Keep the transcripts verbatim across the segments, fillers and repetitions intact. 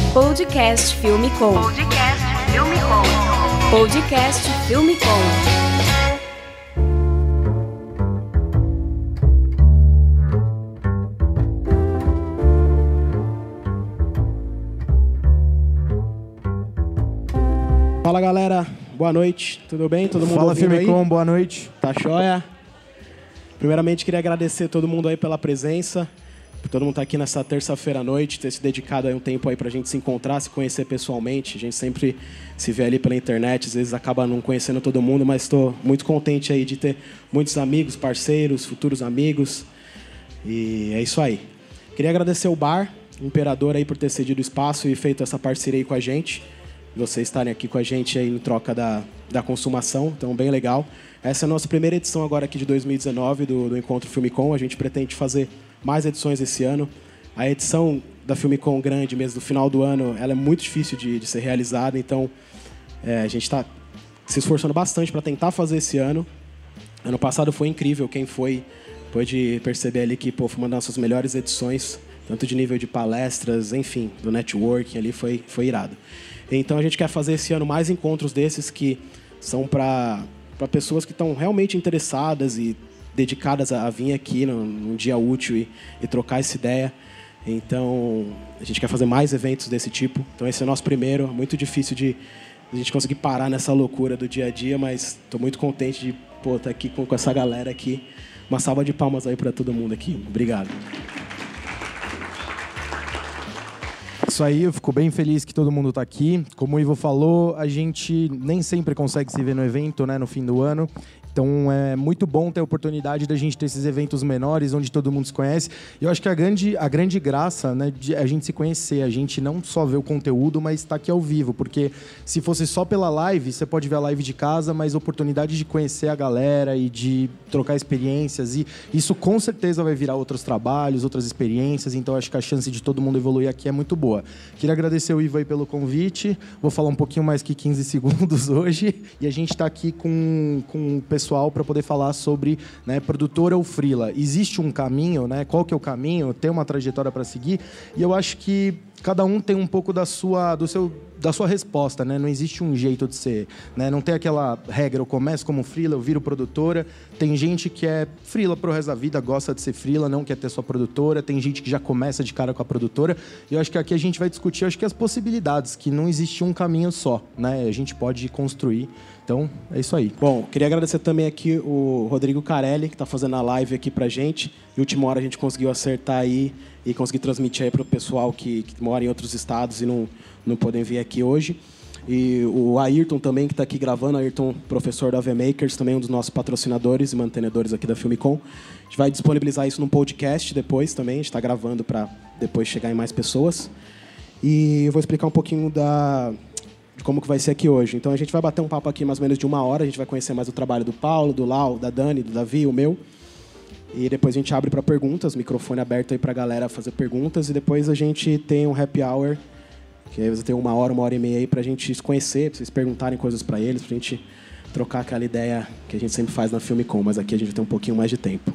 Podcast Filme Com. Podcast Filme Com. Podcast Filme Com. Fala galera, boa noite, tudo bem? Todo mundo Fala ouvindo aí? Filme Com, boa noite. Tá joia? Primeiramente queria agradecer a todo mundo aí pela presença, por todo mundo estar aqui nessa terça-feira à noite, ter se dedicado aí um tempo aí pra gente se encontrar, se conhecer pessoalmente. A gente sempre se vê ali pela internet, às vezes acaba não conhecendo todo mundo, mas estou muito contente aí de ter muitos amigos, parceiros, futuros amigos. E é isso aí. Queria agradecer o Bar, o Imperador aí por ter cedido o espaço e feito essa parceria aí com a gente. Vocês estarem aqui com a gente aí em troca da, da consumação, então bem legal. Essa é a nossa primeira edição agora aqui de dois mil e dezenove do, do Encontro Filme Com. A gente pretende fazer mais edições esse ano. A edição da Filme Com grande mesmo, do final do ano, ela é muito difícil de, de ser realizada, então é, a gente está se esforçando bastante para tentar fazer esse ano. Ano passado foi incrível, quem foi pôde perceber ali que pô, foi uma das nossas melhores edições, tanto de nível de palestras, enfim, do networking ali, foi, foi irado. Então a gente quer fazer esse ano mais encontros desses que são para para pessoas que estão realmente interessadas e dedicadas a, a vir aqui num, num dia útil e, e trocar essa ideia. Então a gente quer fazer mais eventos desse tipo. Então esse é o nosso primeiro. É muito difícil de a gente conseguir parar nessa loucura do dia a dia, mas estou muito contente de pô, estar aqui com, com essa galera aqui. Uma salva de palmas aí para todo mundo aqui. Obrigado. Isso aí, eu fico bem feliz que todo mundo está aqui. Como o Ivo falou, a gente nem sempre consegue se ver no evento, né, no fim do ano. Então é muito bom ter a oportunidade da gente ter esses eventos menores, onde todo mundo se conhece. E eu acho que a grande, a grande graça, né, de a gente se conhecer, a gente não só ver o conteúdo, mas estar aqui ao vivo. Porque se fosse só pela live, você pode ver a live de casa, mas a oportunidade de conhecer a galera e de trocar experiências. E isso com certeza vai virar outros trabalhos, outras experiências. Então acho que a chance de todo mundo evoluir aqui é muito boa. Queria agradecer o Ivo aí pelo convite. Vou falar um pouquinho mais que quinze segundos hoje. E a gente está aqui com, com o pessoal para poder falar sobre, né, produtora ou freela. Existe um caminho, né? Qual que é o caminho? Tem uma trajetória para seguir. E eu acho que cada um tem um pouco da sua, do seu, da sua resposta, né? Não existe um jeito de ser, né? Não tem aquela regra, eu começo como freela, eu viro produtora. Tem gente que é freela pro resto da vida, gosta de ser freela, não quer ter sua produtora. Tem gente que já começa de cara com a produtora. E eu acho que aqui a gente vai discutir, eu acho que as possibilidades, que não existe um caminho só, né? A gente pode construir. Então, é isso aí. Bom, queria agradecer também aqui o Rodrigo Carelli, que está fazendo a live aqui pra gente. De última hora a gente conseguiu acertar aí e conseguir transmitir aí para o pessoal que, que mora em outros estados e não, não podem vir aqui hoje. E o Ayrton também, que está aqui gravando, Ayrton, professor da A V Makers, também um dos nossos patrocinadores e mantenedores aqui da Filme Com. A gente vai disponibilizar isso num podcast depois também, a gente está gravando para depois chegar em mais pessoas. E eu vou explicar um pouquinho da... de como que vai ser aqui hoje. Então a gente vai bater um papo aqui mais ou menos de uma hora, a gente vai conhecer mais o trabalho do Paulo, do Lau, da Dani, do Davi, o meu. E depois a gente abre para perguntas, microfone aberto aí para a galera fazer perguntas, e depois a gente tem um happy hour, que aí você tem uma hora, uma hora e meia aí para a gente se conhecer, para vocês perguntarem coisas para eles, para a gente trocar aquela ideia que a gente sempre faz na Filme Com, mas aqui a gente vai ter um pouquinho mais de tempo.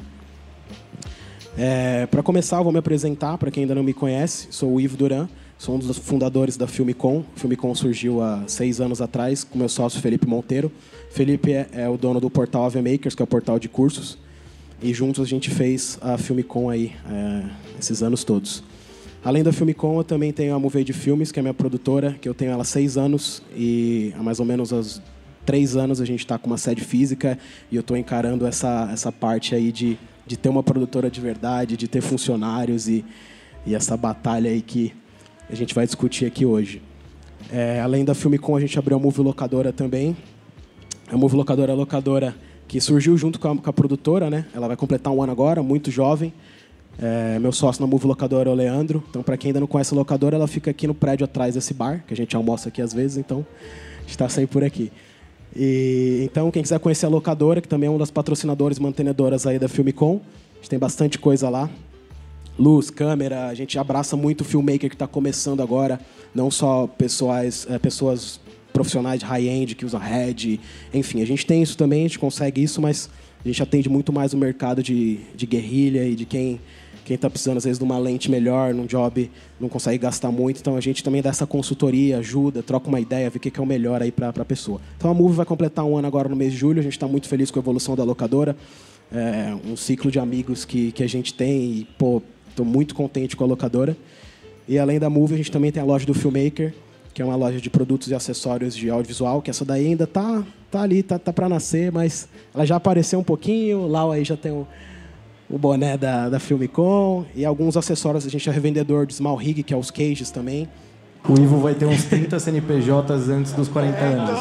É, para começar, eu vou me apresentar, para quem ainda não me conhece, sou o Ivo Duran. Sou um dos fundadores da Filme Com. A Filme Com surgiu há seis anos atrás com meu sócio Felipe Monteiro. Felipe é, é o dono do portal A V Makers, que é o portal de cursos. E juntos a gente fez a Filme Com aí, é, esses anos todos. Além da Filme Com, eu também tenho a Movei de Filmes, que é a minha produtora, que eu tenho ela há seis anos. E há mais ou menos uns três anos a gente está com uma sede física. E eu estou encarando essa, essa parte aí de, de ter uma produtora de verdade, de ter funcionários e, e essa batalha aí que a gente vai discutir aqui hoje. É, além da Filme Com, a gente abriu a Movie Locadora também. A Movie Locadora é a locadora que surgiu junto com a, com a produtora, né? Ela vai completar um ano agora, muito jovem. É, meu sócio na Movie Locadora é o Leandro. Então, para quem ainda não conhece a locadora, ela fica aqui no prédio atrás desse bar, que a gente almoça aqui às vezes, então a gente está sempre por aqui. E, então, quem quiser conhecer a locadora, que também é uma das patrocinadoras mantenedoras aí da Filme Com, a gente tem bastante coisa lá. Luz, câmera, a gente abraça muito o filmmaker que está começando agora, não só pessoas, é, pessoas profissionais de high-end que usam head, enfim, a gente tem isso também, a gente consegue isso, mas a A gente atende muito mais o mercado de, de guerrilha e de quem quem está precisando, às vezes, de uma lente melhor, num job, não consegue gastar muito. Então, a gente também dá essa consultoria, ajuda, troca uma ideia, vê o que é o melhor aí para a pessoa. Então, a Move vai completar um ano agora no mês de julho. A gente está muito feliz com a evolução da locadora. É um ciclo de amigos que, que a gente tem e, pô, estou muito contente com a locadora. E, além da Move, a gente também tem a loja do Filmmaker, que é uma loja de produtos e acessórios de audiovisual, que essa daí ainda está tá ali, tá, tá para nascer, mas ela já apareceu um pouquinho. O Lau aí já tem um... o boné da, da Filmicom e alguns acessórios. A gente é revendedor de Small Rig, que é os cages também. O Ivo vai ter uns trinta C N P Js antes dos quarenta anos.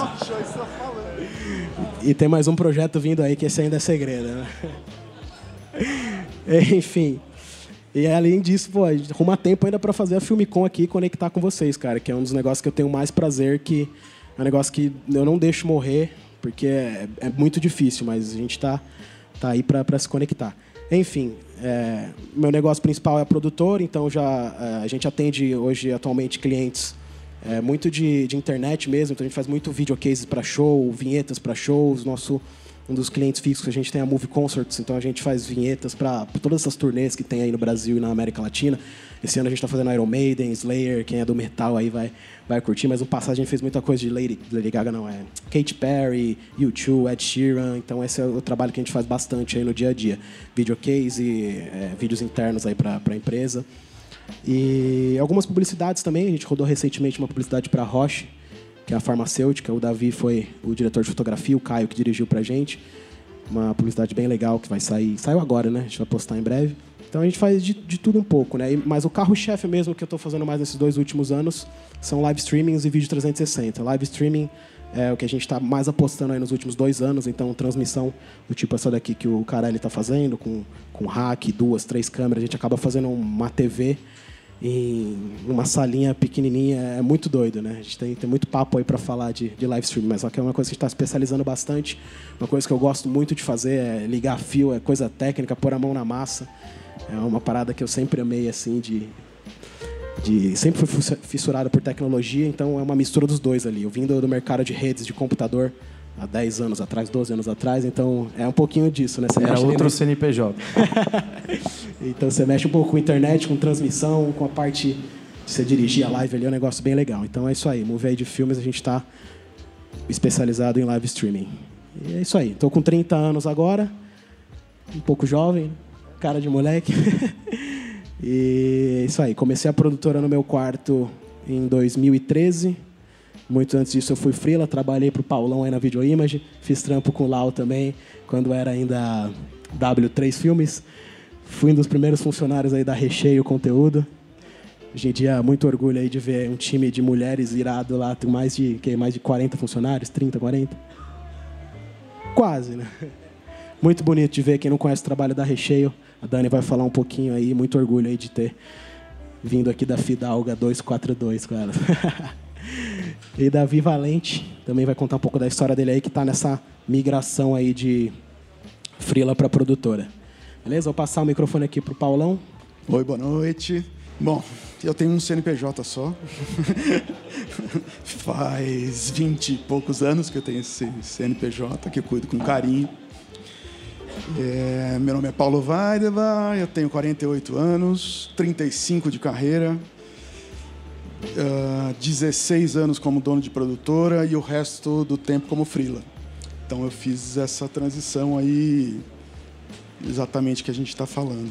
E tem mais um projeto vindo aí, que esse ainda é segredo, né? Enfim. E além disso, pô, a gente arruma tempo ainda para fazer a Filmicom aqui e conectar com vocês, cara, que é um dos negócios que eu tenho mais prazer, que é um negócio que eu não deixo morrer, porque é, é muito difícil, mas a gente tá, tá aí para se conectar. Enfim, é, meu negócio principal é a produtora, então já é, a gente atende hoje atualmente clientes é, muito de, de internet mesmo, então a gente faz muito videocases para show, vinhetas para shows. Nosso, um dos clientes fixos que a gente tem é a Movie Concerts, então a gente faz vinhetas para todas essas turnês que tem aí no Brasil e na América Latina. Esse ano a gente está fazendo Iron Maiden, Slayer, quem é do metal aí vai, vai curtir, mas no passado a gente fez muita coisa de Lady, Lady Gaga, não, é Katy Perry, U dois, Ed Sheeran, então esse é o trabalho que a gente faz bastante aí no dia a dia. Videocase, é, vídeos internos aí para a empresa. E algumas publicidades também, a gente rodou recentemente uma publicidade para a Roche, que é a farmacêutica. O Davi foi o diretor de fotografia, o Caio que dirigiu pra gente. Uma publicidade bem legal que vai sair, saiu agora, né? A gente vai postar em breve. Então a gente faz de, de tudo um pouco, né? Mas o carro-chefe mesmo que eu estou fazendo mais nesses dois últimos anos são live streamings e vídeo trezentos e sessenta. Live streaming é o que a gente está mais apostando aí nos últimos dois anos, então transmissão do tipo essa daqui que o Carelli está fazendo, com, com hack, duas, três câmeras. A gente acaba fazendo uma T V em uma salinha pequenininha. É muito doido, né? A gente tem, tem muito papo aí para falar de, de live streaming, mas só que é uma coisa que a gente está especializando bastante. Uma coisa que eu gosto muito de fazer é ligar fio, é coisa técnica, pôr a mão na massa. É uma parada que eu sempre amei, assim, de... de sempre fui fissurado por tecnologia, então é uma mistura dos dois ali. Eu vim do, do mercado de redes de computador há dez anos atrás, doze anos atrás, então é um pouquinho disso, né? Você Era outro no... C N P J. Então você mexe um pouco com internet, com transmissão, com a parte de você dirigir a live ali, é um negócio bem legal. Então é isso aí, Move aí de filmes, a gente está especializado em live streaming. E é isso aí, estou com trinta anos agora, um pouco jovem, cara de moleque. E é isso aí, comecei a produtora no meu quarto em dois mil e treze. Muito antes disso eu fui freela, trabalhei para o Paulão aí na Videoimage, fiz trampo com o Lau também, quando era ainda W três Filmes. Fui um dos primeiros funcionários aí da Recheio Conteúdo. Hoje em dia, muito orgulho aí de ver um time de mulheres irado lá, tem mais de, que, mais de quarenta funcionários, trinta, quarenta? Quase, né? Muito bonito de ver. Quem não conhece o trabalho da Recheio, a Dani vai falar um pouquinho aí. Muito orgulho aí de ter vindo aqui da Fidalga duzentos e quarenta e dois, cara. E Davi Valente também vai contar um pouco da história dele aí, que está nessa migração aí de freela para produtora. Beleza? Vou passar o microfone aqui para o Paulão. Oi, boa noite. Bom, eu tenho um C N P J só. Faz vinte e poucos anos que eu tenho esse C N P J, que eu cuido com carinho. É, meu nome é Paulo Vaideva, eu tenho quarenta e oito anos, trinta e cinco de carreira, uh, dezesseis anos como dono de produtora e o resto do tempo como freela. Então eu fiz essa transição aí, exatamente que a gente está falando.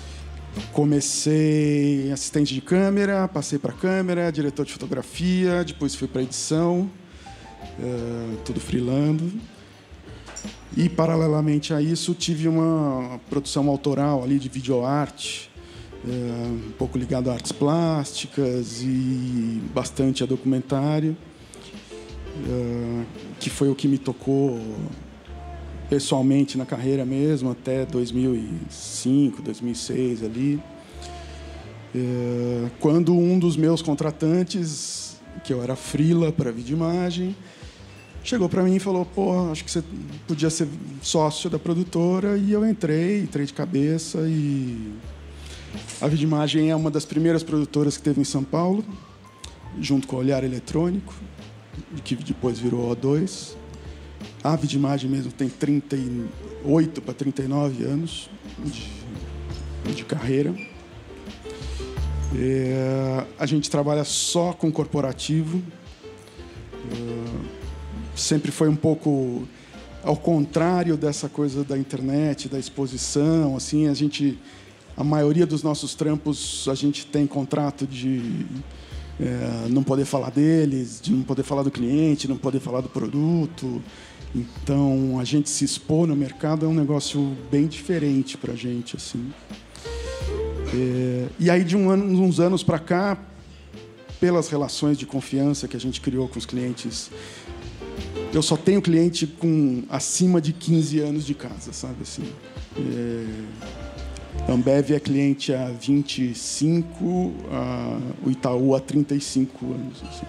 Comecei assistente de câmera, passei para câmera, diretor de fotografia, depois fui para edição, uh, tudo freelando. E, paralelamente a isso, tive uma produção autoral ali de videoarte, uh, um pouco ligado a artes plásticas e bastante a documentário, uh, que foi o que me tocou pessoalmente na carreira mesmo, até dois mil e cinco, dois mil e seis ali. Uh, quando um dos meus contratantes, que eu era freela para videoimagem, chegou para mim e falou, pô, acho que você podia ser sócio da produtora. E eu entrei, entrei de cabeça. E a Videoimagem é uma das primeiras produtoras que teve em São Paulo, junto com o Olhar Eletrônico, que depois virou O dois. A Vidimagem mesmo tem trinta e oito para trinta e nove anos de, de carreira. É, a gente trabalha só com corporativo. É, sempre foi um pouco ao contrário dessa coisa da internet, da exposição. Assim, a gente, a maioria dos nossos trampos, a gente tem contrato de é, não poder falar deles, de não poder falar do cliente, não poder falar do produto. Então, a gente se expor no mercado é um negócio bem diferente para a gente, assim. É, e aí, de um ano, uns anos para cá, pelas relações de confiança que a gente criou com os clientes, eu só tenho cliente com acima de quinze anos de casa, sabe assim. É, a Ambev é cliente há vinte e cinco, a, o Itaú há trinta e cinco anos. Assim.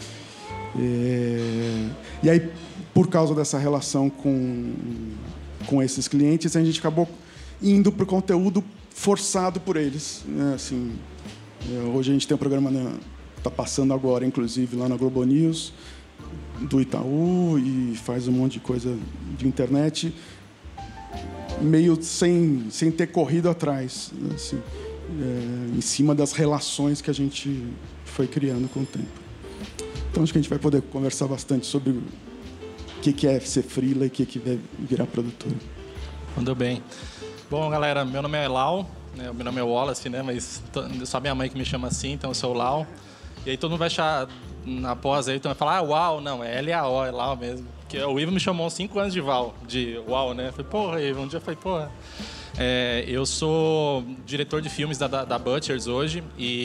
É, e aí, por causa dessa relação com, com esses clientes, a gente acabou indo para o conteúdo forçado por eles. Né? Assim, hoje a gente tem um programa, está passando agora, inclusive, lá na Globo News, do Itaú, e faz um monte de coisa de internet, meio sem, sem ter corrido atrás, assim, é, em cima das relações que a gente foi criando com o tempo. Então, acho que a gente vai poder conversar bastante sobre o que é ser freela e o que é virar produtor. Mandou bem. Bom, galera, meu nome é Lau, né? Meu nome é Wallace, né? Mas só minha mãe que me chama assim, então eu sou o Lau. E aí todo mundo vai achar, na pós aí, então vai falar, ah, Uau, não, é L A O, é Lau mesmo. Porque o Ivo me chamou cinco anos de Val, de Uau, né? Eu falei, porra, Ivo, um dia eu falei, porra. É, eu sou diretor de filmes da, da, da Butchers hoje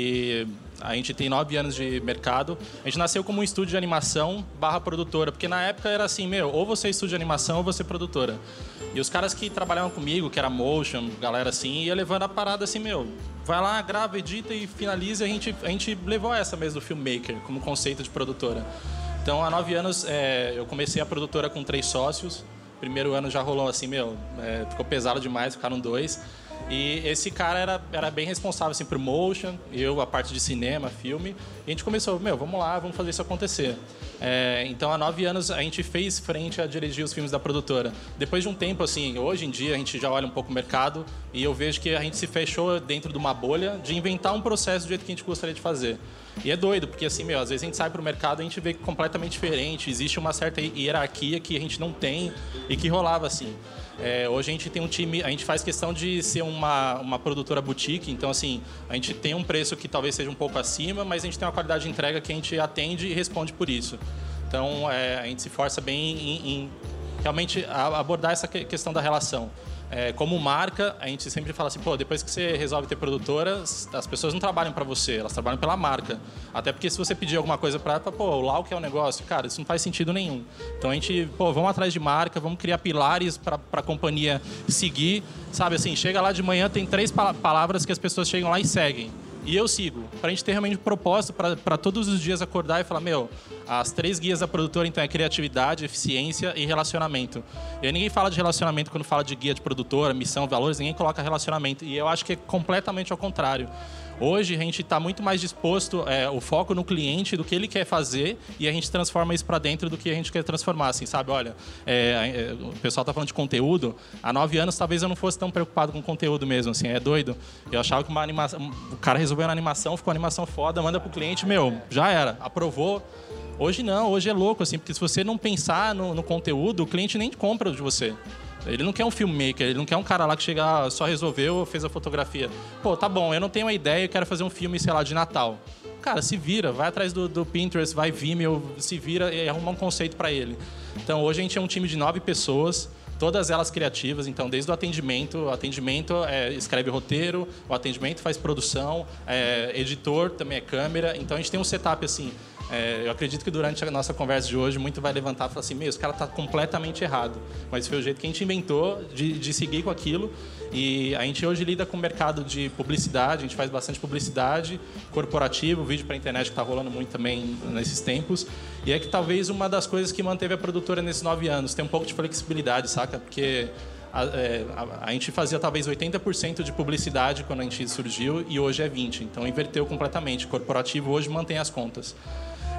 e a gente tem nove anos de mercado. A gente nasceu como um estúdio de animação barra produtora, porque na época era assim, meu, ou você é estúdio de animação ou você é produtora. E os caras que trabalhavam comigo, que era motion, galera assim, ia levando a parada assim, meu, vai lá, grava, edita e finaliza. A gente, a gente levou essa mesmo do filmmaker, como conceito de produtora. Então, há nove anos, é, eu comecei a produtora com três sócios. Primeiro ano já rolou assim, meu, é, ficou pesado demais, ficaram dois. E esse cara era, era bem responsável assim, por motion, eu a parte de cinema, filme. E a gente começou, meu, vamos lá, vamos fazer isso acontecer. É, então, há nove anos, a gente fez frente a dirigir os filmes da produtora. Depois de um tempo, assim, hoje em dia, a gente já olha um pouco o mercado e eu vejo que a gente se fechou dentro de uma bolha de inventar um processo do jeito que a gente gostaria de fazer. E é doido, porque assim, meu, às vezes a gente sai pro mercado e a gente vê completamente diferente. Existe uma certa hierarquia que a gente não tem e que rolava assim. É, hoje a gente tem um time, a gente faz questão de ser uma, uma produtora boutique, então assim, a gente tem um preço que talvez seja um pouco acima, mas a gente tem uma qualidade de entrega que a gente atende e responde por isso. Então é, a gente se força bem em, em realmente abordar essa questão da relação. É, como marca, a gente sempre fala assim, pô, depois que você resolve ter produtora, as pessoas não trabalham para você, elas trabalham pela marca. Até porque se você pedir alguma coisa para ela, pô, o Lau que é o negócio, cara, isso não faz sentido nenhum. Então a gente, pô, vamos atrás de marca, vamos criar pilares para a companhia seguir, sabe assim, chega lá de manhã, tem três palavras que as pessoas chegam lá e seguem. E eu sigo, para a gente ter realmente um propósito para todos os dias acordar e falar, meu, as três guias da produtora, então, é criatividade, eficiência e relacionamento. E aí ninguém fala de relacionamento quando fala de guia de produtora, missão, valores, ninguém coloca relacionamento. E eu acho que é completamente ao contrário. Hoje a gente está muito mais disposto, é, o foco no cliente, do que ele quer fazer, e a gente transforma isso para dentro do que a gente quer transformar, assim, sabe? Olha, é, é, o pessoal está falando de conteúdo. Há nove anos talvez eu não fosse tão preocupado com conteúdo mesmo, assim, é doido. Eu achava que uma animação, o cara resolveu uma animação, ficou uma animação foda, manda pro cliente, meu, já era, aprovou. Hoje não, hoje é louco, assim, porque se você não pensar no, no conteúdo, o cliente nem compra de você. Ele não quer um filmmaker, ele não quer um cara lá que chega, só resolveu, fez a fotografia. Pô, tá bom, eu não tenho uma ideia, eu quero fazer um filme, sei lá, de Natal. Cara, se vira, vai atrás do, do Pinterest, vai Vimeo, se vira e arruma um conceito para ele. Então, hoje a gente é um time de nove pessoas, todas elas criativas, então desde o atendimento, o atendimento é, escreve roteiro, o atendimento faz produção, é, editor também é câmera, então a gente tem um setup assim. É, eu acredito que durante a nossa conversa de hoje, muito vai levantar e falar assim, meu, esse cara está completamente errado. Mas foi o jeito que a gente inventou de, de seguir com aquilo. E a gente hoje lida com o mercado de publicidade, a gente faz bastante publicidade, corporativo, vídeo para a internet que está rolando muito também nesses tempos. E é que talvez uma das coisas que manteve a produtora nesses nove anos, tem um pouco de flexibilidade, saca? Porque a, é, a, a gente fazia talvez oitenta por cento de publicidade quando a gente surgiu e hoje é vinte por cento. Então inverteu completamente. Corporativo hoje mantém as contas.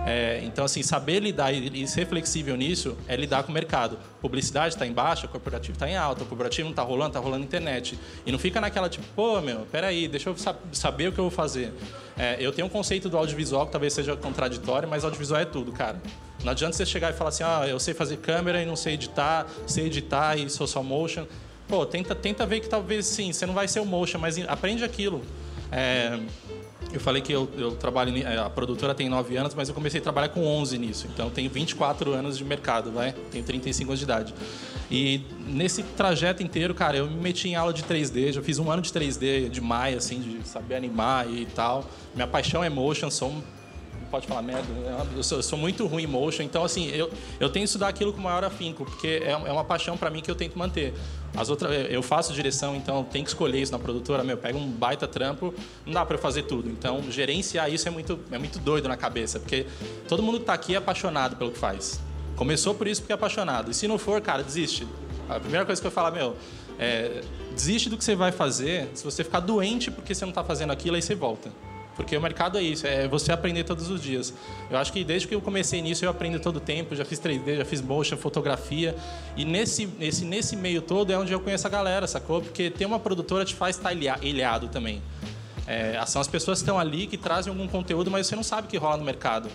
É, então, assim, saber lidar e, e ser flexível nisso é lidar com o mercado. Publicidade está em baixa, corporativo está em alta, o corporativo não está rolando, está rolando internet. E não fica naquela tipo, pô, meu, peraí, deixa eu sab- saber o que eu vou fazer. É, eu tenho um conceito do audiovisual que talvez seja contraditório, mas audiovisual é tudo, cara. Não adianta você chegar e falar assim, ah, eu sei fazer câmera e não sei editar, sei editar e social motion. Pô, tenta, tenta ver que talvez, sim, você não vai ser o motion, mas aprende aquilo. É, eu falei que eu, eu trabalho... A produtora tem nove anos, mas eu comecei a trabalhar com onze nisso. Então, eu tenho vinte e quatro anos de mercado, vai? Tenho trinta e cinco anos de idade. E nesse trajeto inteiro, cara, eu me meti em aula de três D. Já fiz um ano de três D, de Maya, assim, de saber animar e tal. Minha paixão é motion, sou um... Pode falar merda, eu sou, eu sou muito ruim em motion, então assim, eu, eu tenho que estudar aquilo com maior afinco, porque é, é uma paixão para mim que eu tento manter. As outras, eu faço direção, então tenho que escolher isso na produtora, meu, pega um baita trampo, não dá para eu fazer tudo. Então, gerenciar isso é muito, é muito doido na cabeça, porque todo mundo que tá aqui é apaixonado pelo que faz. Começou por isso porque é apaixonado. E se não for, cara, desiste. A primeira coisa que eu falo, meu, é, desiste do que você vai fazer. Se você ficar doente porque você não tá fazendo aquilo, aí você volta. Porque o mercado é isso, é você aprender todos os dias. Eu acho que desde que eu comecei nisso, eu aprendo todo o tempo. Já fiz três D, já fiz motion, fotografia. E nesse, nesse, nesse meio todo é onde eu conheço a galera, sacou? Porque ter uma produtora te faz estar ilhado também. É, são as pessoas que estão ali, que trazem algum conteúdo, mas você não sabe o que rola no mercado.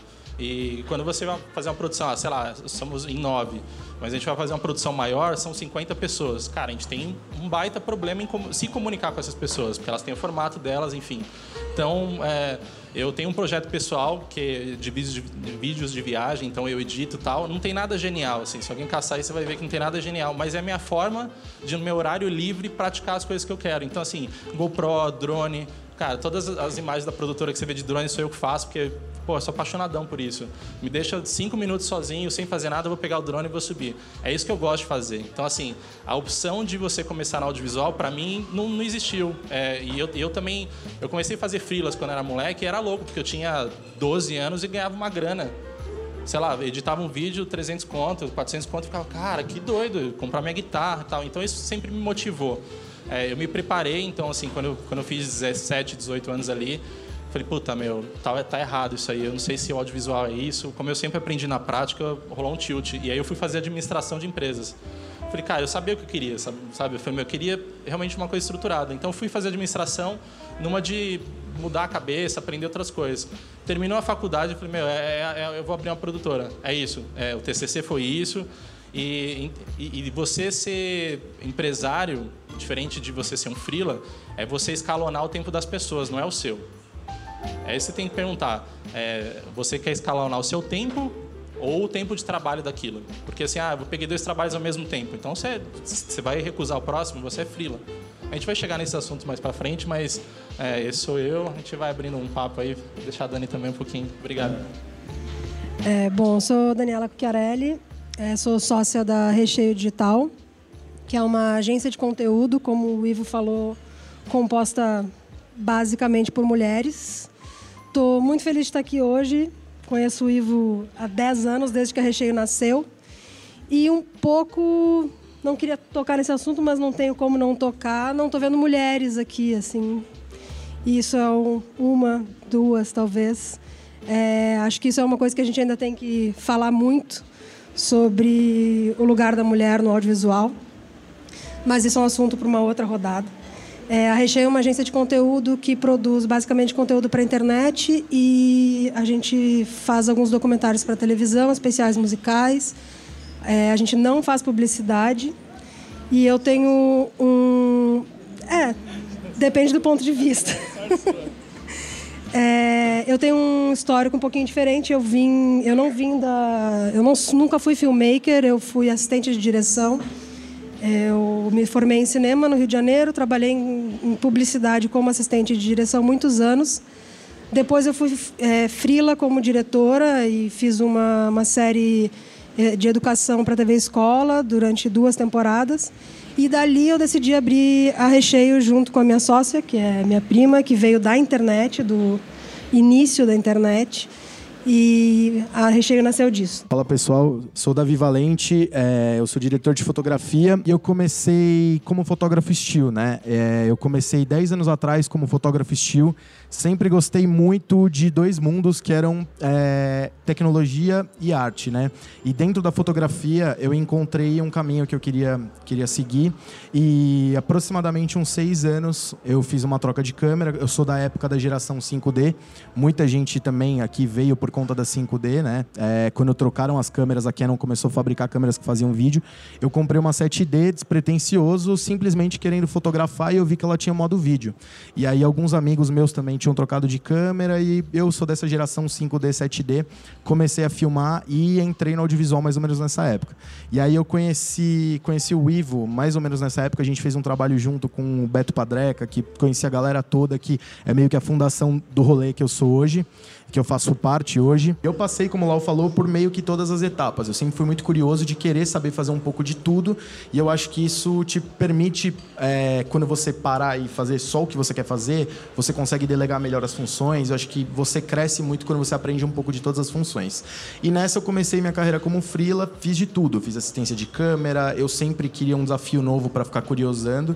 E quando você vai fazer uma produção, sei lá, somos em nove, mas a gente vai fazer uma produção maior, são cinquenta pessoas. Cara, a gente tem um baita problema em se comunicar com essas pessoas, porque elas têm o formato delas, enfim. Então, é, eu tenho um projeto pessoal que de vídeos de, de vídeos de viagem, então eu edito e tal. Não tem nada genial, assim. Se alguém caçar aí, você vai ver que não tem nada genial. Mas é a minha forma de, no meu horário livre, praticar as coisas que eu quero. Então, assim, GoPro, drone... Cara, todas as imagens da produtora que você vê de drone sou eu que faço, porque, pô, eu sou apaixonadão por isso. Me deixa cinco minutos sozinho, sem fazer nada, eu vou pegar o drone e vou subir. É isso que eu gosto de fazer. Então, assim, a opção de você começar no audiovisual, pra mim, não, não existiu. É, e eu, eu também... Eu comecei a fazer freelas quando era moleque e era louco, porque eu tinha doze anos e ganhava uma grana. Sei lá, editava um vídeo, trezentos conto, quatrocentos conto, e ficava, cara, que doido, comprar minha guitarra e tal. Então, isso sempre me motivou. É, eu me preparei, então, assim, quando eu, quando eu fiz dezessete, dezoito anos ali, falei, puta, meu, tá, tá errado isso aí, eu não sei se o audiovisual é isso. Como eu sempre aprendi na prática, rolou um tilt. E aí eu fui fazer administração de empresas. Falei, cara, eu sabia o que eu queria, sabe? Eu falei, meu, eu queria realmente uma coisa estruturada. Então, eu fui fazer administração numa de mudar a cabeça, aprender outras coisas. Terminou a faculdade, eu falei, meu, é, é, eu vou abrir uma produtora. É isso, é, o T C C foi isso. E, e, e você ser empresário, diferente de você ser um freela, é você escalonar o tempo das pessoas, não é o seu. Aí você tem que perguntar, é, você quer escalonar o seu tempo ou o tempo de trabalho daquilo? Porque assim, ah, eu peguei dois trabalhos ao mesmo tempo, então você, você vai recusar o próximo, você é freela. A gente vai chegar nesses assuntos mais pra frente, mas é, esse sou eu, a gente vai abrindo um papo aí, deixar a Dani também um pouquinho. Obrigado. É, bom, eu sou Daniela Cucchiarelli. É, sou sócia da Recheio Digital, que é uma agência de conteúdo, como o Ivo falou, composta basicamente por mulheres. Estou muito feliz de estar aqui hoje. Conheço o Ivo há dez anos, desde que a Recheio nasceu. E um pouco... Não queria tocar nesse assunto, mas não tenho como não tocar. Não estou vendo mulheres aqui, assim. Isso é um, uma, duas, talvez. É, acho que isso é uma coisa que a gente ainda tem que falar muito, sobre o lugar da mulher no audiovisual, mas isso é um assunto para uma outra rodada. É, a Recheio é uma agência de conteúdo que produz basicamente conteúdo para a internet e a gente faz alguns documentários para televisão, especiais musicais. É, a gente não faz publicidade e eu tenho um... É, depende do ponto de vista. É, eu tenho um histórico um pouquinho diferente. Eu vim, eu não vim da, eu não, nunca fui filmmaker. Eu fui assistente de direção. Eu me formei em cinema no Rio de Janeiro. Trabalhei em, em publicidade como assistente de direção muitos anos. Depois eu fui é, freela como diretora e fiz uma, uma série de educação para T V Escola durante duas temporadas. E dali eu decidi abrir a Recheio junto com a minha sócia, que é minha prima, que veio da internet, do início da internet. E a Recheio nasceu disso. Fala pessoal, sou Davi Valente, é, eu sou diretor de fotografia e eu comecei como fotógrafo still, né? É, eu comecei dez anos atrás como fotógrafo still, sempre gostei muito de dois mundos que eram é, tecnologia e arte, né? E dentro da fotografia eu encontrei um caminho que eu queria, queria seguir e aproximadamente uns seis anos eu fiz uma troca de câmera. Eu sou da época da geração cinco D, muita gente também aqui veio por conta da cinco D, né? É, quando trocaram as câmeras, a Canon começou a fabricar câmeras que faziam vídeo. Eu comprei uma sete D despretensioso, simplesmente querendo fotografar, e eu vi que ela tinha modo vídeo. E aí alguns amigos meus também tinham trocado de câmera e eu sou dessa geração cinco D, sete D, comecei a filmar e entrei no audiovisual mais ou menos nessa época. E aí eu conheci, conheci o Ivo mais ou menos nessa época. A gente fez um trabalho junto com o Beto Padreca, que conheci a galera toda, que é meio que a fundação do rolê que eu sou hoje, que eu faço parte hoje. Eu passei, como o Lau falou, por meio que todas as etapas. Eu sempre fui muito curioso de querer saber fazer um pouco de tudo, e eu acho que isso te permite, é, quando você parar e fazer só o que você quer fazer, você consegue delegar melhor as funções. Eu acho que você cresce muito quando você aprende um pouco de todas as funções. E nessa eu comecei minha carreira como freela, fiz de tudo. Fiz assistência de câmera, eu sempre queria um desafio novo para ficar curiosando.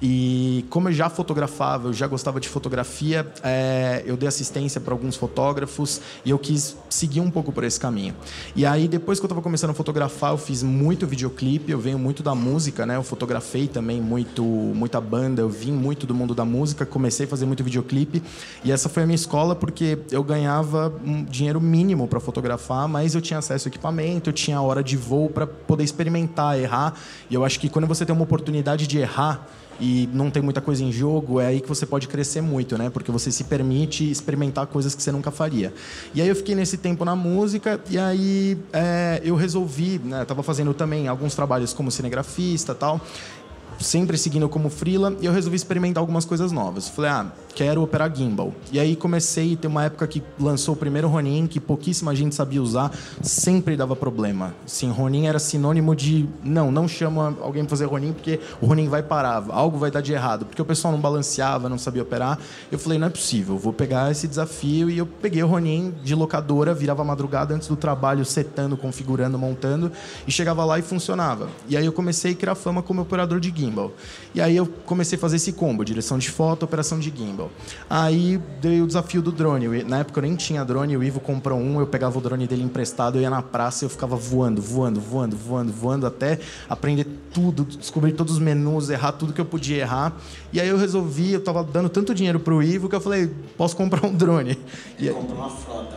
E como eu já fotografava, eu já gostava de fotografia, é, eu dei assistência para alguns fotógrafos, e eu quis seguir um pouco por esse caminho. E aí, depois que eu estava começando a fotografar, eu fiz muito videoclipe, eu venho muito da música, né? Eu fotografei também muito, muita banda, eu vim muito do mundo da música, comecei a fazer muito videoclipe, e essa foi a minha escola, porque eu ganhava um dinheiro mínimo para fotografar, mas eu tinha acesso ao equipamento, eu tinha hora de voo para poder experimentar, errar, e eu acho que quando você tem uma oportunidade de errar, e não tem muita coisa em jogo, é aí que você pode crescer muito, né? Porque você se permite experimentar coisas que você nunca faria. E aí eu fiquei nesse tempo na música, e aí é, eu resolvi, né? Estava fazendo também alguns trabalhos como cinegrafista e tal, sempre seguindo como freela, e eu resolvi experimentar algumas coisas novas. Falei, ah, quero operar gimbal. E aí comecei, tem uma época que lançou o primeiro Ronin, que pouquíssima gente sabia usar, sempre dava problema. Sim, Ronin era sinônimo de, não, não chama alguém para fazer Ronin, porque o Ronin vai parar, algo vai dar de errado, porque o pessoal não balanceava, não sabia operar. Eu falei, não é possível, vou pegar esse desafio, e eu peguei o Ronin de locadora, virava madrugada antes do trabalho, setando, configurando, montando, e chegava lá e funcionava. E aí eu comecei a criar fama como operador de gimbal. E aí eu comecei a fazer esse combo, direção de foto, operação de gimbal. Aí dei o desafio do drone. Na época eu nem tinha drone, o Ivo comprou um, eu pegava o drone dele emprestado, eu ia na praça e eu ficava voando, voando, voando, voando, voando, até aprender tudo, descobrir todos os menus, errar tudo que eu podia errar. E aí eu resolvi, eu estava dando tanto dinheiro pro Ivo que eu falei, posso comprar um drone. E comprou uma frota.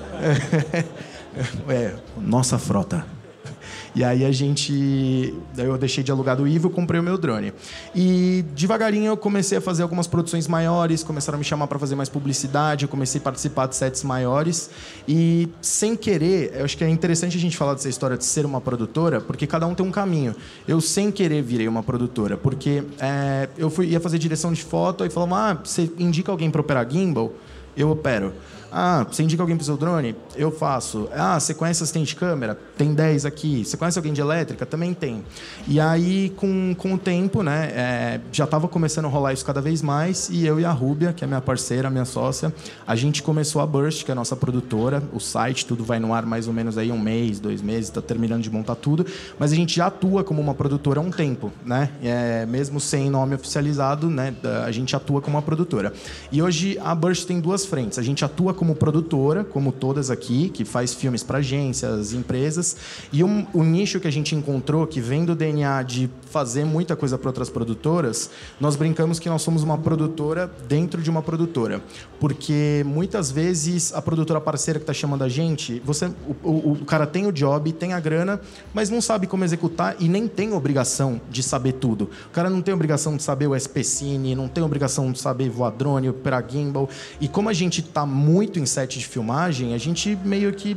É, nossa frota. E aí a gente... Daí eu deixei de alugar do Ivo e comprei o meu drone. E devagarinho eu comecei a fazer algumas produções maiores, começaram a me chamar para fazer mais publicidade, eu comecei a participar de sets maiores. E sem querer, eu acho que é interessante a gente falar dessa história de ser uma produtora, porque cada um tem um caminho. Eu sem querer virei uma produtora, porque é, eu fui, ia fazer direção de foto, aí falavam, ah, você indica alguém para operar gimbal? Eu opero. Ah, você indica alguém para o seu drone? Eu faço. Ah, você conhece assistente de câmera? Tem dez aqui. Você conhece alguém de elétrica? Também tem. E aí, com, com o tempo, né, é, já estava começando a rolar isso cada vez mais, e eu e a Rúbia, que é minha parceira, minha sócia, a gente começou a Burst, que é a nossa produtora, o site, tudo vai no ar mais ou menos aí um mês, dois meses, está terminando de montar tudo, mas a gente já atua como uma produtora há um tempo, né? É, mesmo sem nome oficializado, né, a gente atua como uma produtora. E hoje a Burst tem duas frentes. A gente atua como produtora, como todas aqui, que faz filmes para agências, empresas, e um, o nicho que a gente encontrou, que vem do D N A de fazer muita coisa para outras produtoras, nós brincamos que nós somos uma produtora dentro de uma produtora, porque muitas vezes a produtora parceira que está chamando a gente, você, o, o, o cara tem o job, tem a grana, mas não sabe como executar e nem tem obrigação de saber tudo. O cara não tem obrigação de saber o S P Cine, não tem obrigação de saber voar drone, operar gimbal, e como a gente está muito em set de filmagem, a gente meio que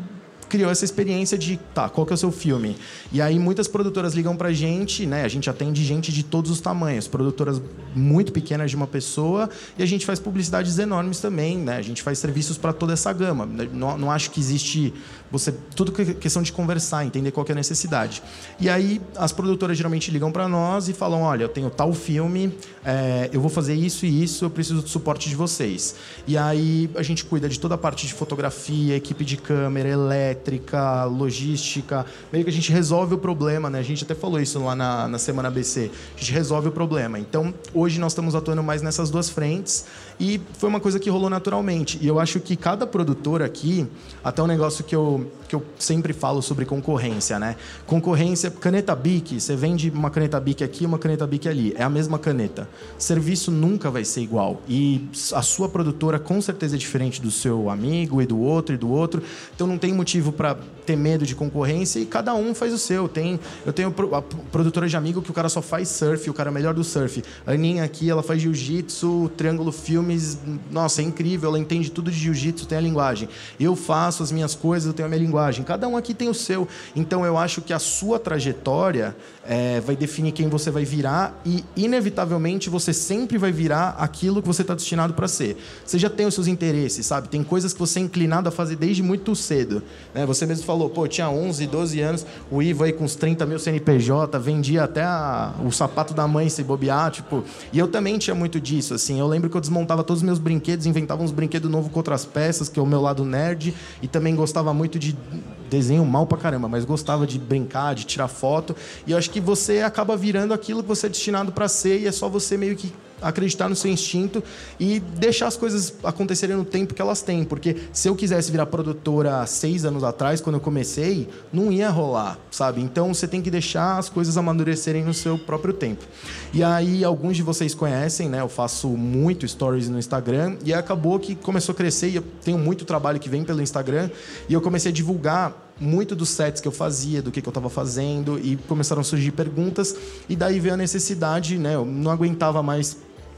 criou essa experiência de, tá, qual que é o seu filme? E aí muitas produtoras ligam pra gente, né? A gente atende gente de todos os tamanhos, produtoras muito pequenas de uma pessoa, e a gente faz publicidades enormes também, né? A gente faz serviços para toda essa gama. Não, não acho que existe... Você, tudo que é questão de conversar, entender qual que é a necessidade. E aí as produtoras geralmente ligam para nós e falam, olha, eu tenho tal filme, é, eu vou fazer isso e isso, eu preciso do suporte de vocês. E aí a gente cuida de toda a parte de fotografia, equipe de câmera, elétrica, logística. Meio que a gente resolve o problema, né? A gente até falou isso lá na, na Semana B C. A gente resolve o problema. Então, hoje nós estamos atuando mais nessas duas frentes e foi uma coisa que rolou naturalmente. E eu acho que cada produtor aqui, até um negócio que eu, que eu sempre falo sobre concorrência, né? Concorrência, caneta Bic, você vende uma caneta Bic aqui, uma caneta Bic ali. É a mesma caneta. Serviço nunca vai ser igual. E a sua produtora, com certeza, é diferente do seu amigo e do outro e do outro. Então, não tem motivo para ter medo de concorrência e cada um faz o seu. Tem, eu tenho a produtora de amigo que o cara só faz surf, o cara é melhor do surf. A Aninha aqui, ela faz jiu-jitsu, Triângulo Filmes, nossa, é incrível, ela entende tudo de jiu-jitsu, tem a linguagem. Eu faço as minhas coisas, eu tenho a minha linguagem. Cada um aqui tem o seu. Então, eu acho que a sua trajetória é, vai definir quem você vai virar e, inevitavelmente, você sempre vai virar aquilo que você está destinado para ser. Você já tem os seus interesses, sabe? Tem coisas que você é inclinado a fazer desde muito cedo. Né? Você mesmo falou, pô, tinha onze, doze anos, o Ivo aí com uns trinta mil C N P J, vendia até a, o sapato da mãe se bobear, tipo... E eu também tinha muito disso, assim. Eu lembro que eu desmontava todos os meus brinquedos, inventava uns brinquedos novos com outras peças, que é o meu lado nerd, e também gostava muito de desenho mal pra caramba, mas gostava de brincar, de tirar foto. E eu acho que você acaba virando aquilo que você é destinado para ser, e é só você meio que acreditar no seu instinto e deixar as coisas acontecerem no tempo que elas têm. Porque se eu quisesse virar produtora há seis anos atrás, quando eu comecei, não ia rolar, sabe? Então, você tem que deixar as coisas amadurecerem no seu próprio tempo. E aí, alguns de vocês conhecem, né? Eu faço muito stories no Instagram e acabou que começou a crescer e eu tenho muito trabalho que vem pelo Instagram e eu comecei a divulgar muito dos sets que eu fazia, do que, que eu estava fazendo e começaram a surgir perguntas e daí veio a necessidade, né? Eu não aguentava mais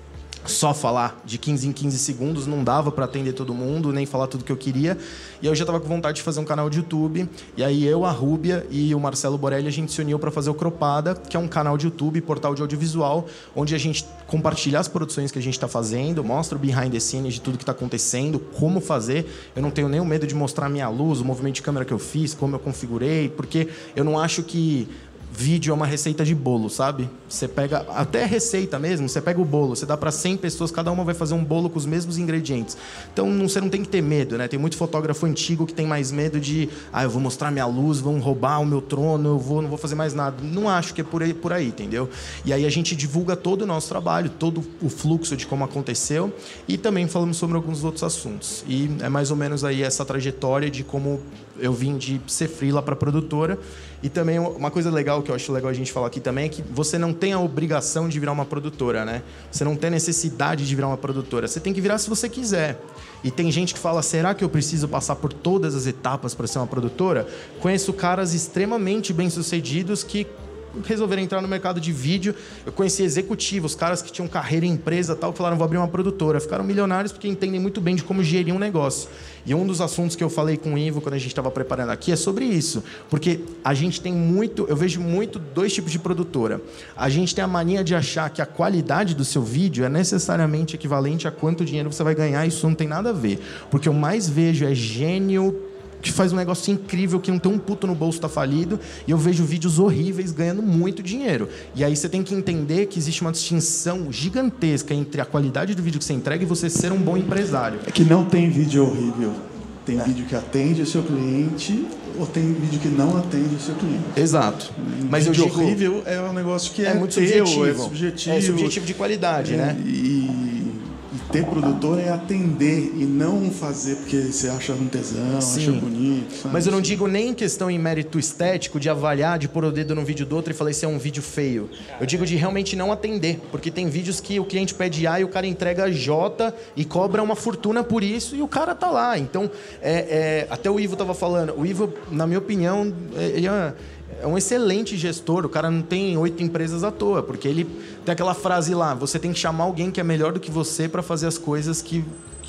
só falar de quinze em quinze segundos, não dava para atender todo mundo, nem falar tudo que eu queria. E eu já estava com vontade de fazer um canal de YouTube. E aí eu, a Rúbia e o Marcelo Borelli, a gente se uniu para fazer o Cropada, que é um canal de YouTube, portal de audiovisual, onde a gente compartilha as produções que a gente está fazendo, mostra o behind the scenes de tudo que está acontecendo, como fazer. Eu não tenho nenhum medo de mostrar a minha luz, o movimento de câmera que eu fiz, como eu configurei, porque eu não acho que vídeo é uma receita de bolo, sabe? Você pega, até receita mesmo, você pega o bolo, você dá para cem pessoas, cada uma vai fazer um bolo com os mesmos ingredientes. Então, não, você não tem que ter medo, né? Tem muito fotógrafo antigo que tem mais medo de, ah, eu vou mostrar minha luz, vão roubar o meu trono, eu vou, não vou fazer mais nada. Não acho que é por aí, por aí, entendeu? E aí a gente divulga todo o nosso trabalho, todo o fluxo de como aconteceu e também falamos sobre alguns outros assuntos. E é mais ou menos aí essa trajetória de como eu vim de ser freela para produtora. E também uma coisa legal que eu acho legal a gente falar aqui também é que você não tem a obrigação de virar uma produtora, né? Você não tem necessidade de virar uma produtora. Você tem que virar se você quiser. E tem gente que fala, será que eu preciso passar por todas as etapas para ser uma produtora? Conheço caras extremamente bem-sucedidos que resolveram entrar no mercado de vídeo. Eu conheci executivos, caras que tinham carreira em empresa tal, que falaram, vou abrir uma produtora. Ficaram milionários porque entendem muito bem de como gerir um negócio. E um dos assuntos que eu falei com o Ivo quando a gente estava preparando aqui é sobre isso. Porque a gente tem muito, eu vejo muito dois tipos de produtora. A gente tem a mania de achar que a qualidade do seu vídeo é necessariamente equivalente a quanto dinheiro você vai ganhar. Isso não tem nada a ver. Porque eu mais vejo é gênio que faz um negócio incrível, que não tem um puto no bolso, tá falido, e eu vejo vídeos horríveis ganhando muito dinheiro. E aí você tem que entender que existe uma distinção gigantesca entre a qualidade do vídeo que você entrega e você ser um bom empresário. É que não tem vídeo horrível. Tem é. vídeo que atende o seu cliente ou tem vídeo que não atende o seu cliente. Exato. Mas vídeo eu digo, horrível é um negócio que é, é muito teu, subjetivo. É subjetivo. É subjetivo de qualidade, é, né? E... ter produtor é atender e não fazer porque você acha um tesão, Sim. acha bonito. Sabe? Mas eu não digo nem em questão em mérito estético, de avaliar, de pôr o dedo num vídeo do outro e falar isso é um vídeo feio. Eu digo de realmente não atender, porque tem vídeos que o cliente pede A e o cara entrega J e cobra uma fortuna por isso e o cara tá lá. Então, é, é, até o Ivo tava falando, o Ivo, na minha opinião, ele é... é um excelente gestor, o cara não tem oito empresas à toa, porque ele tem aquela frase lá, você tem que chamar alguém que é melhor do que você para fazer as coisas que,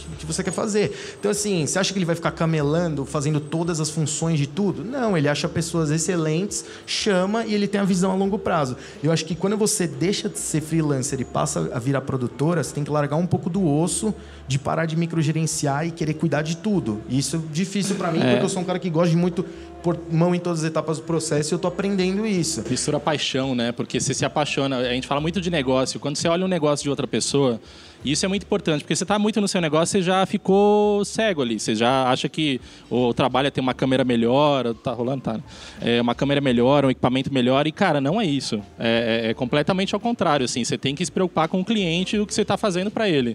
que você quer fazer. Então, assim, você acha que ele vai ficar camelando, fazendo todas as funções de tudo? Não, ele acha pessoas excelentes, chama e ele tem a visão a longo prazo. Eu acho que quando você deixa de ser freelancer e passa a virar produtora, você tem que largar um pouco do osso de parar de microgerenciar e querer cuidar de tudo. E isso é difícil para mim, é. porque eu sou um cara que gosta de muito pôr mão em todas as etapas do processo e eu tô aprendendo isso. Mistura paixão, né? Porque você se apaixona. A gente fala muito de negócio. Quando você olha um negócio de outra pessoa, isso é muito importante, porque você tá muito no seu negócio, você já ficou cego ali. Você já acha que o trabalho é ter uma câmera melhor, tá rolando, tá? É uma câmera melhor, um equipamento melhor. E, cara, não é isso. É, é, é completamente ao contrário, assim. Você tem que se preocupar com o cliente e o que você tá fazendo para ele.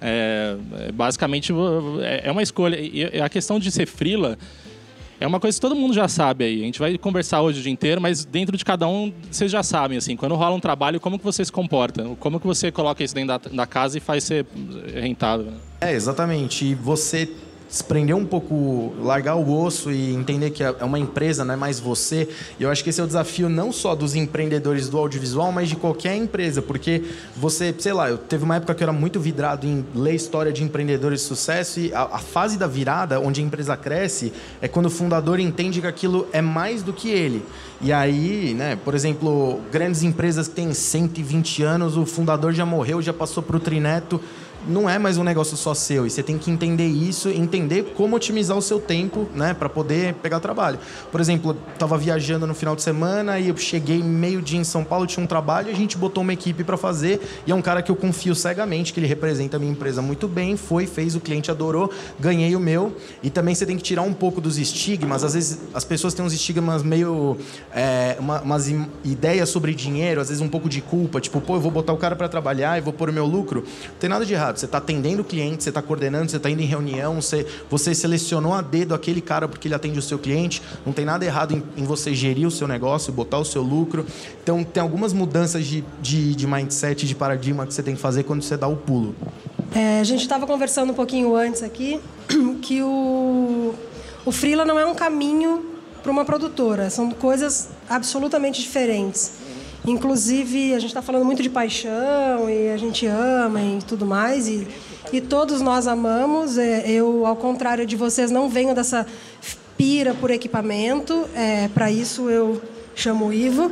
É, é, basicamente, é uma escolha. E a questão de ser freela é uma coisa que todo mundo já sabe aí. A gente vai conversar hoje o dia inteiro, mas dentro de cada um, vocês já sabem, assim, quando rola um trabalho, como que você se comporta? Como que você coloca isso dentro da, da casa e faz ser rentável? Né? É, exatamente. E você desprender um pouco, largar o osso e entender que é uma empresa, não é mais você. E eu acho que esse é o desafio não só dos empreendedores do audiovisual, mas de qualquer empresa, porque você, sei lá, eu teve uma época que eu era muito vidrado em ler história de empreendedores de sucesso e a, a fase da virada, onde a empresa cresce, é quando o fundador entende que aquilo é mais do que ele. E aí, né, por exemplo, grandes empresas que têm cento e vinte anos, o fundador já morreu, já passou para o trineto. Não é mais um negócio só seu, e você tem que entender isso, entender como otimizar o seu tempo, né, para poder pegar trabalho. Por exemplo, eu estava viajando no final de semana e eu cheguei meio-dia em São Paulo, tinha um trabalho, e a gente botou uma equipe para fazer, e é um cara que eu confio cegamente, que ele representa a minha empresa muito bem, foi, fez, o cliente adorou, ganhei o meu. E também você tem que tirar um pouco dos estigmas. Às vezes as pessoas têm uns estigmas meio, é, uma, umas ideias sobre dinheiro, às vezes um pouco de culpa, tipo, pô, eu vou botar o cara para trabalhar e vou pôr o meu lucro. Não tem nada de errado. Você está atendendo o cliente, você está coordenando, você está indo em reunião, você, você selecionou a dedo aquele cara porque ele atende o seu cliente. Não tem nada errado em, em você gerir o seu negócio, botar o seu lucro. Então, tem algumas mudanças de, de, de mindset, de paradigma que você tem que fazer quando você dá o pulo. É, a gente estava conversando um pouquinho antes aqui que o, o freela não é um caminho para uma produtora. São coisas absolutamente diferentes. Inclusive, a gente está falando muito de paixão e a gente ama e tudo mais, e, e todos nós amamos. Eu, ao contrário de vocês, não venho dessa pira por equipamento. É, para isso, eu chamo o Ivo.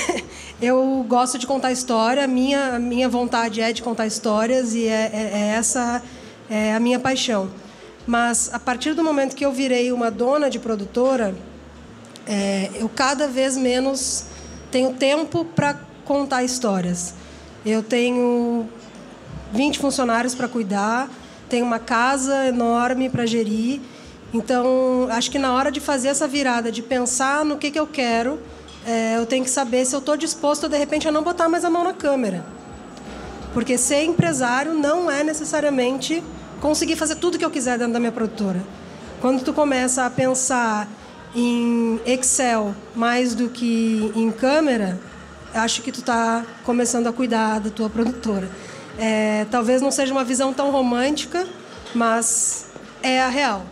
Eu gosto de contar história, a minha, a minha vontade é de contar histórias e é, é, é essa é a minha paixão. Mas, a partir do momento que eu virei uma dona de produtora, é, eu cada vez menos tenho tempo para contar histórias. Eu tenho vinte funcionários para cuidar, tenho uma casa enorme para gerir. Então, acho que na hora de fazer essa virada, de pensar no que, que eu quero, é, eu tenho que saber se eu estou disposto, de repente, a não botar mais a mão na câmera. Porque ser empresário não é necessariamente conseguir fazer tudo que eu quiser dentro da minha produtora. Quando tu começa a pensar em Excel mais do que em câmera, acho que tu está começando a cuidar da tua produtora. É, talvez não seja uma visão tão romântica, mas é a real.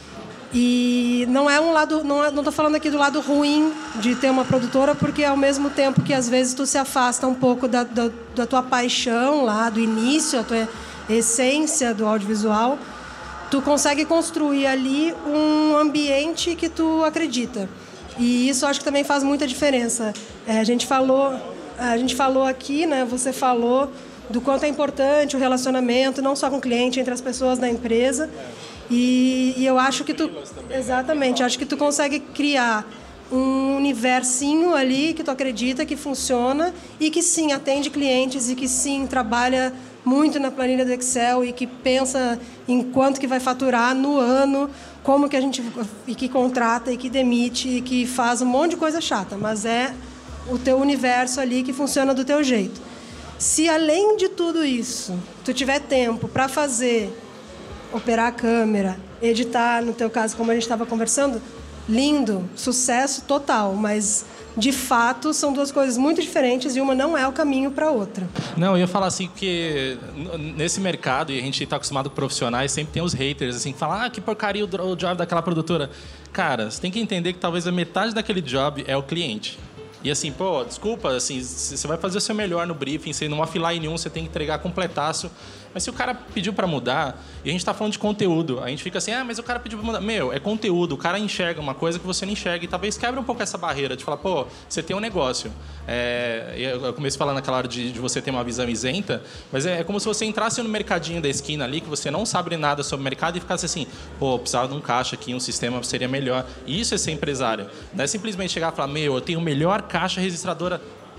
E não é um lado, não estou falando aqui do lado ruim de ter uma produtora, porque ao mesmo tempo que às vezes tu se afasta um pouco da, da, da tua paixão lá do início, a tua essência do audiovisual, tu consegue construir ali um ambiente que tu acredita. E isso acho que também faz muita diferença. É, a gente falou, a gente falou aqui, né? Você falou do quanto é importante o relacionamento, não só com o cliente, entre as pessoas da empresa. E, e eu acho que tu, exatamente, acho que tu consegue criar um universinho ali que tu acredita que funciona e que sim atende clientes e que sim trabalha muito na planilha do Excel e que pensa em quanto que vai faturar no ano, como que a gente e que contrata e que demite e que faz um monte de coisa chata, mas é o teu universo ali que funciona do teu jeito. Se além de tudo isso, tu tiver tempo para fazer, operar a câmera, editar, no teu caso, como a gente estava conversando, lindo, sucesso total, mas de fato são duas coisas muito diferentes e uma não é o caminho para a outra. Não, eu ia falar assim que nesse mercado, e a gente está acostumado com profissionais, sempre tem os haters assim que falam, ah, que porcaria o job daquela produtora. Cara, você tem que entender que talvez a metade daquele job é o cliente. E assim, pô, desculpa, assim, você vai fazer o seu melhor no briefing, você não vai afilar em nenhum, você tem que entregar completaço. Mas se o cara pediu para mudar, e a gente tá falando de conteúdo, a gente fica assim, ah, mas o cara pediu para mudar. Meu, é conteúdo, o cara enxerga uma coisa que você não enxerga e talvez quebre um pouco essa barreira de falar, pô, você tem um negócio. É, eu comecei falando naquela hora de, de você ter uma visão isenta, mas é, é como se você entrasse no mercadinho da esquina ali, que você não sabe nada sobre o mercado e ficasse assim, pô, precisava de um caixa aqui, um sistema seria melhor. Isso é ser empresário. Não é simplesmente chegar e falar, meu, eu tenho a melhor caixa registradora.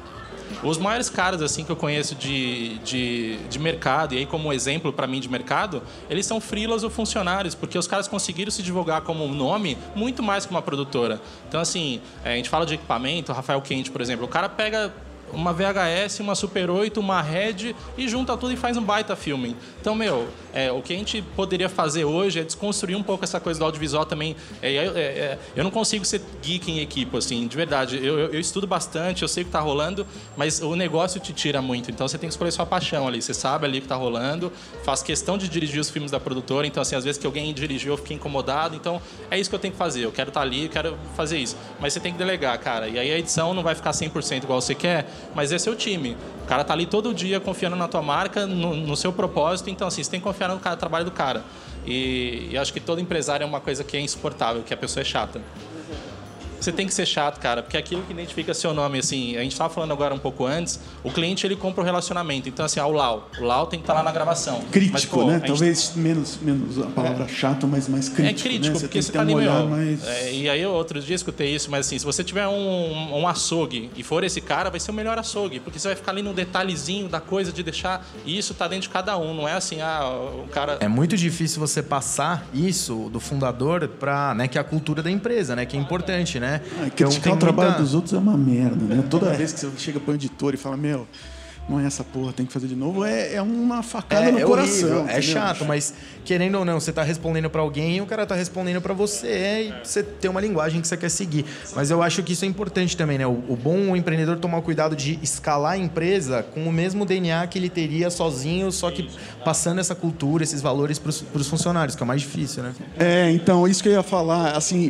Os maiores caras assim que eu conheço de, de, de mercado, e aí como exemplo para mim de mercado, eles são freelas ou funcionários, porque os caras conseguiram se divulgar como um nome muito mais que uma produtora. Então, assim, a gente fala de equipamento, o Rafael Quente, por exemplo, o cara pega uma V H S, uma Super oito, uma Red e junta tudo e faz um baita filme. Então, meu, é, o que a gente poderia fazer hoje é desconstruir um pouco essa coisa do audiovisual também. É, é, é, eu não consigo ser geek em equipe, assim, de verdade. Eu, eu, eu estudo bastante, eu sei o que está rolando, mas o negócio te tira muito. Então, você tem que escolher sua paixão ali. Você sabe ali o que está rolando, faz questão de dirigir os filmes da produtora. Então, assim, às vezes que alguém dirigiu, eu fiquei incomodado. Então, é isso que eu tenho que fazer. Eu quero estar ali, eu quero fazer isso. Mas você tem que delegar, cara. E aí a edição não vai ficar cem por cento igual você quer, mas é seu time. O cara tá ali todo dia confiando na tua marca, no, no seu propósito. Então, assim, você tem que confiar no cara, trabalho do cara. E, e acho que todo empresário é uma coisa que é insuportável, que a pessoa é chata. Você tem que ser chato, cara, porque é aquilo que identifica seu nome, assim, a gente estava falando agora um pouco antes, o cliente, ele compra o relacionamento. Então, assim, ah, o Lau. O Lau tem que estar lá na gravação. Crítico, mas, pô, né? Gente... Talvez menos, menos a palavra é. chato, mas mais crítico. É crítico, né? porque você, você tá ali, meu... mais... É, e aí, eu, outros dias, escutei isso, mas assim, se você tiver um, um açougue e for esse cara, vai ser o melhor açougue, porque você vai ficar ali no detalhezinho da coisa de deixar... E isso tá dentro de cada um, não é assim, ah, o cara... É muito difícil você passar isso do fundador para, né, que é a cultura da empresa, né, que é importante, né? Ah, criticar o trabalho muita... dos outros é uma merda, né? Toda vez que você chega para o editor e fala, meu, não é essa porra, tem que fazer de novo, é, é uma facada é, no é coração. Horrível, é chato, mas querendo ou não, você está respondendo para alguém e o cara está respondendo para você e você tem uma linguagem que você quer seguir. Mas eu acho que isso é importante também, né? O, o bom empreendedor tomar o cuidado de escalar a empresa com o mesmo D N A que ele teria sozinho, só que passando essa cultura, esses valores para os funcionários, que é o mais difícil, né? É, então, isso que eu ia falar, assim...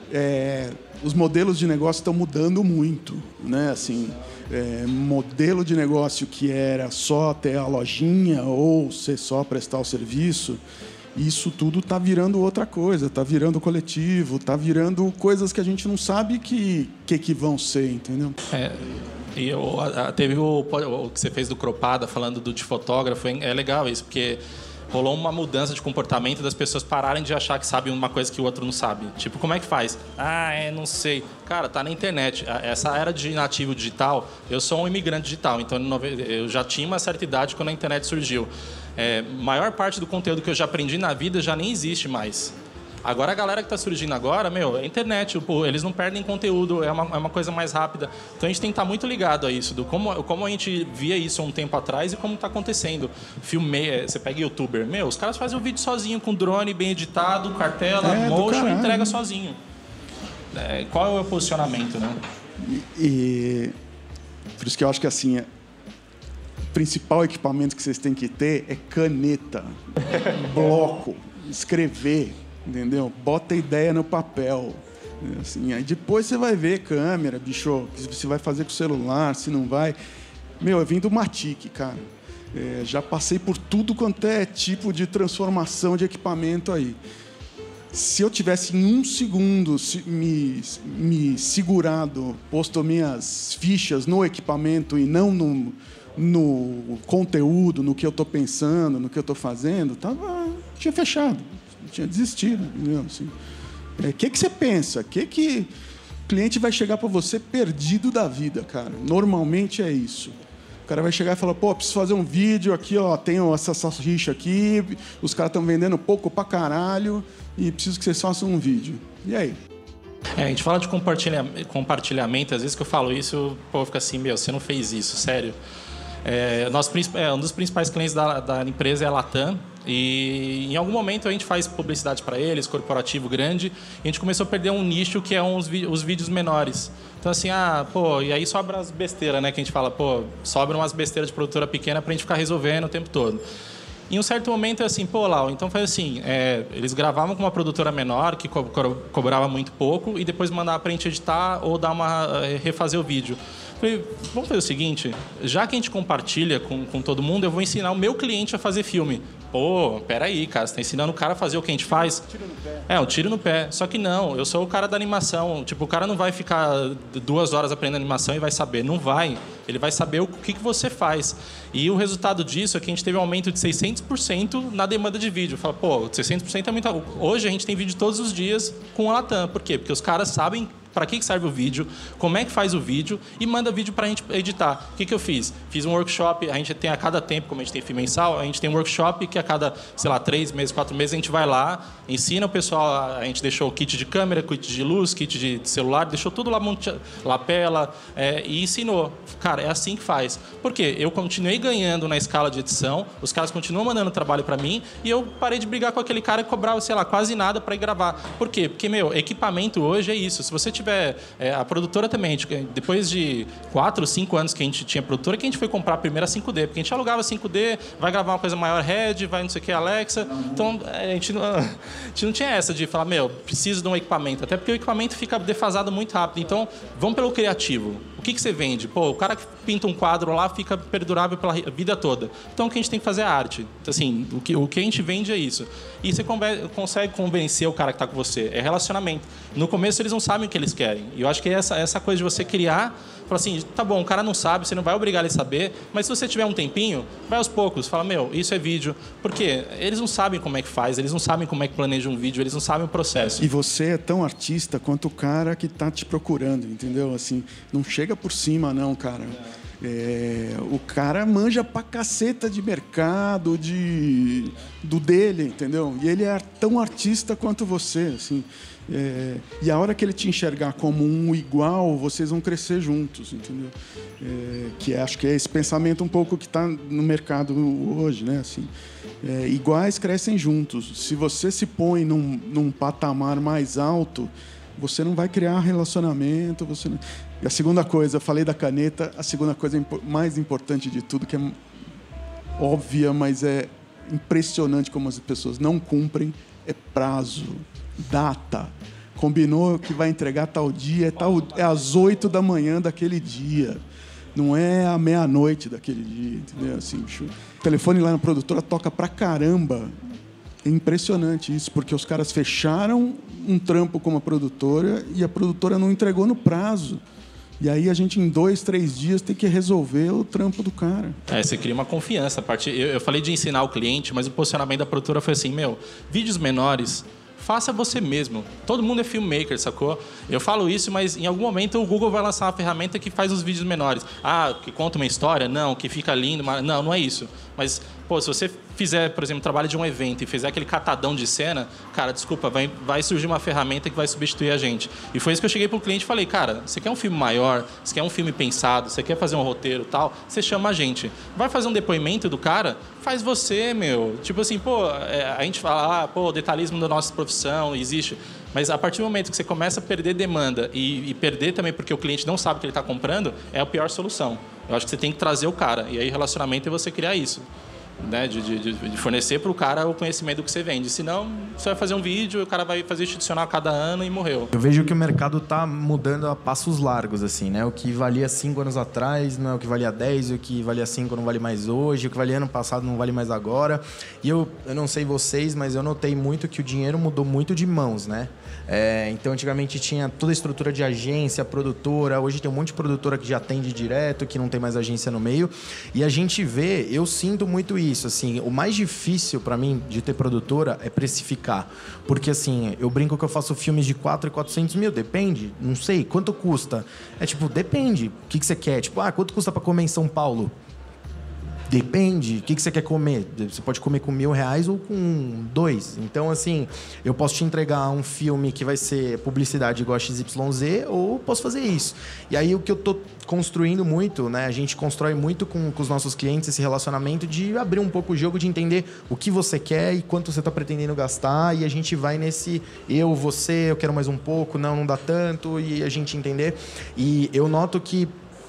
É... Os modelos de negócio estão mudando muito, né? Assim, é, modelo de negócio que era só ter a lojinha ou ser só prestar o serviço, isso tudo está virando outra coisa, está virando coletivo, está virando coisas que a gente não sabe que que, que vão ser, entendeu? É. E eu, teve o, o que você fez do Cropada, falando do de fotógrafo, é legal isso, porque rolou uma mudança de comportamento das pessoas pararem de achar que sabem uma coisa que o outro não sabe. Tipo, como é que faz? Ah, é, não sei. Cara, tá na internet. Essa era de nativo digital, eu sou um imigrante digital, então eu já tinha uma certa idade quando a internet surgiu. É, maior parte do conteúdo que eu já aprendi na vida já nem existe mais. Agora, a galera que está surgindo agora, meu, é internet, pô, eles não perdem conteúdo, é uma, é uma coisa mais rápida. Então, a gente tem que estar muito ligado a isso, do como, como a gente via isso há um tempo atrás e como está acontecendo. Filmei, você pega youtuber, meu, os caras fazem o vídeo sozinho, com drone, bem editado, cartela, é, motion, e entrega sozinho. É, qual é o posicionamento, né? E, e por isso que eu acho que, assim, é, o principal equipamento que vocês têm que ter é caneta, bloco, escrever. Entendeu? Bota a ideia no papel. Assim, aí depois você vai ver câmera, bicho, o que você vai fazer com o celular, se não vai. Meu, eu vim do Matic, cara. É, já passei por tudo quanto é tipo de transformação de equipamento aí. Se eu tivesse em um segundo me, me segurado, posto minhas fichas no equipamento e não no, no conteúdo, no que eu estou pensando, no que eu estou fazendo, tava, tinha fechado. Tinha desistido, entendeu? Assim, é, que que você pensa? Que que o cliente vai chegar para você perdido da vida, cara? Normalmente é isso. O cara vai chegar e falar, pô, preciso fazer um vídeo aqui, ó, tenho essa salsicha aqui, os caras estão vendendo pouco pra caralho e preciso que vocês façam um vídeo. E aí? É, a gente fala de compartilhamento, compartilhamento, às vezes que eu falo isso, o povo fica assim, meu, você não fez isso, sério. É, nosso, é, um dos principais clientes da, da empresa é a Latam. E em algum momento a gente faz publicidade para eles, corporativo grande, e a gente começou a perder um nicho que é uns, os vídeos menores. Então assim, ah, pô, e aí sobra as besteiras, né? Que a gente fala, pô, sobram umas besteiras de produtora pequena pra gente ficar resolvendo o tempo todo. Em um certo momento é assim, pô, Lau, então faz assim, é, eles gravavam com uma produtora menor, que co co cobrava muito pouco, e depois mandava pra gente editar ou dar uma, refazer o vídeo. Falei, vamos fazer o seguinte, já que a gente compartilha com, com todo mundo, eu vou ensinar o meu cliente a fazer filme. Pô, peraí, cara, você tá ensinando o cara a fazer o que a gente faz? Tiro no pé. É, um tiro no pé. Só que não, eu sou o cara da animação. Tipo, o cara não vai ficar duas horas aprendendo animação e vai saber. Não vai. Ele vai saber o que, que você faz. E o resultado disso é que a gente teve um aumento de seiscentos por cento na demanda de vídeo. Fala, pô, seiscentos por cento é muito... Hoje a gente tem vídeo todos os dias com a Latam. Por quê? Porque os caras sabem para que serve o vídeo, como é que faz o vídeo e manda vídeo para a gente editar. O que, que eu fiz? Fiz um workshop, a gente tem a cada tempo, como a gente tem filme mensal, a gente tem um workshop que a cada, sei lá, três meses, quatro meses, a gente vai lá, ensina o pessoal, a gente deixou o kit de câmera, kit de luz, kit de celular, deixou tudo lá, lapela, é, e ensinou. Cara, é assim que faz. Por quê? Eu continuei ganhando na escala de edição, os caras continuam mandando trabalho para mim e eu parei de brigar com aquele cara que cobrava, sei lá, quase nada para ir gravar. Por quê? Porque, meu, equipamento hoje é isso. Se você tiver... É, a produtora também, depois de quatro, cinco anos que a gente tinha produtora, que a gente foi comprar a primeira cinco D, porque a gente alugava cinco D, vai gravar uma coisa maior, Red, vai não sei o que, Alexa. Então, a gente, não, a gente não tinha essa de falar, meu, preciso de um equipamento, até porque o equipamento fica defasado muito rápido. Então, vamos pelo criativo. O que, que você vende? Pô, o cara que pinta um quadro lá fica perdurável pela vida toda. Então, o que a gente tem que fazer é arte. Então, assim, o que, o que a gente vende é isso. E você consegue convencer o cara que está com você. É relacionamento. No começo, eles não sabem o que eles querem. E eu acho que é essa, essa coisa de você criar... Fala assim, tá bom, o cara não sabe, você não vai obrigar ele a saber, mas se você tiver um tempinho, vai aos poucos. Fala, meu, isso é vídeo. Por quê? Eles não sabem como é que faz, eles não sabem como é que planeja um vídeo, eles não sabem o processo. E você é tão artista quanto o cara que tá te procurando, entendeu? Assim, não chega por cima, não, cara. É, o cara manja pra caceta de mercado, de, do dele, entendeu? E ele é tão artista quanto você, assim. É, e a hora que ele te enxergar como um igual, vocês vão crescer juntos, entendeu? É, que acho que é esse pensamento um pouco que está no mercado hoje, né? Assim, é, iguais crescem juntos. Se você se põe num, num patamar mais alto, você não vai criar relacionamento. Você não... E a segunda coisa, eu falei da caneta, a segunda coisa mais importante de tudo, que é óbvia, mas é impressionante como as pessoas não cumprem, é prazo. Data. Combinou que vai entregar tal dia, é, tal, é às oito da manhã daquele dia. Não é à meia-noite daquele dia, entendeu? Assim, o telefone lá na produtora toca pra caramba. É impressionante isso, porque os caras fecharam um trampo com uma produtora e a produtora não entregou no prazo. E aí a gente, em dois, três dias, tem que resolver o trampo do cara. É, você cria uma confiança. A partir... eu, eu falei de ensinar o cliente, mas o posicionamento da produtora foi assim, meu, vídeos menores... Faça você mesmo. Todo mundo é filmmaker, sacou? Eu falo isso, mas em algum momento o Google vai lançar uma ferramenta que faz os vídeos menores. Ah, que conta uma história? Não, que fica lindo. Mas... Não, não é isso. Mas, pô, se você fizer, por exemplo, trabalho de um evento e fizer aquele catadão de cena, cara, desculpa, vai, vai surgir uma ferramenta que vai substituir a gente. E foi isso que eu cheguei pro cliente e falei, cara, você quer um filme maior, você quer um filme pensado, você quer fazer um roteiro e tal, você chama a gente. Vai fazer um depoimento do cara? Faz você, meu. Tipo assim, pô, a gente fala, ah, pô, o detalhismo da nossa profissão existe. Mas a partir do momento que você começa a perder demanda e, e perder também porque o cliente não sabe o que ele está comprando, é a pior solução. Eu acho que você tem que trazer o cara. E aí, relacionamento é você criar isso. Né, de, de, de fornecer para o cara o conhecimento do que você vende. Senão, você vai fazer um vídeo, o cara vai fazer institucional a cada ano e morreu. Eu vejo que o mercado está mudando a passos largos, assim, né? O que valia cinco anos atrás não é o que valia dez, o que valia cinco não vale mais hoje, o que valia ano passado não vale mais agora. E eu, eu não sei vocês, mas eu notei muito que o dinheiro mudou muito de mãos, né? É, então, antigamente tinha toda a estrutura de agência, produtora. Hoje tem um monte de produtora que já atende direto, que não tem mais agência no meio. E a gente vê, eu sinto muito isso. Assim, o mais difícil para mim de ter produtora é precificar. Porque, assim, eu brinco que eu faço filmes de quatro e quatrocentos mil. Depende, não sei. Quanto custa? É tipo, depende. O que, que você quer? Tipo, ah, quanto custa para comer em São Paulo? Depende. O que, que você quer comer? Você pode comer com mil reais ou com dois. Então, assim, eu posso te entregar um filme que vai ser publicidade igual a X Y Z ou posso fazer isso. E aí, o que eu tô construindo muito, né? A gente constrói muito com, com os nossos clientes esse relacionamento de abrir um pouco o jogo, de entender o que você quer e quanto você está pretendendo gastar. E a gente vai nesse eu, você, eu quero mais um pouco, não, não dá tanto. E a gente entender. E eu noto que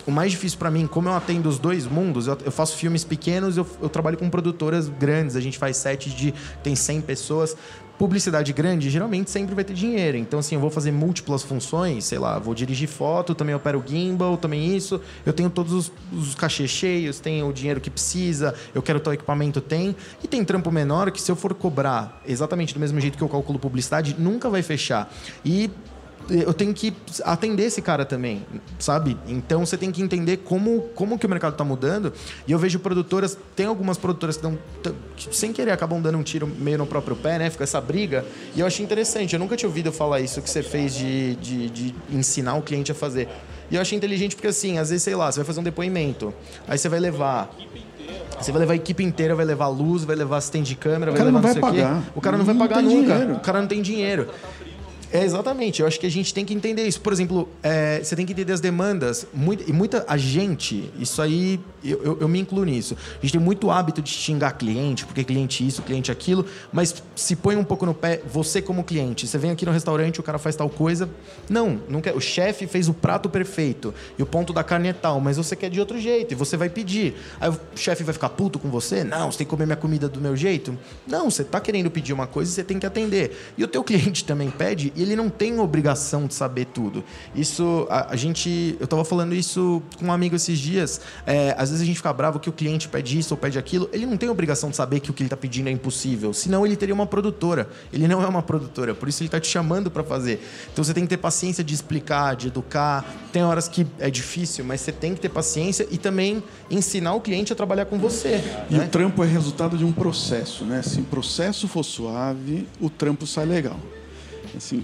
o mais difícil para mim, como eu atendo os dois mundos, eu, eu faço filmes pequenos, eu, eu trabalho com produtoras grandes, a gente faz sets de... tem cem pessoas... Publicidade grande, geralmente, sempre vai ter dinheiro. Então, assim, eu vou fazer múltiplas funções, sei lá, vou dirigir foto, também opero gimbal, também isso. Eu tenho todos os, os cachês cheios, tenho o dinheiro que precisa, eu quero tal equipamento, tem. E tem trampo menor que, se eu for cobrar exatamente do mesmo jeito que eu calculo publicidade, nunca vai fechar. E eu tenho que atender esse cara também, sabe? Então, você tem que entender como, como que o mercado está mudando. E eu vejo produtoras... Tem algumas produtoras que, dão, que, sem querer, acabam dando um tiro meio no próprio pé, né? Fica essa briga. E eu achei interessante. Eu nunca tinha ouvido falar isso que você fez de, de, de ensinar o cliente a fazer. E eu achei inteligente porque, assim, às vezes, sei lá, você vai fazer um depoimento. Aí você vai levar... Você vai levar a equipe inteira, vai levar luz, vai levar assistente de câmera, vai levar não sei o quê. O cara não vai pagar. O cara não vai pagar nunca. O cara não tem dinheiro. É, exatamente. Eu acho que a gente tem que entender isso. Por exemplo, é, você tem que entender as demandas. Muito, e muita a gente, isso aí, eu, eu, eu me incluo nisso. A gente tem muito hábito de xingar cliente, porque cliente isso, cliente aquilo, mas se põe um pouco no pé, você como cliente. Você vem aqui no restaurante, o cara faz tal coisa. Não, não quer. O chefe fez o prato perfeito e o ponto da carne é tal, mas você quer de outro jeito e você vai pedir. Aí o chefe vai ficar puto com você? Não, você tem que comer minha comida do meu jeito? Não, você está querendo pedir uma coisa e você tem que atender. E o teu cliente também pede... ele não tem obrigação de saber tudo. Isso, a, a gente... Eu estava falando isso com um amigo esses dias. É, às vezes a gente fica bravo que o cliente pede isso ou pede aquilo. Ele não tem obrigação de saber que o que ele está pedindo é impossível. Senão ele teria uma produtora. Ele não é uma produtora. Por isso ele está te chamando para fazer. Então você tem que ter paciência de explicar, de educar. Tem horas que é difícil, mas você tem que ter paciência e também ensinar o cliente a trabalhar com você. E né? o trampo é resultado de um processo, né? Se o processo for suave, o trampo sai legal. Assim,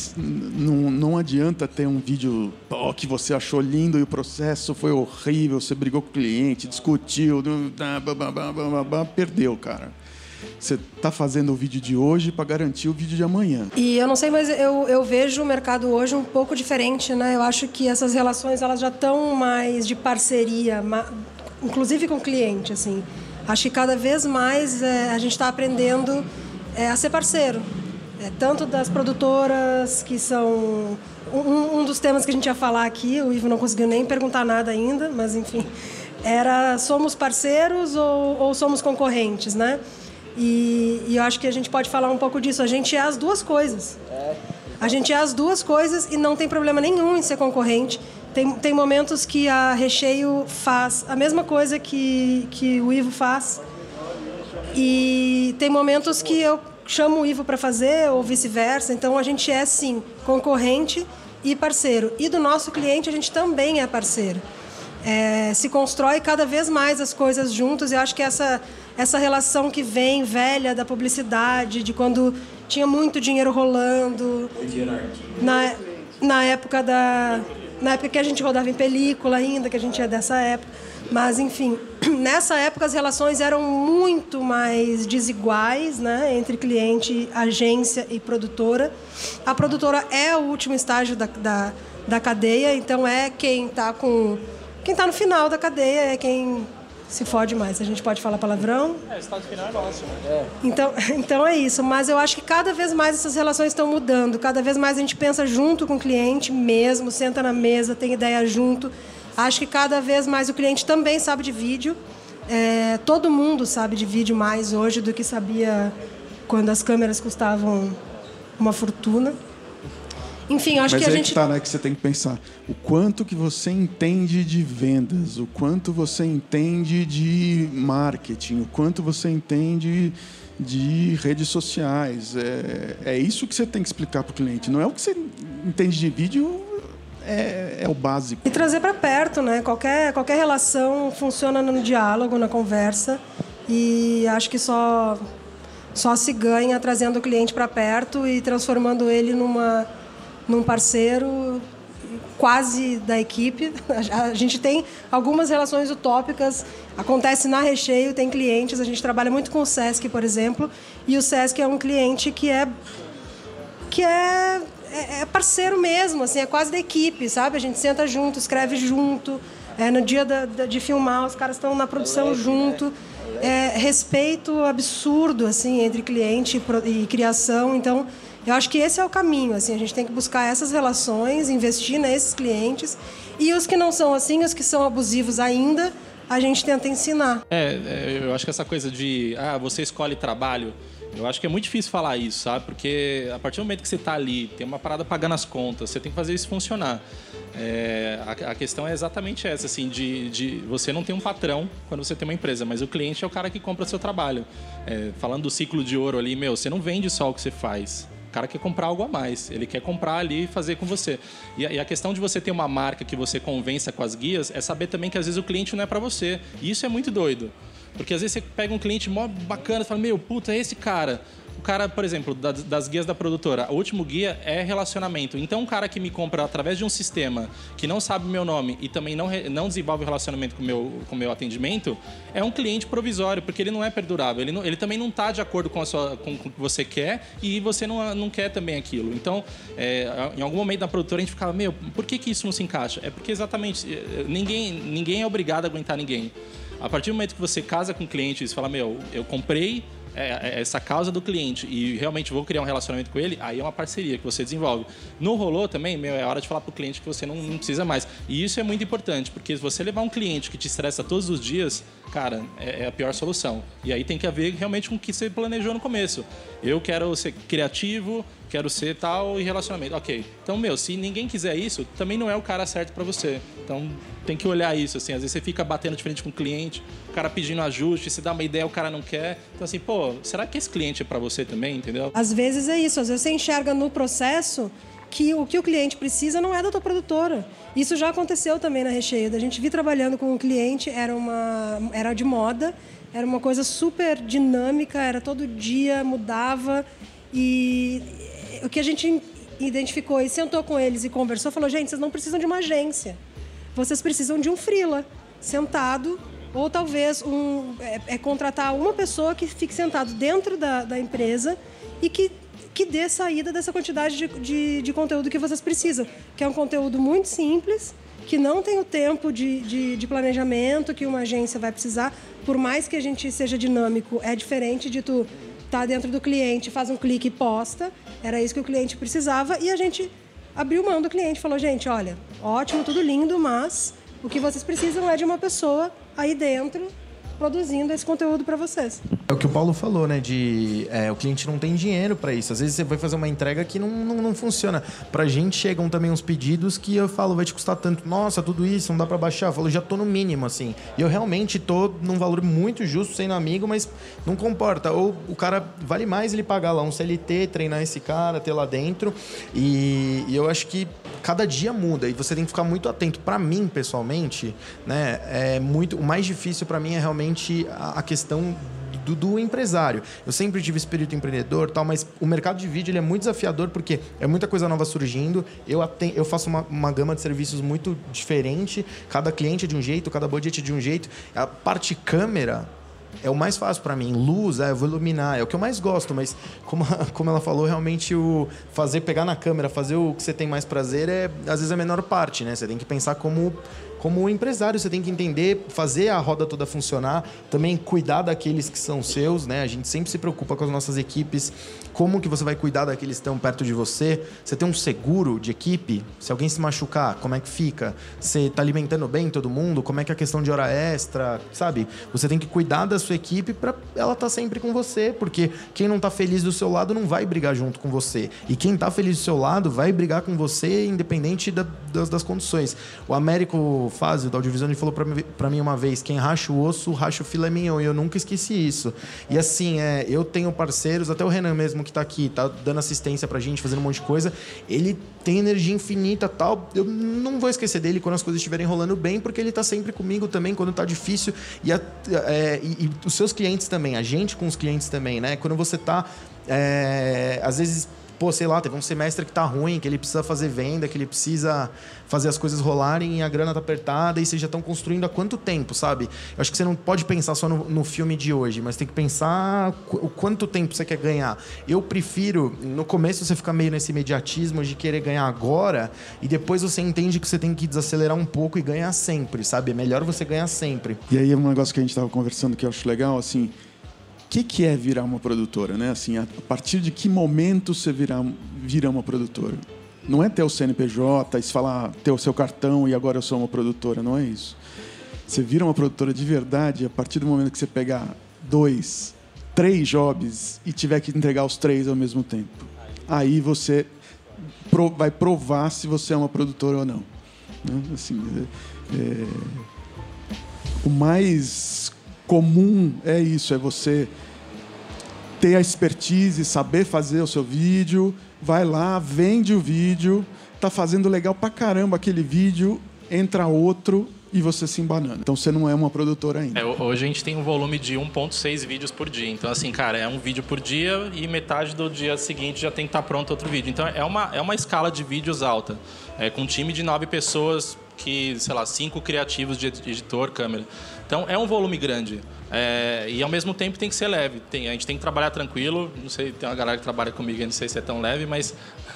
não, não adianta ter um vídeo oh, que você achou lindo e o processo foi horrível, você brigou com o cliente, discutiu, perdeu, cara. Você está fazendo o vídeo de hoje para garantir o vídeo de amanhã. E eu não sei, mas eu, eu vejo o mercado hoje um pouco diferente, né? Eu acho que essas relações elas já estão mais de parceria, inclusive com o cliente, assim. Acho que cada vez mais é, a gente está aprendendo é, a ser parceiro. É, tanto das produtoras, que são... Um, um dos temas que a gente ia falar aqui, o Ivo não conseguiu nem perguntar nada ainda, mas enfim, era somos parceiros ou, ou somos concorrentes, né? E, e eu acho que a gente pode falar um pouco disso. A gente é as duas coisas. A gente é as duas coisas e não tem problema nenhum em ser concorrente. Tem, tem momentos que a Recheio faz a mesma coisa que, que o Ivo faz. E tem momentos que eu chamo o Ivo para fazer ou vice-versa. Então, a gente é, sim, concorrente e parceiro. E do nosso cliente, a gente também é parceiro. É, se constrói cada vez mais as coisas juntos. E eu acho que essa, essa relação que vem velha da publicidade, de quando tinha muito dinheiro rolando, na, na época da... Na época que a gente rodava em película ainda, que a gente é dessa época. Mas, enfim, nessa época as relações eram muito mais desiguais, né, entre cliente, agência e produtora. A produtora é o último estágio da, da, da cadeia, então é quem está com... Quem está no final da cadeia é quem se fode mais. A gente pode falar palavrão? É, o estado final é nosso, né? É. Então, então é isso. Mas eu acho que cada vez mais essas relações estão mudando. Cada vez mais a gente pensa junto com o cliente mesmo, senta na mesa, tem ideia junto. Acho que cada vez mais o cliente também sabe de vídeo. É, todo mundo sabe de vídeo mais hoje do que sabia quando as câmeras custavam uma fortuna. Enfim, acho Mas que a é gente... que tá, né, que você tem que pensar o quanto que você entende de vendas, o quanto você entende de marketing, o quanto você entende de redes sociais. É, é isso que você tem que explicar para o cliente. Não é o que você entende de vídeo, é, é o básico. E trazer para perto, né? Qualquer, qualquer relação funciona no diálogo, na conversa. E acho que só, só se ganha trazendo o cliente para perto e transformando ele numa... num parceiro quase da equipe. A gente tem algumas relações utópicas, acontece na Recheio, tem clientes, a gente trabalha muito com o Sesc, por exemplo, e o Sesc é um cliente que é, que é, é parceiro mesmo, assim, é quase da equipe, sabe? A gente senta junto, escreve junto, é, no dia da, da, de filmar, os caras estão na produção junto. É, respeito absurdo assim, entre cliente e, e criação, então Eu acho que esse é o caminho, assim, a gente tem que buscar essas relações, investir nesses clientes, e os que não são assim, os que são abusivos ainda, a gente tenta ensinar. É, eu acho que essa coisa de, ah, você escolhe trabalho, eu acho que é muito difícil falar isso, sabe? Porque a partir do momento que você está ali, tem uma parada pagando as contas, você tem que fazer isso funcionar. É, a, a questão é exatamente essa, assim, de, de você não tem um patrão quando você tem uma empresa, mas o cliente é o cara que compra o seu trabalho. É, falando do ciclo de ouro ali, meu, você não vende só o que você faz. O cara quer comprar algo a mais, ele quer comprar ali e fazer com você. E a, e a questão de você ter uma marca que você convença com as guias é saber também que às vezes o cliente não é para você. E isso é muito doido. Porque às vezes você pega um cliente mó bacana e fala, meu, puta, é esse cara. O cara, por exemplo, das, das guias da produtora, o último guia é relacionamento. Então, um cara que me compra através de um sistema que não sabe o meu nome e também não, re, não desenvolve relacionamento com o meu, com o meu atendimento, é um cliente provisório, porque ele não é perdurável. Ele, não, ele também não está de acordo com, a sua, com, com o que você quer e você não, não quer também aquilo. Então, é, em algum momento na produtora, a gente ficava, meu, por que, que isso não se encaixa? É porque exatamente, ninguém, ninguém é obrigado a aguentar ninguém. A partir do momento que você casa com o cliente e você fala, meu, eu comprei é, essa causa do cliente e realmente vou criar um relacionamento com ele, aí é uma parceria que você desenvolve. Não rolou também, meu, é hora de falar pro cliente que você não, não precisa mais. E isso é muito importante, porque se você levar um cliente que te estressa todos os dias, cara, é, é a pior solução. E aí tem que haver realmente com o que você planejou no começo. Eu quero ser criativo, quero ser tal e relacionamento. Ok. Então, meu, se ninguém quiser isso, também não é o cara certo para você. Então, tem que olhar isso, assim. Às vezes você fica batendo de frente com o cliente, o cara pedindo ajuste, você dá uma ideia, o cara não quer. Então, assim, pô, será que esse cliente é para você também, entendeu? Às vezes é isso. Às vezes você enxerga no processo que o que o cliente precisa não é da tua produtora. Isso já aconteceu também na Recheio. A gente vi trabalhando com um cliente, era, uma, era de moda, era uma coisa super dinâmica, era todo dia, mudava. E o que a gente identificou e sentou com eles e conversou, falou, gente, vocês não precisam de uma agência. Vocês precisam de um freela sentado, ou talvez um, é, é contratar uma pessoa que fique sentado dentro da, da empresa e que, que dê saída dessa quantidade de, de, de conteúdo que vocês precisam. Que é um conteúdo muito simples, que não tem o tempo de, de, de planejamento que uma agência vai precisar. Por mais que a gente seja dinâmico, é diferente de tu estar dentro do cliente, faz um clique e posta. Era isso que o cliente precisava e a gente abriu mão do cliente. Falou, gente, olha, ótimo, tudo lindo, mas o que vocês precisam é de uma pessoa aí dentro produzindo esse conteúdo para vocês. É o que o Paulo falou, né? De é, o cliente não tem dinheiro para isso. Às vezes você vai fazer uma entrega que não, não, não funciona. Pra gente chegam também uns pedidos que eu falo, vai te custar tanto. Nossa, tudo isso, não dá para baixar. Eu falo, já tô no mínimo, assim. E eu realmente tô num valor muito justo, sendo amigo, mas não comporta. Ou o cara, vale mais ele pagar lá um C L T, treinar esse cara, ter lá dentro. E, e eu acho que cada dia muda. E você tem que ficar muito atento. Para mim, pessoalmente, né? É muito, o mais difícil para mim é realmente a questão do, do empresário. Eu sempre tive espírito empreendedor, tal, mas o mercado de vídeo ele é muito desafiador porque é muita coisa nova surgindo. Eu, atendo, eu faço uma, uma gama de serviços muito diferente. Cada cliente é de um jeito, cada budget é de um jeito. A parte câmera é o mais fácil para mim. Luz, é, eu vou iluminar, é o que eu mais gosto, mas como, como ela falou, realmente o fazer, pegar na câmera, fazer o que você tem mais prazer é, às vezes, a menor parte, né? Você tem que pensar como... Como empresário, você tem que entender, fazer a roda toda funcionar, também cuidar daqueles que são seus, né? A gente sempre se preocupa com as nossas equipes, como que você vai cuidar daqueles que estão perto de você. Você tem um seguro de equipe? Se alguém se machucar, como é que fica? Você está alimentando bem todo mundo? Como é que é a questão de hora extra, sabe? Você tem que cuidar da sua equipe para ela estar sempre com você, porque quem não está feliz do seu lado não vai brigar junto com você. E quem está feliz do seu lado vai brigar com você, independente da, das, das condições. O Américo Fazio, da Audiovisual, ele falou pra mim uma vez, quem racha o osso, racha o filé mignon, e eu nunca esqueci isso. E assim, é, eu tenho parceiros, até o Renan mesmo que tá aqui, tá dando assistência pra gente, fazendo um monte de coisa, ele tem energia infinita, tal, eu não vou esquecer dele quando as coisas estiverem rolando bem, porque ele tá sempre comigo também, quando tá difícil, e, a, é, e, e os seus clientes também, a gente com os clientes também, né? Quando você tá, é, às vezes... Pô, sei lá, teve um semestre que tá ruim, que ele precisa fazer venda, que ele precisa fazer as coisas rolarem e a grana tá apertada e vocês já estão construindo há quanto tempo, sabe? Eu acho que você não pode pensar só no, no filme de hoje, mas tem que pensar o quanto tempo você quer ganhar. Eu prefiro, no começo você fica meio nesse imediatismo de querer ganhar agora e depois você entende que você tem que desacelerar um pouco e ganhar sempre, sabe? É melhor você ganhar sempre. E aí é um negócio que a gente tava conversando que eu acho legal, assim... que, que é virar uma produtora, né? Assim, a partir de que momento você virar, vira uma produtora? Não é ter o C N P J, e falar, ter o seu cartão e agora eu sou uma produtora, não é isso. Você vira uma produtora de verdade a partir do momento que você pegar dois, três jobs e tiver que entregar os três ao mesmo tempo. Aí você vai provar se você é uma produtora ou não. Né? Assim, é... O mais comum é isso, é você ter a expertise, saber fazer o seu vídeo, vai lá, vende o vídeo, tá fazendo legal pra caramba aquele vídeo, entra outro e você se embanana. Então você não é uma produtora ainda. É, hoje a gente tem um volume de um ponto seis vídeos por dia. Então, assim, cara, é um vídeo por dia e metade do dia seguinte já tem que estar pronto outro vídeo. Então é uma, é uma escala de vídeos alta. É, com um time de nove pessoas, que, sei lá, cinco criativos de editor, câmera. Então é um volume grande. É, e ao mesmo tempo tem que ser leve. Tem, a gente tem que trabalhar tranquilo. Não sei, tem uma galera que trabalha comigo, eu não sei se é tão leve, mas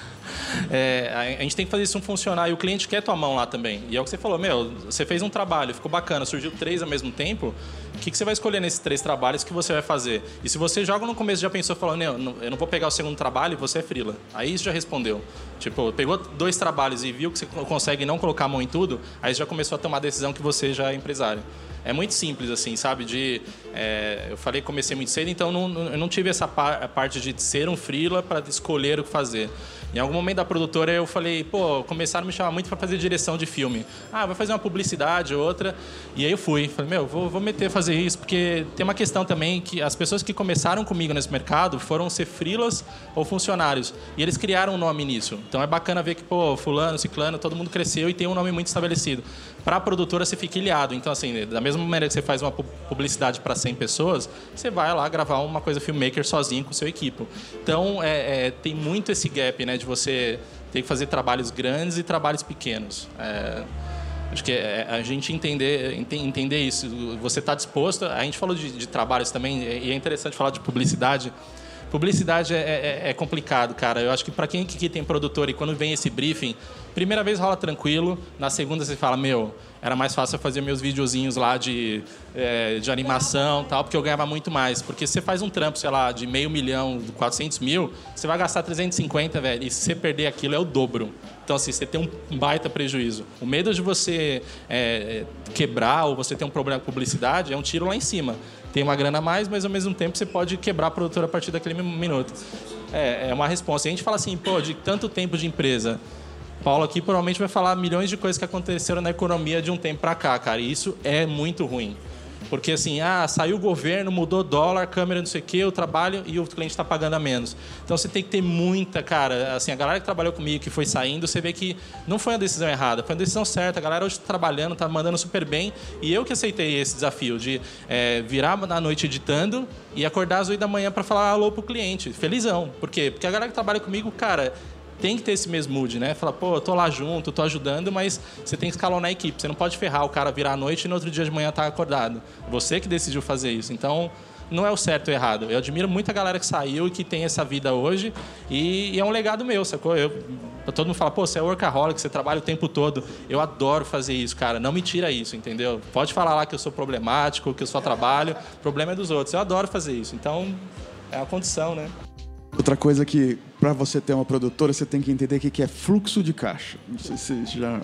é, a gente tem que fazer isso funcionar. E o cliente quer tua mão lá também. E é o que você falou, meu, você fez um trabalho, ficou bacana, surgiu três ao mesmo tempo. O que, que você vai escolher nesses três trabalhos que você vai fazer? E se você joga no começo já pensou, falando, não, eu não vou pegar o segundo trabalho, você é freela. Aí isso já respondeu. Tipo, pegou dois trabalhos e viu que você consegue não colocar a mão em tudo, aí já começou a tomar a decisão que você já é empresário. É muito simples, assim, sabe? De, é, eu falei que comecei muito cedo, então não, eu não tive essa par, parte de ser um freela para escolher o que fazer. Em algum momento da produtora eu falei, pô, começaram a me chamar muito para fazer direção de filme. Ah, vai fazer uma publicidade, outra. E aí eu fui. Falei, meu, vou, vou meter a fazer isso, porque tem uma questão também que as pessoas que começaram comigo nesse mercado foram ser freelas ou funcionários. E eles criaram um nome nisso. Então é bacana ver que, pô, fulano, ciclano, todo mundo cresceu e tem um nome muito estabelecido. Para a produtora você fica ilhado. Então, assim, da mesma maneira que você faz uma publicidade para cem pessoas, você vai lá gravar uma coisa filmmaker sozinho com o seu equipe. Então, é, é, tem muito esse gap, né, de você ter que fazer trabalhos grandes e trabalhos pequenos. É, acho que é a gente entender, entender isso. Você está disposto... A gente falou de, de trabalhos também, e é interessante falar de publicidade. Publicidade é, é, é complicado, cara. Eu acho que para quem aqui tem produtor e quando vem esse briefing, primeira vez rola tranquilo, na segunda você fala, meu, era mais fácil eu fazer meus videozinhos lá de, é, de animação e tal, porque eu ganhava muito mais. Porque se você faz um trampo, sei lá, de meio milhão, quatrocentos mil, você vai gastar trezentos e cinquenta, velho, e se você perder aquilo é o dobro. Então, assim, você tem um baita prejuízo. O medo de você é, quebrar ou você ter um problema com publicidade é um tiro lá em cima. Tem uma grana a mais, mas ao mesmo tempo você pode quebrar a produtora a partir daquele minuto. É, é uma resposta. E a gente fala assim, pô, de tanto tempo de empresa, Paulo aqui provavelmente vai falar milhões de coisas que aconteceram na economia de um tempo para cá, cara. E isso é muito ruim. Porque assim, ah, saiu o governo, mudou dólar, câmera, não sei o quê, eu trabalho e o cliente está pagando a menos. Então você tem que ter muita, cara, assim, a galera que trabalhou comigo, que foi saindo, você vê que não foi uma decisão errada, foi uma decisão certa. A galera hoje está trabalhando, está mandando super bem. E eu que aceitei esse desafio de é, virar na noite editando e acordar às oito da manhã para falar alô pro cliente. Felizão. Por quê? Porque a galera que trabalha comigo, cara, tem que ter esse mesmo mood, né? Falar, pô, eu tô lá junto, tô ajudando, mas você tem que escalonar a equipe. Você não pode ferrar o cara virar à noite e no outro dia de manhã tá acordado. Você que decidiu fazer isso. Então, não é o certo ou o errado. Eu admiro muito a galera que saiu e que tem essa vida hoje. E, e é um legado meu, sacou? Eu, todo mundo fala, pô, você é workaholic, você trabalha o tempo todo. Eu adoro fazer isso, cara. Não me tira isso, entendeu? Pode falar lá que eu sou problemático, que eu só trabalho. O problema é dos outros. Eu adoro fazer isso. Então, é a condição, né? Outra coisa que, para você ter uma produtora, você tem que entender o que é fluxo de caixa. Não sei se você já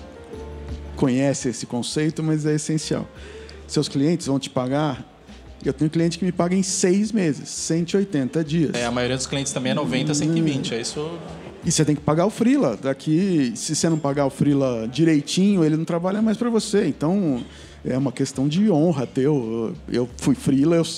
conhece esse conceito, mas é essencial. Seus clientes vão te pagar... Eu tenho cliente que me paga em seis meses, cento e oitenta dias. É, a maioria dos clientes também é noventa, cento e vinte. É isso... E você tem que pagar o freela. Daqui, se você não pagar o freela direitinho, ele não trabalha mais para você. Então, é uma questão de honra teu. Eu fui freela, eu,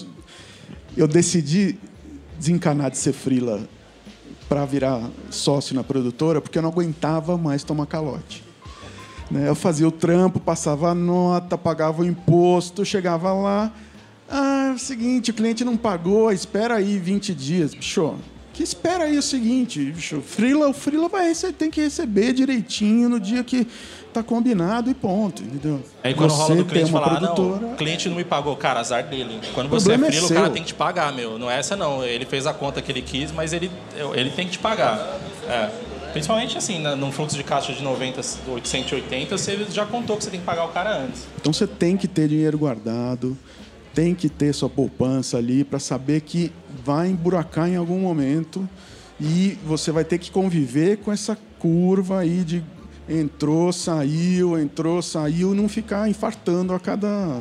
eu decidi... desencanar de ser freela para virar sócio na produtora, porque eu não aguentava mais tomar calote. Né? Eu fazia o trampo, passava a nota, pagava o imposto, chegava lá, ah, é o seguinte, o cliente não pagou, espera aí vinte dias. Bicho, que espera aí o seguinte, bicho, freela, o freela vai receber, tem que receber direitinho no dia que tá combinado e ponto, entendeu? Aí quando você rola do cliente falar, produtora... ah, não, o cliente não me pagou, cara, azar dele. Quando você é freela, é o cara tem que te pagar, meu. Não é essa não, ele fez a conta que ele quis, mas ele, ele tem que te pagar. É. Principalmente assim, num fluxo de caixa de noventa, oitocentos e oitenta, você já contou que você tem que pagar o cara antes. Então você tem que ter dinheiro guardado, tem que ter sua poupança ali para saber que vai emburacar em algum momento e você vai ter que conviver com essa curva aí de entrou, saiu, entrou, saiu, não ficar infartando a cada,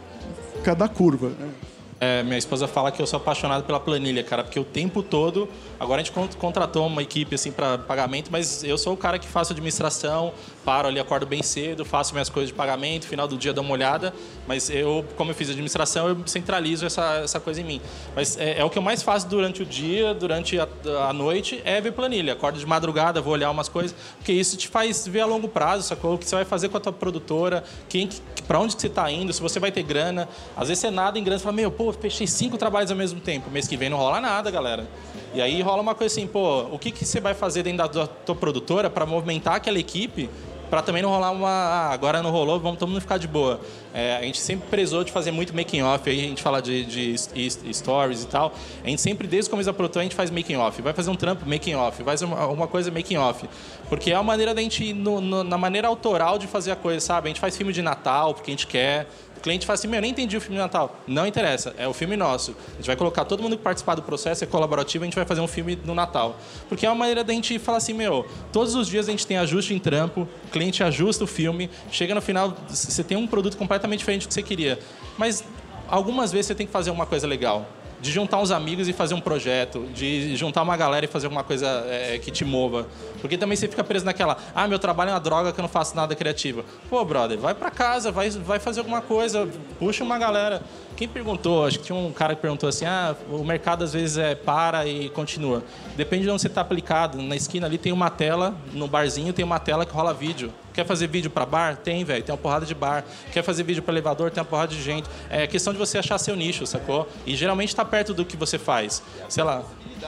cada curva. É, minha esposa fala que eu sou apaixonado pela planilha, cara, porque o tempo todo... Agora a gente contratou uma equipe assim para pagamento, mas eu sou o cara que faço administração, paro ali, acordo bem cedo, faço minhas coisas de pagamento, final do dia dou uma olhada, mas eu, como eu fiz administração, eu centralizo essa, essa coisa em mim. Mas é, é o que eu mais faço durante o dia, durante a, a noite, é ver planilha. Acordo de madrugada, vou olhar umas coisas, porque isso te faz ver a longo prazo, sacou? O que você vai fazer com a tua produtora, quem, para onde que você está indo, se você vai ter grana. Às vezes você nada em grana e fala, meu, pô, fechei cinco trabalhos ao mesmo tempo. Mês que vem não rola nada, galera. E aí rola uma coisa assim, pô, o que, que você vai fazer dentro da tua produtora para movimentar aquela equipe para também não rolar uma... Ah, agora não rolou, vamos todo mundo ficar de boa. É, a gente sempre prezou de fazer muito making off, aí a gente fala de, de stories e tal. A gente sempre, desde o começo da produtora, a gente faz making off. Vai fazer um trampo, making off. Vai fazer uma, uma coisa, making off. Porque é a maneira da gente, no, no, na maneira autoral de fazer a coisa, sabe? A gente faz filme de Natal, porque a gente quer... O cliente fala assim, meu, eu nem entendi o filme de Natal. Não interessa, é o filme nosso. A gente vai colocar todo mundo que participar do processo, é colaborativo, a gente vai fazer um filme no Natal. Porque é uma maneira da gente falar assim, meu, todos os dias a gente tem ajuste em trampo, o cliente ajusta o filme, chega no final, você tem um produto completamente diferente do que você queria. Mas algumas vezes você tem que fazer uma coisa legal. De juntar uns amigos e fazer um projeto, de juntar uma galera e fazer alguma coisa é, que te mova. Porque também você fica preso naquela, ah, meu trabalho é uma droga que eu não faço nada criativo. Pô, brother, vai pra casa, vai, vai fazer alguma coisa, puxa uma galera. Quem perguntou, acho que tinha um cara que perguntou assim, ah, o mercado às vezes é para e continua. Depende de onde você está aplicado. Na esquina ali tem uma tela, no barzinho tem uma tela que rola vídeo. Quer fazer vídeo para bar? Tem, velho. Tem uma porrada de bar. Quer fazer vídeo para elevador? Tem uma porrada de gente. É questão de você achar seu nicho, sacou? E geralmente está perto do que você faz. Sei lá.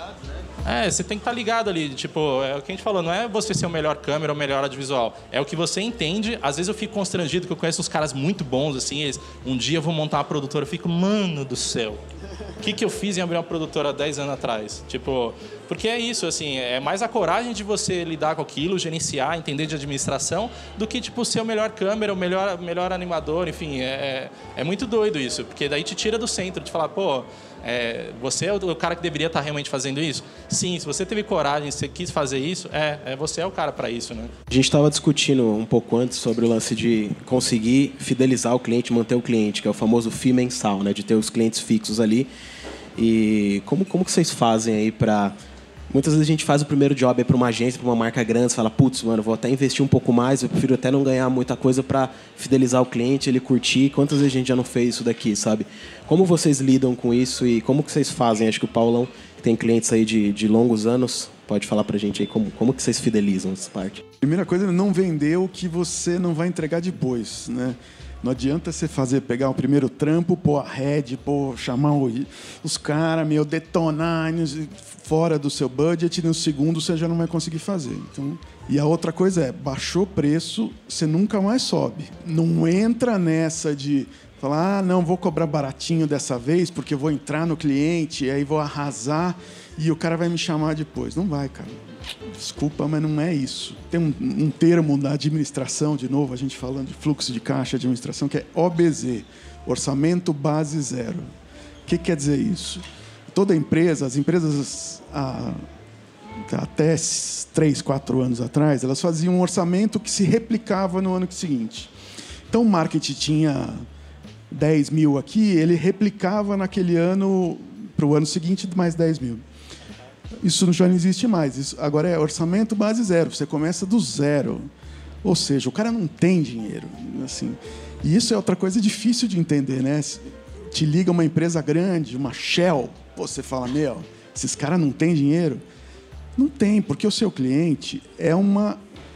É, você tem que estar ligado ali. Tipo, é o que a gente falou. Não é você ser o melhor câmera ou o melhor audiovisual. É o que você entende. Às vezes eu fico constrangido, que eu conheço uns caras muito bons, assim. Eles, um dia eu vou montar uma produtora. Eu fico, mano do céu. O que, que eu fiz em abrir uma produtora há dez anos atrás? Tipo, porque é isso, assim, é mais a coragem de você lidar com aquilo, gerenciar, entender de administração, do que, tipo, ser o melhor câmera, o melhor, melhor animador, enfim, é, é muito doido isso, porque daí te tira do centro, de falar, pô, é, você é o cara que deveria estar realmente fazendo isso? Sim, se você teve coragem, se você quis fazer isso, é, é você é o cara para isso, né? A gente estava discutindo um pouco antes sobre o lance de conseguir fidelizar o cliente, manter o cliente, que é o famoso F I I mensal, né, de ter os clientes fixos ali. E como, como que vocês fazem aí para... Muitas vezes a gente faz o primeiro job para uma agência, para uma marca grande, você fala, putz, mano, vou até investir um pouco mais, eu prefiro até não ganhar muita coisa para fidelizar o cliente, ele curtir. Quantas vezes a gente já não fez isso daqui, sabe? Como vocês lidam com isso e como que vocês fazem? Acho que o Paulão, que tem clientes aí de, de longos anos, pode falar pra gente aí como, como que vocês fidelizam essa parte. Primeira coisa é não vender o que você não vai entregar depois, né? Não adianta você fazer, pegar o primeiro trampo, pôr a head, pôr, chamar o, os caras, meu, detonar fora do seu budget, e no segundo você já não vai conseguir fazer. Então, e a outra coisa é, baixou o preço, você nunca mais sobe. Não entra nessa de falar, ah, não, vou cobrar baratinho dessa vez, porque eu vou entrar no cliente, e aí vou arrasar, e o cara vai me chamar depois. Não vai, cara. Desculpa, mas não é isso. Tem um, um termo da administração, de novo, a gente falando de fluxo de caixa, administração, que é O B Z, Orçamento Base Zero. O que quer dizer isso? Toda empresa, as empresas há, até três, quatro anos atrás, elas faziam um orçamento que se replicava no ano seguinte. Então, o marketing tinha dez mil aqui, ele replicava naquele ano, para o ano seguinte, mais dez mil. Isso já não existe mais. Isso agora é orçamento base zero. Você começa do zero. Ou seja, o cara não tem dinheiro. Assim. E isso é outra coisa difícil de entender, né? Te liga uma empresa grande, uma Shell, você fala, meu, esses caras não têm dinheiro? Não tem, porque o seu cliente é uma,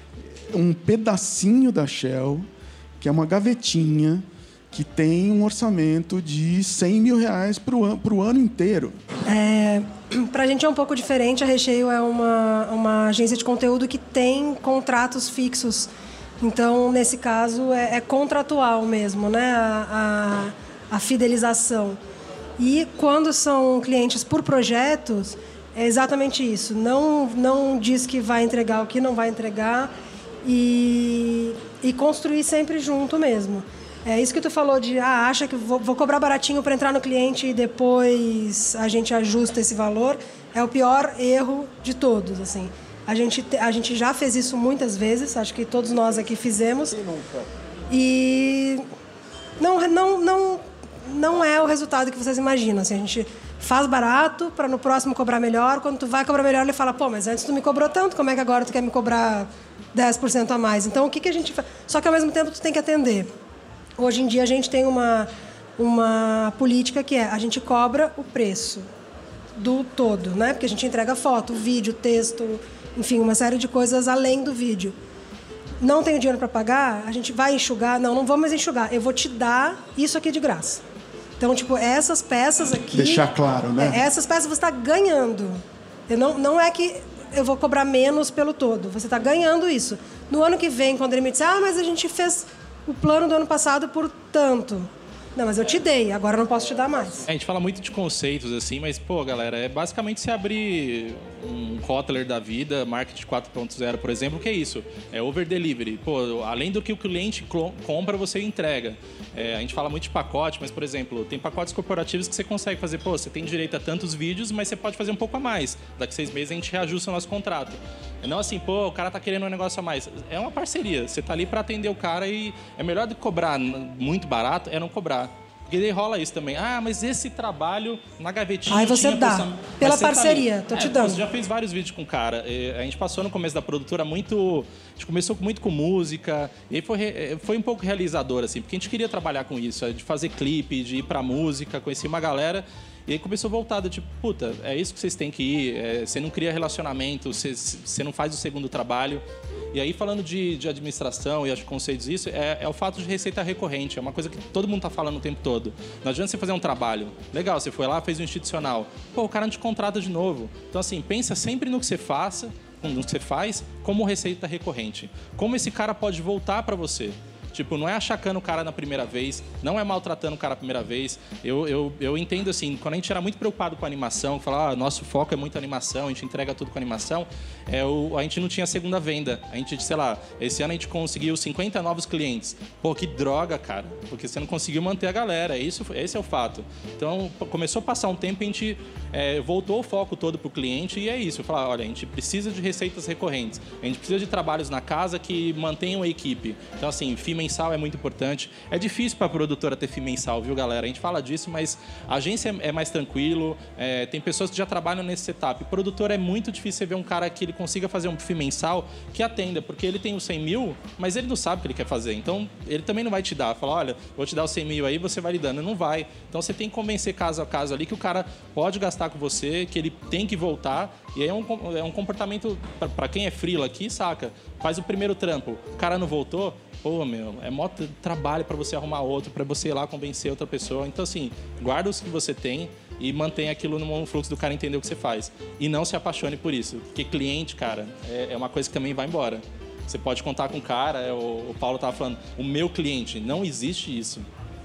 um pedacinho da Shell, que é uma gavetinha, que tem um orçamento de cem mil reais para o an- ano inteiro. É, para a gente é um pouco diferente. A Recheio é uma, uma agência de conteúdo que tem contratos fixos. Então, nesse caso, é, é contratual mesmo, né? A, a, a fidelização. E quando são clientes por projetos, é exatamente isso. Não, não diz que vai entregar o que não vai entregar e, e construir sempre junto mesmo. É isso que tu falou de, ah, acha que vou, vou cobrar baratinho para entrar no cliente e depois a gente ajusta esse valor, é o pior erro de todos, assim. A gente, a gente já fez isso muitas vezes, acho que todos nós aqui fizemos. Quem nunca? E não, não, não, não é o resultado que vocês imaginam. Assim, a gente faz barato para no próximo cobrar melhor. Quando tu vai cobrar melhor, ele fala, pô, mas antes tu me cobrou tanto, como é que agora tu quer me cobrar dez por cento a mais? Então, o que, que a gente faz? Só que, ao mesmo tempo, tu tem que atender. Hoje em dia, a gente tem uma, uma política que é, a gente cobra o preço do todo, né? Porque a gente entrega foto, vídeo, texto, enfim, uma série de coisas além do vídeo. Não tenho dinheiro para pagar, a gente vai enxugar? Não, não vamos mais enxugar. Eu vou te dar isso aqui de graça. Então, tipo, essas peças aqui... Deixar claro, né? Essas peças você está ganhando. Eu não, não é que eu vou cobrar menos pelo todo. Você está ganhando isso. No ano que vem, quando ele me disser, ah, mas a gente fez o plano do ano passado por tanto... Não, mas eu te dei, agora eu não posso te dar mais. É, a gente fala muito de conceitos, assim, mas, pô, galera, é basicamente se abrir um Kotler da vida, marketing quatro ponto zero, por exemplo, que é isso? É over-delivery. Pô, além do que o cliente compra, você entrega. É, a gente fala muito de pacote, mas, por exemplo, tem pacotes corporativos que você consegue fazer, pô, você tem direito a tantos vídeos, mas você pode fazer um pouco a mais. Daqui a seis meses a gente reajusta o nosso contrato. É não assim, pô, o cara tá querendo um negócio a mais. É uma parceria. Você tá ali para atender o cara e é melhor do que cobrar muito barato, é não cobrar. Porque daí rola isso também. Ah, mas esse trabalho na gavetinha... Aí você dá. Posta... Pela você parceria, tá tô te é, dando. Você já fez vários vídeos com o cara. A gente passou no começo da produtora muito... A gente começou muito com música. E aí foi, foi um pouco realizador, assim. Porque a gente queria trabalhar com isso. De fazer clipe, de ir pra música. Conheci uma galera... E aí começou voltado, tipo, puta, é isso que vocês têm que ir, é, você não cria relacionamento, você, você não faz o segundo trabalho. E aí, falando de, de administração e acho conceitos disso, é, é o fato de receita recorrente, é uma coisa que todo mundo tá falando o tempo todo. Não adianta você fazer um trabalho, legal, você foi lá, fez um institucional, pô, o cara não te contrata de novo. Então, assim, pensa sempre no que você faça, no que você faz, como receita recorrente. Como esse cara pode voltar para você. Tipo, não é achacando o cara na primeira vez, não é maltratando o cara na primeira vez. Eu, eu, eu entendo, assim, quando a gente era muito preocupado com a animação, que falava, ah, nosso foco é muito animação, a gente entrega tudo com animação, é, o, a gente não tinha segunda venda. A gente, sei lá, esse ano a gente conseguiu cinquenta novos clientes. Pô, que droga, cara, porque você não conseguiu manter a galera, isso, esse é o fato. Então, começou a passar um tempo e a gente é, voltou o foco todo pro cliente e é isso. Eu falava, olha, a gente precisa de receitas recorrentes, a gente precisa de trabalhos na casa que mantenham a equipe. Então, assim, FII mensal é muito importante. É difícil para a produtora ter FII mensal, viu, galera? A gente fala disso, mas a agência é mais tranquilo, é, tem pessoas que já trabalham nesse setup. Produtor é muito difícil você ver um cara que ele consiga fazer um FII mensal que atenda, porque ele tem os cem mil, mas ele não sabe o que ele quer fazer. Então, ele também não vai te dar. Fala, olha, vou te dar os cem mil aí, você vai lidando. Não vai. Então, você tem que convencer caso a caso ali que o cara pode gastar com você, que ele tem que voltar. E aí é um, é um comportamento, para quem é freela aqui, saca? Faz o primeiro trampo, o cara não voltou, pô, meu, é mó trabalho para você arrumar outro, para você ir lá convencer outra pessoa. Então, assim, guarda os que você tem e mantenha aquilo no fluxo do cara entender o que você faz. E não se apaixone por isso, porque cliente, cara, é, é uma coisa que também vai embora. Você pode contar com o cara, é, o, o Paulo tava falando, o meu cliente, não existe isso.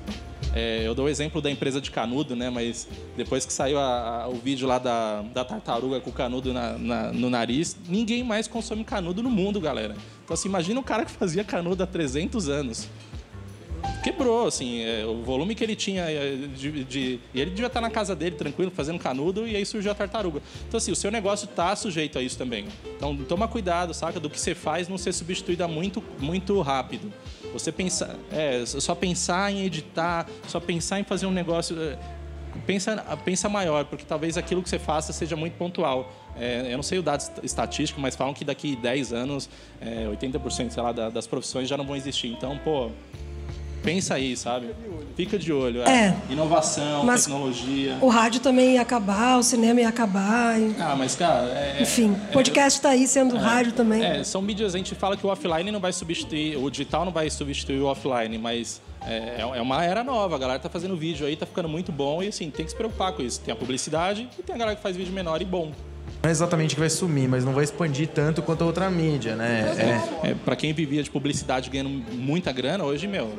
É, eu dou o exemplo da empresa de canudo, né? Mas depois que saiu a, a, o vídeo lá da, da tartaruga com o canudo na, na, no nariz, ninguém mais consome canudo no mundo, galera. Então, assim, imagina um cara que fazia canudo há trezentos anos. Quebrou, assim, é, o volume que ele tinha é, de, de... E ele devia estar na casa dele, tranquilo, fazendo canudo, e aí surgiu a tartaruga. Então, assim, o seu negócio está sujeito a isso também. Então, toma cuidado, saca? Do que você faz não ser substituído muito, muito rápido. Você pensar, é, só pensar em editar, só pensar em fazer um negócio... Pensa, pensa maior, porque talvez aquilo que você faça seja muito pontual. É, eu não sei o dado estatístico, mas falam que daqui a dez anos, é, oitenta por cento, sei lá, das profissões já não vão existir. Então, pô... Pensa aí, sabe? Fica de olho. É. É. Inovação, mas tecnologia. O rádio também ia acabar, o cinema ia acabar. E... Ah, mas, cara... É, Enfim, o podcast está aí sendo é, rádio também. É, são mídias... A gente fala que o offline não vai substituir... O digital não vai substituir o offline, mas... É, é uma era nova. A galera tá fazendo vídeo aí, tá ficando muito bom. E, assim, tem que se preocupar com isso. Tem a publicidade e tem a galera que faz vídeo menor e bom. Não é exatamente que vai sumir, mas não vai expandir tanto quanto a outra mídia, né? É, é, pra quem vivia de publicidade ganhando muita grana, hoje, meu...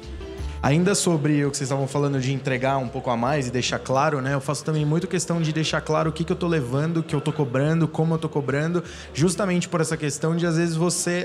Ainda sobre o que vocês estavam falando de entregar um pouco a mais e deixar claro, né? Eu faço também muito questão de deixar claro o que, que eu tô levando, o que eu tô cobrando, como eu tô cobrando, justamente por essa questão de, às vezes, você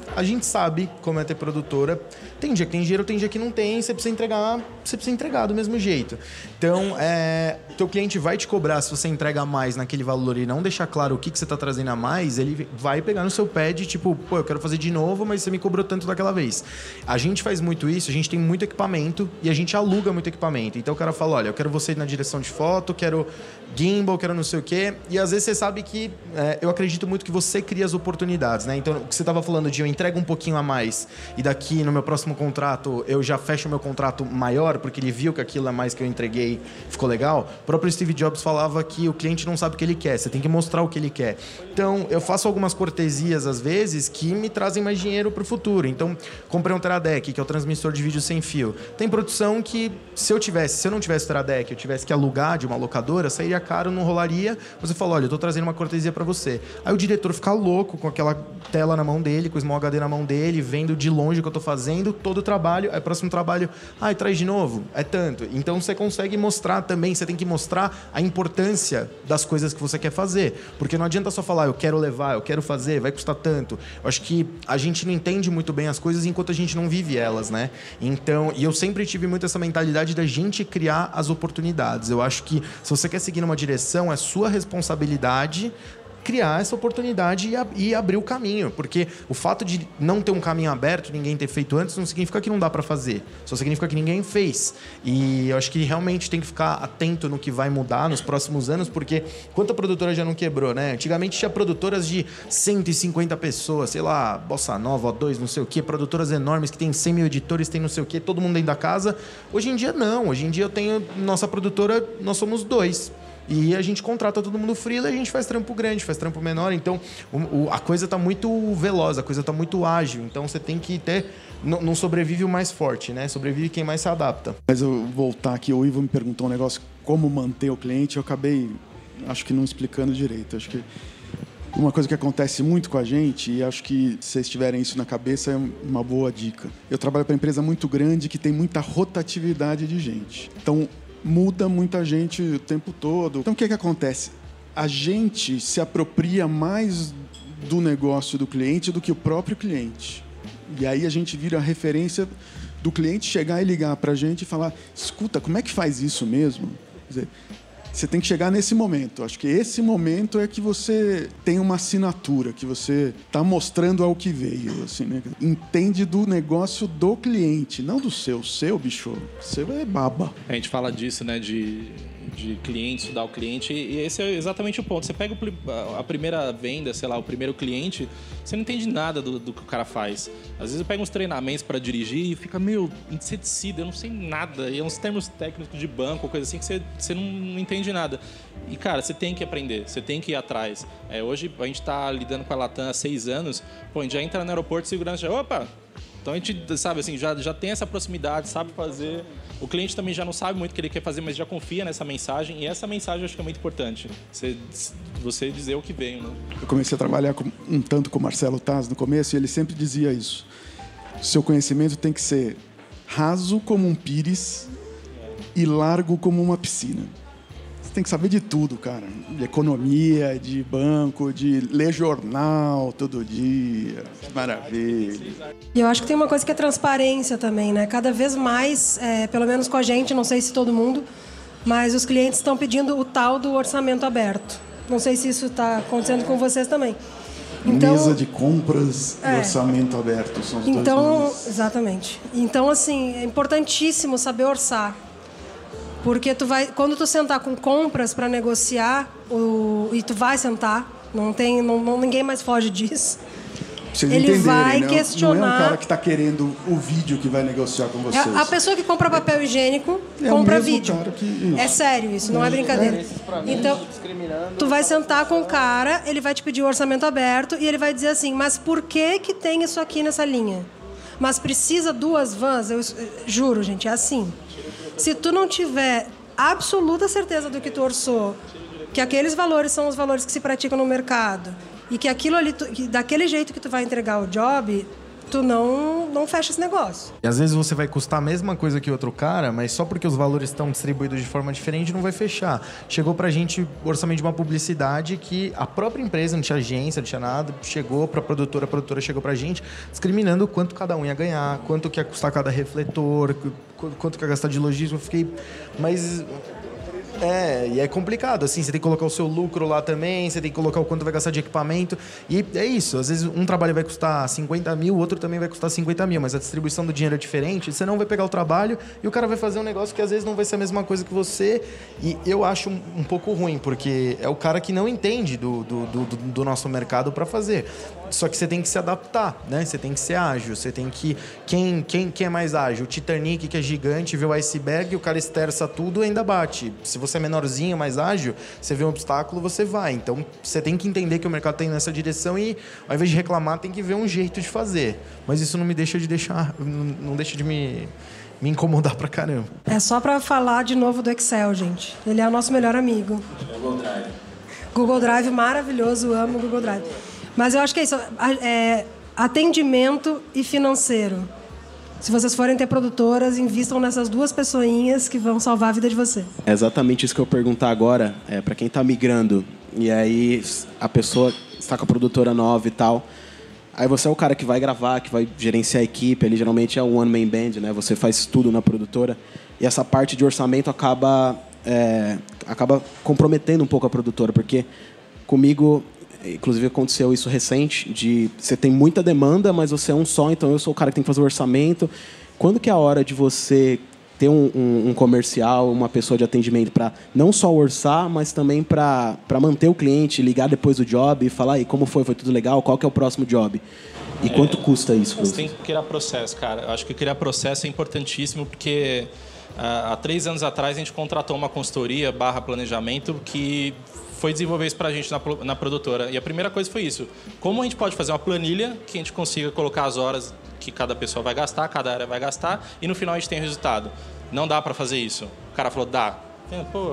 a gente sabe como é ter produtora. Tem dia que tem dinheiro, tem dia que não tem, você precisa entregar, você precisa entregar do mesmo jeito. Então, é, teu cliente vai te cobrar se você entrega mais naquele valor e não deixar claro o que, que você está trazendo a mais, ele vai pegar no seu pé de tipo, pô, eu quero fazer de novo, mas você me cobrou tanto daquela vez. A gente faz muito isso, a gente tem muito equipamento e a gente aluga muito equipamento. Então o cara fala, olha, eu quero você na direção de foto, quero gimbal, quero não sei o quê. E às vezes você sabe que é, eu acredito muito que você cria as oportunidades, né? Então, o que você estava falando de eu entrego um pouquinho a mais e daqui no meu próximo contrato eu já fecho o meu contrato maior porque ele viu que aquilo a mais que eu entreguei ficou legal. O próprio Steve Jobs falava que o cliente não sabe o que ele quer, você tem que mostrar o que ele quer. Então, eu faço algumas cortesias às vezes que me trazem mais dinheiro para o futuro. Então, comprei um Teradek, que é o transmissor de vídeo sem fio. Tem produção que, se eu tivesse, se eu não tivesse Teradek, eu tivesse que alugar de uma locadora, sairia caro, não rolaria. Você fala, olha, eu tô trazendo uma cortesia para você. Aí o diretor fica louco com aquela tela na mão dele, com o Small H D na mão dele, vendo de longe o que eu tô fazendo, todo o trabalho, aí próximo trabalho, ai, traz de novo, é tanto. Então você consegue mostrar também, você tem que mostrar a importância das coisas que você quer fazer. Porque não adianta só falar, eu quero levar, eu quero fazer, vai custar tanto. Eu acho que a gente não entende muito bem as coisas enquanto a gente não vive elas, né? Então, e eu sempre tive muito essa mentalidade da gente criar as oportunidades. Eu acho que se você quer seguir numa direção, é sua responsabilidade criar essa oportunidade e, ab- e abrir o caminho, porque o fato de não ter um caminho aberto, ninguém ter feito antes, não significa que não dá para fazer, só significa que ninguém fez. E eu acho que realmente tem que ficar atento no que vai mudar nos próximos anos, porque quanta produtora já não quebrou, né? Antigamente tinha produtoras de cento e cinquenta pessoas, sei lá, Bossa Nova, O dois, não sei o quê, produtoras enormes que tem cem mil editores, tem não sei o quê, todo mundo dentro da casa. Hoje em dia não, hoje em dia eu tenho nossa produtora, nós somos dois. E a gente contrata todo mundo freela e a gente faz trampo grande, faz trampo menor. Então, o, o, a coisa está muito veloz, a coisa está muito ágil. Então, você tem que ter... Não, não sobrevive o mais forte, né? Sobrevive quem mais se adapta. Mas eu voltar aqui, o Ivo me perguntou um negócio, como manter o cliente, eu acabei, acho que não explicando direito. Acho que uma coisa que acontece muito com a gente, e acho que se vocês tiverem isso na cabeça, é uma boa dica. Eu trabalho para uma empresa muito grande que tem muita rotatividade de gente. Então, muda muita gente o tempo todo. Então, o que é que acontece? A gente se apropria mais do negócio do cliente do que o próprio cliente. E aí a gente vira a referência do cliente chegar e ligar para a gente e falar, escuta, como é que faz isso mesmo? Quer dizer, você tem que chegar nesse momento. Acho que esse momento é que você tem uma assinatura, que você está mostrando ao que veio. Assim, né? Entende do negócio do cliente, não do seu. Seu, bicho, seu é baba. A gente fala disso, né, de, de cliente, estudar o cliente, e esse é exatamente o ponto. Você pega a primeira venda, sei lá, o primeiro cliente, você não entende nada do, do que o cara faz. Às vezes eu pego uns treinamentos para dirigir e fica, meu, inseticida, eu não sei nada. E é uns termos técnicos de banco, coisa assim, que você, você não, não entende nada. E, cara, você tem que aprender, você tem que ir atrás. É, hoje a gente tá lidando com a Latam há seis anos, pô, a gente já entra no aeroporto de segurança, já, opa! Então a gente, sabe, assim, já, já tem essa proximidade, sabe fazer. O cliente também já não sabe muito o que ele quer fazer, mas já confia nessa mensagem. E essa mensagem eu acho que é muito importante. Você, você dizer o que veio, né? Eu comecei a trabalhar com, um tanto com o Marcelo Taz no começo, e ele sempre dizia isso. Seu conhecimento tem que ser raso como um pires e largo como uma piscina. Você tem que saber de tudo, cara. De economia, de banco, de ler jornal todo dia. Que maravilha. E eu acho que tem uma coisa que é transparência também, né? Cada vez mais, é, pelo menos com a gente, não sei se todo mundo, mas os clientes estão pedindo o tal do orçamento aberto. Não sei se isso está acontecendo com vocês também. Então, mesa de compras e é, orçamento aberto. São os então, dois nomes. Exatamente. Então, assim, é importantíssimo saber orçar. Porque tu vai, quando tu sentar com compras para negociar, o, e tu vai sentar, não tem, não, não, ninguém mais foge disso. Vocês ele vai né? questionar. Não é um cara que está querendo o vídeo que vai negociar com vocês. É a pessoa que compra papel higiênico, é compra vídeo. Que... É sério isso, não é, é brincadeira. É. Então, tu vai sentar com o cara, ele vai te pedir o orçamento aberto e ele vai dizer assim, mas por que que tem isso aqui nessa linha? Mas precisa duas vans? Eu, eu juro, gente, é assim. Se tu não tiver absoluta certeza do que tu orçou, que aqueles valores são os valores que se praticam no mercado e que aquilo ali, tu, que daquele jeito que tu vai entregar o job, tu não, não fecha esse negócio. E às vezes você vai custar a mesma coisa que outro cara, mas só porque os valores estão distribuídos de forma diferente não vai fechar. Chegou pra gente o orçamento de uma publicidade que a própria empresa, não tinha agência, não tinha nada, chegou pra produtora, a produtora chegou pra gente discriminando quanto cada um ia ganhar, quanto que ia custar cada refletor, quanto que ia gastar de logística. Eu fiquei... Mas... É, e é complicado, assim, você tem que colocar o seu lucro lá também, você tem que colocar o quanto vai gastar de equipamento, e é isso, às vezes um trabalho vai custar cinquenta mil, o outro também vai custar cinquenta mil, mas a distribuição do dinheiro é diferente, você não vai pegar o trabalho e o cara vai fazer um negócio que às vezes não vai ser a mesma coisa que você, e eu acho um, um pouco ruim, porque é o cara que não entende do, do, do, do nosso mercado para fazer. Só que você tem que se adaptar, né? Você tem que ser ágil, você tem que... Quem, quem, quem é mais ágil? O Titanic, que é gigante, vê o iceberg, o cara esterça tudo e ainda bate. Se você é menorzinho, mais ágil, você vê um obstáculo, você vai. Então, você tem que entender que o mercado está indo nessa direção e, ao invés de reclamar, tem que ver um jeito de fazer. Mas isso não me deixa de deixar... Não deixa de me... me incomodar pra caramba. É só pra falar de novo do Excel, gente. Ele é o nosso melhor amigo. Google Drive. Google Drive, maravilhoso, amo o Google Drive. Mas eu acho que é isso, é atendimento e financeiro. Se vocês forem ter produtoras, invistam nessas duas pessoinhas que vão salvar a vida de vocês. É exatamente isso que eu vou perguntar agora, é, para quem está migrando, e aí a pessoa está com a produtora nova e tal, aí você é o cara que vai gravar, que vai gerenciar a equipe, ali geralmente é um one-man band, né? Você faz tudo na produtora, e essa parte de orçamento acaba, é, acaba comprometendo um pouco a produtora, porque comigo... Inclusive, aconteceu isso recente, de você tem muita demanda, mas você é um só, então eu sou o cara que tem que fazer o orçamento. Quando que é a hora de você ter um, um, um comercial, uma pessoa de atendimento para não só orçar, mas também para manter o cliente, ligar depois do job e falar, e como foi? Foi tudo legal? Qual que é o próximo job? E é, quanto custa isso? Você tem que criar processo, cara. Eu acho que criar processo é importantíssimo, porque uh, há três anos atrás a gente contratou uma consultoria barra planejamento que... foi desenvolver isso para a gente na, na produtora. E a primeira coisa foi isso. Como a gente pode fazer uma planilha que a gente consiga colocar as horas que cada pessoa vai gastar, cada área vai gastar, e no final a gente tem o resultado. Não dá para fazer isso. O cara falou, dá. Pô,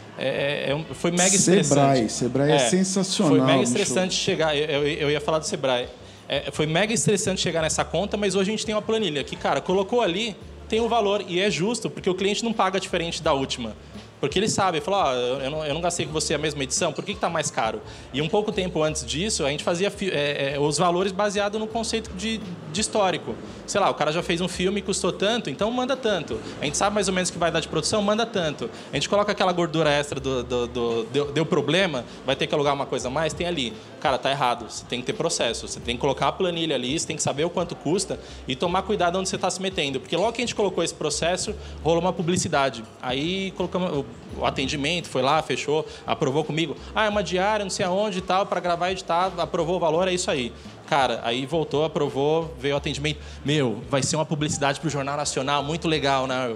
é, é, foi mega estressante. Sebrae. Sebrae é, é sensacional. Foi mega estressante chegar... Eu, eu, eu ia falar do Sebrae. É, foi mega estressante chegar nessa conta, mas hoje a gente tem uma planilha que, cara, colocou ali, tem o valor, e é justo, porque o cliente não paga diferente da última. Porque ele sabe, ele falou, ah, eu, não, eu não gastei com você a mesma edição, por que está mais caro? E um pouco tempo antes disso, a gente fazia é, é, os valores baseados no conceito de, de histórico. Sei lá, o cara já fez um filme e custou tanto, então manda tanto. A gente sabe mais ou menos o que vai dar de produção, manda tanto. A gente coloca aquela gordura extra do, do, do, do deu, deu problema, vai ter que alugar uma coisa a mais, tem ali. Cara, tá errado, você tem que ter processo, você tem que colocar a planilha ali, você tem que saber o quanto custa e tomar cuidado onde você está se metendo. Porque logo que a gente colocou esse processo, rolou uma publicidade. Aí colocamos... O atendimento foi lá, fechou, aprovou comigo. Ah, é uma diária, não sei aonde e tal, para gravar e editar, aprovou o valor, é isso aí. Cara, aí voltou, aprovou, veio o atendimento. Meu, vai ser uma publicidade para o Jornal Nacional, muito legal, né?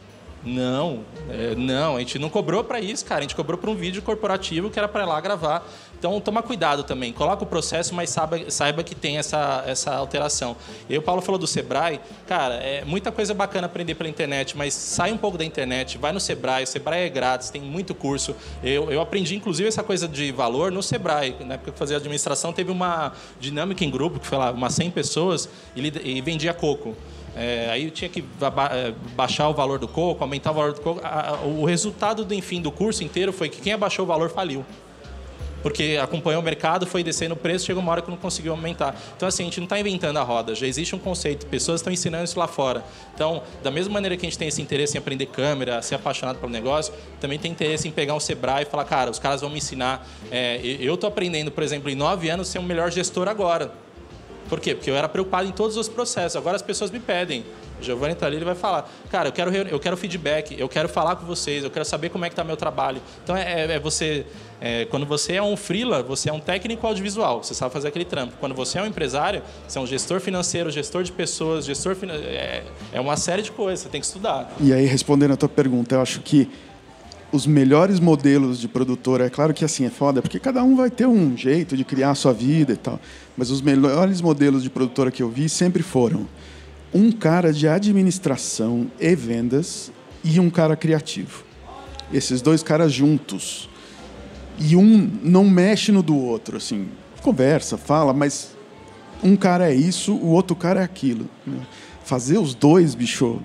Não, é, não, a gente não cobrou para isso, cara. A gente cobrou para um vídeo corporativo que era para ir lá gravar. Então, toma cuidado também. Coloca o processo, mas saiba, saiba que tem essa, essa alteração. E o Paulo falou do Sebrae. Cara, é muita coisa bacana aprender pela internet, mas sai um pouco da internet, vai no Sebrae. O Sebrae é grátis, tem muito curso. Eu, eu aprendi, inclusive, essa coisa de valor no Sebrae. Na época que eu fazia administração, teve uma dinâmica em grupo, que foi lá, umas cem pessoas, e, e vendia coco. É, aí eu tinha que baixar o valor do coco, aumentar o valor do coco. O resultado do, enfim, do curso inteiro foi que quem abaixou o valor faliu. Porque acompanhou o mercado, foi descendo o preço, chegou uma hora que não conseguiu aumentar. Então, assim, a gente não está inventando a roda, já existe um conceito, pessoas estão ensinando isso lá fora. Então, da mesma maneira que a gente tem esse interesse em aprender câmera, ser apaixonado pelo negócio, também tem interesse em pegar um Sebrae e falar, cara, os caras vão me ensinar. É, eu estou aprendendo, por exemplo, em nove anos, ser um melhor gestor agora. Por quê? Porque eu era preocupado em todos os processos. Agora as pessoas me pedem. O Giovanni está ali, ele vai falar, cara, eu quero, eu quero feedback, eu quero falar com vocês, eu quero saber como é que está meu trabalho. Então, é, é você... É, quando você é um freela, você é um técnico audiovisual, você sabe fazer aquele trampo. Quando você é um empresário, você é um gestor financeiro, gestor de pessoas, gestor... É, é uma série de coisas, você tem que estudar. E aí, respondendo a tua pergunta, eu acho que os melhores modelos de produtora, é claro que assim é foda, porque cada um vai ter um jeito de criar a sua vida e tal, mas os melhores modelos de produtora que eu vi sempre foram um cara de administração e vendas e um cara criativo. Esses dois caras juntos. E um não mexe no do outro, assim, conversa, fala, mas um cara é isso, o outro cara é aquilo. Né? Fazer os dois, bicho,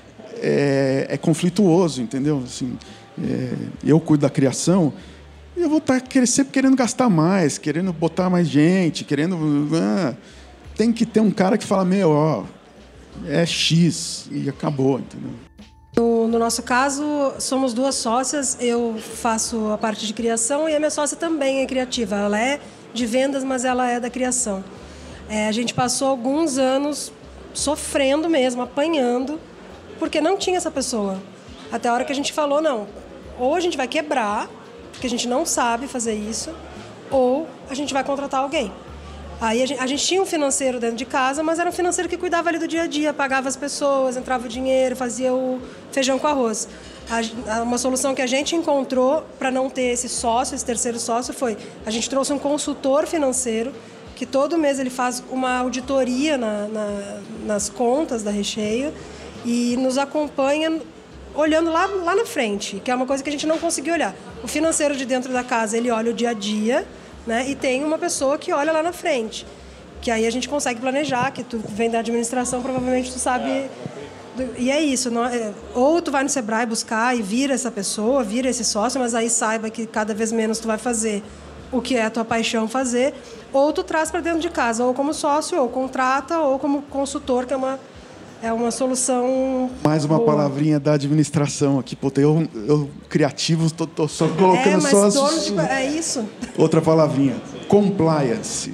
é, é conflituoso, entendeu? Assim, é, eu cuido da criação, e eu vou estar sempre querendo gastar mais, querendo botar mais gente, querendo... Ah, tem que ter um cara que fala, meu, ó, é X, e acabou, entendeu? No, no nosso caso, somos duas sócias, eu faço a parte de criação e a minha sócia também é criativa. Ela é de vendas, mas ela é da criação. É, a gente passou alguns anos sofrendo mesmo, apanhando, porque não tinha essa pessoa. Até a hora que a gente falou, não, ou a gente vai quebrar, porque a gente não sabe fazer isso, ou a gente vai contratar alguém. Aí a gente, a gente tinha um financeiro dentro de casa, mas era um financeiro que cuidava ali do dia a dia, pagava as pessoas, entrava o dinheiro, fazia o feijão com arroz. A, uma solução que a gente encontrou para não ter esse sócio, esse terceiro sócio, foi a gente trouxe um consultor financeiro que todo mês ele faz uma auditoria na, na, nas contas da Recheio e nos acompanha olhando lá, lá na frente, que é uma coisa que a gente não conseguiu olhar. O financeiro de dentro da casa, ele olha o dia a dia, né? E tem uma pessoa que olha lá na frente, que aí a gente consegue planejar, que tu vem da administração, provavelmente tu sabe... E é isso, não é? Ou tu vai no Sebrae buscar e vira essa pessoa, vira esse sócio, mas aí saiba que cada vez menos tu vai fazer o que é a tua paixão fazer, ou tu traz para dentro de casa, ou como sócio, ou contrata, ou como consultor, que é uma, é uma solução... Mais uma boa. Palavrinha da administração aqui, pô, eu, eu criativo, tô, tô só colocando é, mas só... Dono de, é isso. Outra palavrinha, compliance.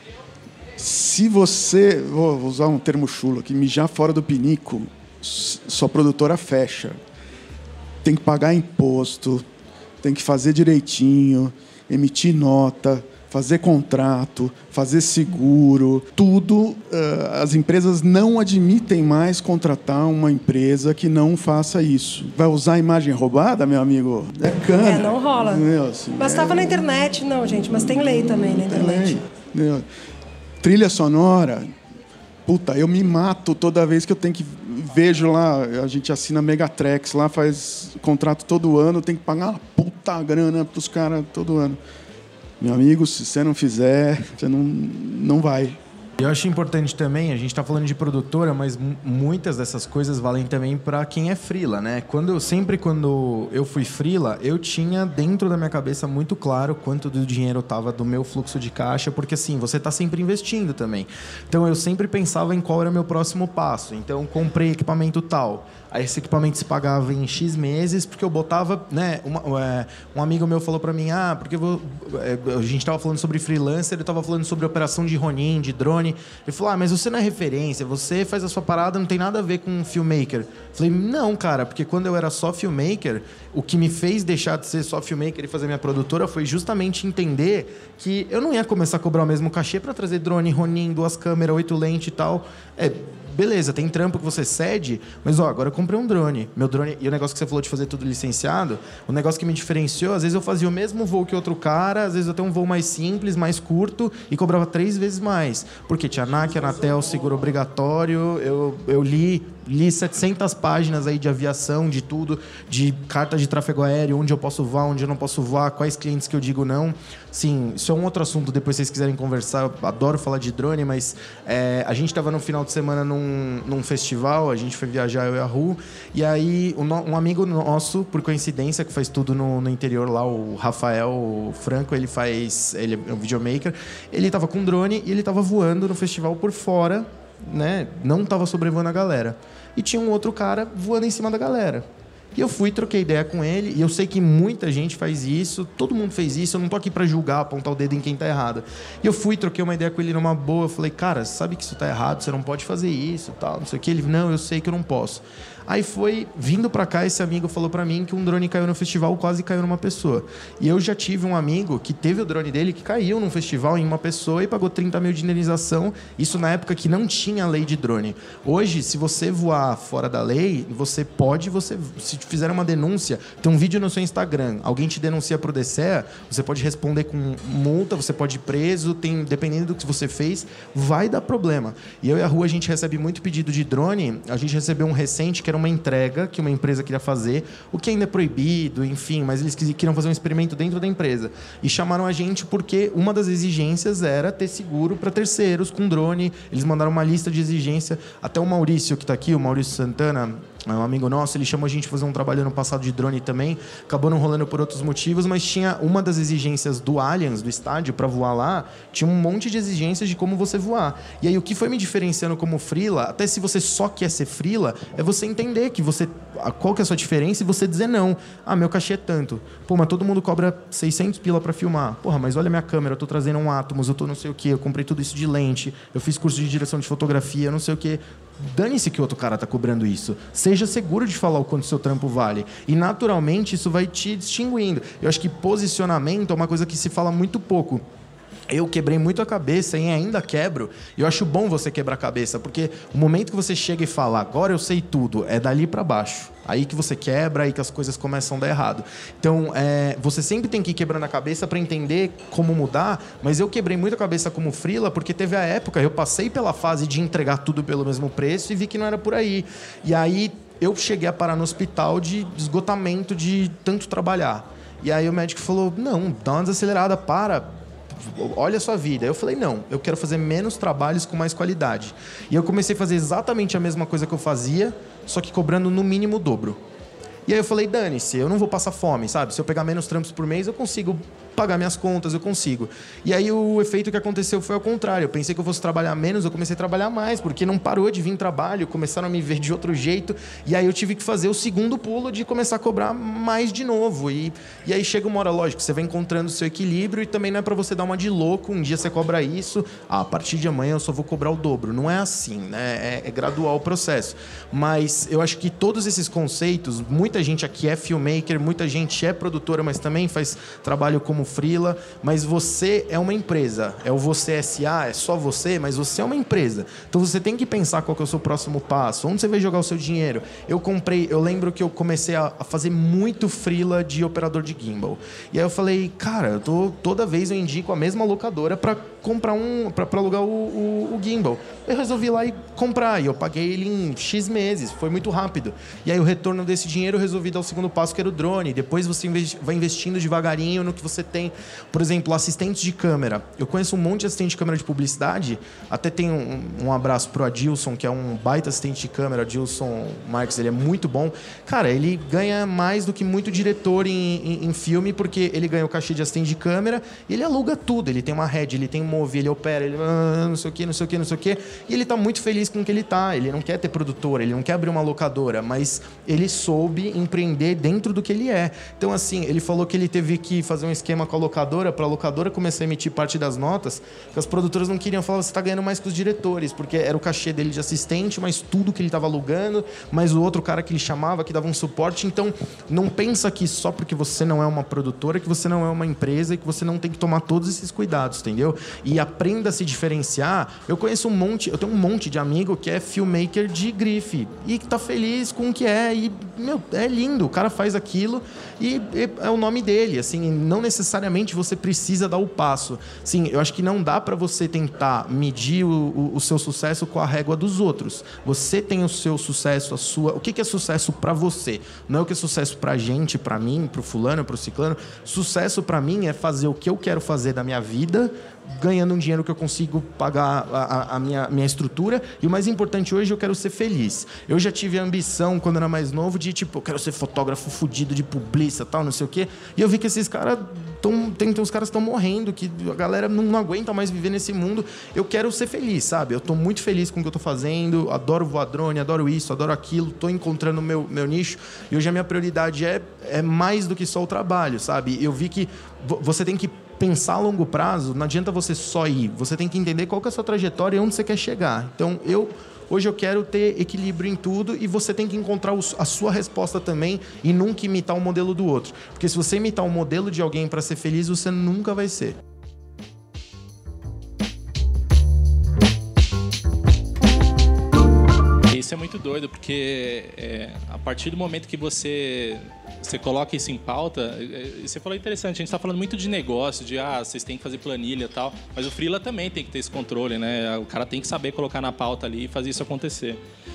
Se você, vou usar um termo chulo aqui, mijar fora do pinico, sua produtora fecha. Tem que pagar imposto, tem que fazer direitinho, emitir nota, fazer contrato, fazer seguro, tudo. As empresas não admitem mais contratar uma empresa que não faça isso. Vai usar a imagem roubada, meu amigo? É cana. É, não rola. Meu, assim, mas estava é... na internet, não, gente, mas tem lei também na internet. Tem lei. Meu. Trilha sonora, puta, eu me mato toda vez que eu tenho que... Vejo lá, a gente assina Megatrex, lá faz contrato todo ano, tem que pagar uma puta grana pros caras todo ano. Meu amigo, se você não fizer, você não, não vai. Eu acho importante também, a gente está falando de produtora, mas m- muitas dessas coisas valem também para quem é freela, né? Quando eu, sempre quando eu fui freela, eu tinha dentro da minha cabeça muito claro quanto do dinheiro estava do meu fluxo de caixa, porque assim, você está sempre investindo também. Então eu sempre pensava em qual era o meu próximo passo. Então comprei equipamento tal. Aí esse equipamento se pagava em X meses, porque eu botava, né? Uma, é, um amigo meu falou para mim, ah, porque vou, é, a gente estava falando sobre freelancer, eu estava falando sobre operação de Ronin, de drone. Ele falou, ah, mas você não é referência, você faz a sua parada, não tem nada a ver com filmmaker. Eu falei, não, cara, porque quando eu era só filmmaker, o que me fez deixar de ser só filmmaker e fazer minha produtora foi justamente entender que eu não ia começar a cobrar o mesmo cachê para trazer drone, Ronin, duas câmeras, oito lentes e tal. É... Beleza, tem trampo que você cede, mas ó, agora eu comprei um drone. Meu drone, e o negócio que você falou de fazer tudo licenciado, o negócio que me diferenciou, às vezes eu fazia o mesmo voo que outro cara, às vezes eu tenho um voo mais simples, mais curto, e cobrava três vezes mais. Porque tinha ANAC, Anatel, seguro obrigatório, eu, eu li, li setecentas páginas aí de aviação, de tudo, de carta de tráfego aéreo, onde eu posso voar, onde eu não posso voar, quais clientes que eu digo não. Sim, isso é um outro assunto, depois se vocês quiserem conversar, eu adoro falar de drone, mas é, a gente estava no final de semana num, num festival, a gente foi viajar, eu e a Ru, e aí um, um amigo nosso, por coincidência, que faz tudo no, no interior lá, o Rafael Franco, ele faz, ele é um videomaker, ele estava com um drone e ele estava voando no festival por fora, né? Não estava sobrevoando a galera. E tinha um outro cara voando em cima da galera. E eu fui, troquei ideia com ele, e eu sei que muita gente faz isso, todo mundo fez isso, eu não tô aqui para julgar, apontar o dedo em quem tá errado. E eu fui, troquei uma ideia com ele numa boa, eu falei, cara, sabe que isso tá errado, você não pode fazer isso, tal, não sei o que. Ele, não, eu sei que eu não posso. Aí foi, vindo para cá, esse amigo falou para mim que um drone caiu no festival, quase caiu numa pessoa. E eu já tive um amigo que teve o drone dele que caiu num festival em uma pessoa e pagou trinta mil de indenização, isso na época que não tinha lei de drone. Hoje, se você voar fora da lei, você pode, você, se te fizeram uma denúncia, tem um vídeo no seu Instagram, alguém te denuncia pro D C E, você pode responder com multa, você pode ir preso, tem, dependendo do que você fez, vai dar problema. E eu e a Rua, a gente recebe muito pedido de drone, a gente recebeu um recente que era uma entrega que uma empresa queria fazer, o que ainda é proibido, enfim, mas eles queriam fazer um experimento dentro da empresa. E chamaram a gente porque uma das exigências era ter seguro para terceiros com drone. Eles mandaram uma lista de exigência. Até o Maurício, que está aqui, o Maurício Santana, é um amigo nosso, ele chamou a gente para fazer um trabalho ano passado de drone também. Acabou não rolando por outros motivos, mas tinha uma das exigências do Allianz, do estádio, para voar lá, tinha um monte de exigências de como você voar. E aí o que foi me diferenciando como freela, até se você só quer ser freela, é você entender que você, qual que é a sua diferença e você dizer não. Ah, meu cachê é tanto. Pô, mas todo mundo cobra seiscentos pila para filmar. Porra, mas olha a minha câmera, eu tô trazendo um Atomos, eu tô não sei o quê, eu comprei tudo isso de lente, eu fiz curso de direção de fotografia, eu não sei o quê. Dane-se que o outro cara tá cobrando isso. Seja seguro de falar o quanto seu trampo vale. E, naturalmente, isso vai te distinguindo. Eu acho que posicionamento é uma coisa que se fala muito pouco. Eu quebrei muito a cabeça e ainda quebro. E eu acho bom você quebrar a cabeça, porque o momento que você chega e fala, agora eu sei tudo, é dali para baixo. Aí que você quebra, aí que as coisas começam a dar errado. Então, é, você sempre tem que ir quebrando a cabeça para entender como mudar, mas eu quebrei muito a cabeça como freela, porque teve a época, eu passei pela fase de entregar tudo pelo mesmo preço e vi que não era por aí. E aí eu cheguei a parar no hospital de esgotamento de tanto trabalhar. E aí o médico falou, não, dá uma desacelerada, para... olha a sua vida. Eu falei, não, eu quero fazer menos trabalhos com mais qualidade. E eu comecei a fazer exatamente a mesma coisa que eu fazia, só que cobrando no mínimo o dobro. E aí eu falei, dane-se, eu não vou passar fome, sabe? Se eu pegar menos trampos por mês, eu consigo pagar minhas contas, eu consigo. E aí o efeito que aconteceu foi ao contrário. Eu pensei que eu fosse trabalhar menos, eu comecei a trabalhar mais, porque não parou de vir trabalho, começaram a me ver de outro jeito, e aí eu tive que fazer o segundo pulo de começar a cobrar mais de novo. E, e aí chega uma hora, lógico, você vai encontrando o seu equilíbrio, e também não é para você dar uma de louco, um dia você cobra isso, ah, a partir de amanhã eu só vou cobrar o dobro. Não é assim, né? É, é gradual o processo. Mas eu acho que todos esses conceitos, muita gente aqui é filmmaker, muita gente é produtora, mas também faz trabalho como freela, mas você é uma empresa. É o Você S A, é só você, mas você é uma empresa. Então você tem que pensar qual que é o seu próximo passo, onde você vai jogar o seu dinheiro. Eu comprei, eu lembro que eu comecei a fazer muito freela de operador de gimbal. E aí eu falei, cara, eu tô, toda vez eu indico a mesma locadora para comprar um, para alugar o, o, o gimbal. Eu resolvi ir lá e comprar, e eu paguei ele em X meses, foi muito rápido. E aí o retorno desse dinheiro eu resolvi dar o segundo passo, que era o drone. Depois você vai investindo devagarinho no que você tem. Por exemplo, assistentes de câmera. Eu conheço um monte de assistente de câmera de publicidade, até tem um, um abraço pro Adilson, que é um baita assistente de câmera, Adilson Marques, ele é muito bom. Cara, ele ganha mais do que muito diretor em, em, em filme, porque ele ganha o cachê de assistente de câmera e ele aluga tudo. Ele tem uma rede, ele tem um move, ele opera, ele ah, não sei o que, não sei o que, não sei o que. E ele tá muito feliz com o que ele tá. Ele não quer ter produtora, ele não quer abrir uma locadora, mas ele soube empreender dentro do que ele é. Então, assim, ele falou que ele teve que fazer um esquema com a locadora, para a locadora começar a emitir parte das notas, que as produtoras não queriam falar, você está ganhando mais que os diretores, porque era o cachê dele de assistente, mas tudo que ele estava alugando, mais o outro cara que ele chamava, que dava um suporte. Então, não pensa que só porque você não é uma produtora, que você não é uma empresa e que você não tem que tomar todos esses cuidados, entendeu? E aprenda a se diferenciar. Eu conheço um monte, eu tenho um monte de amigo que é filmmaker de grife e que tá feliz com o que é e, meu, é lindo, o cara faz aquilo e é o nome dele, assim, não necessariamente você precisa dar o passo. Sim, eu acho que não dá para você tentar medir o, o, o seu sucesso com a régua dos outros. Você tem o seu sucesso, a sua... O que, que é sucesso para você? Não é o que é sucesso pra gente, pra mim, pro fulano, pro ciclano. Sucesso para mim é fazer o que eu quero fazer da minha vida, ganhando um dinheiro que eu consigo pagar a, a minha, minha estrutura. E o mais importante hoje, eu quero ser feliz. Eu já tive a ambição, quando eu era mais novo, de tipo, eu quero ser fotógrafo fudido de publista, tal, não sei o quê. E eu vi que esses caras tão, tem, tem uns caras que estão morrendo, que a galera não, não aguenta mais viver nesse mundo. Eu quero ser feliz, sabe? Eu tô muito feliz com o que eu tô fazendo, adoro voar drone, adoro isso, adoro aquilo, tô encontrando o meu, meu nicho. E hoje a minha prioridade é, é mais do que só o trabalho, sabe? Eu vi que você tem que pensar a longo prazo, não adianta você só ir. Você tem que entender qual que é a sua trajetória e onde você quer chegar. Então, eu, hoje eu quero ter equilíbrio em tudo e você tem que encontrar a sua resposta também e nunca imitar o modelo do outro. Porque se você imitar o modelo de alguém para ser feliz, você nunca vai ser. isso é muito doido, porque é, a partir do momento que você, você coloca isso em pauta, é, você falou interessante, a gente está falando muito de negócio, de ah, vocês têm que fazer planilha e tal, mas o freela também tem que ter esse controle, né? O cara tem que saber colocar na pauta ali e fazer isso acontecer.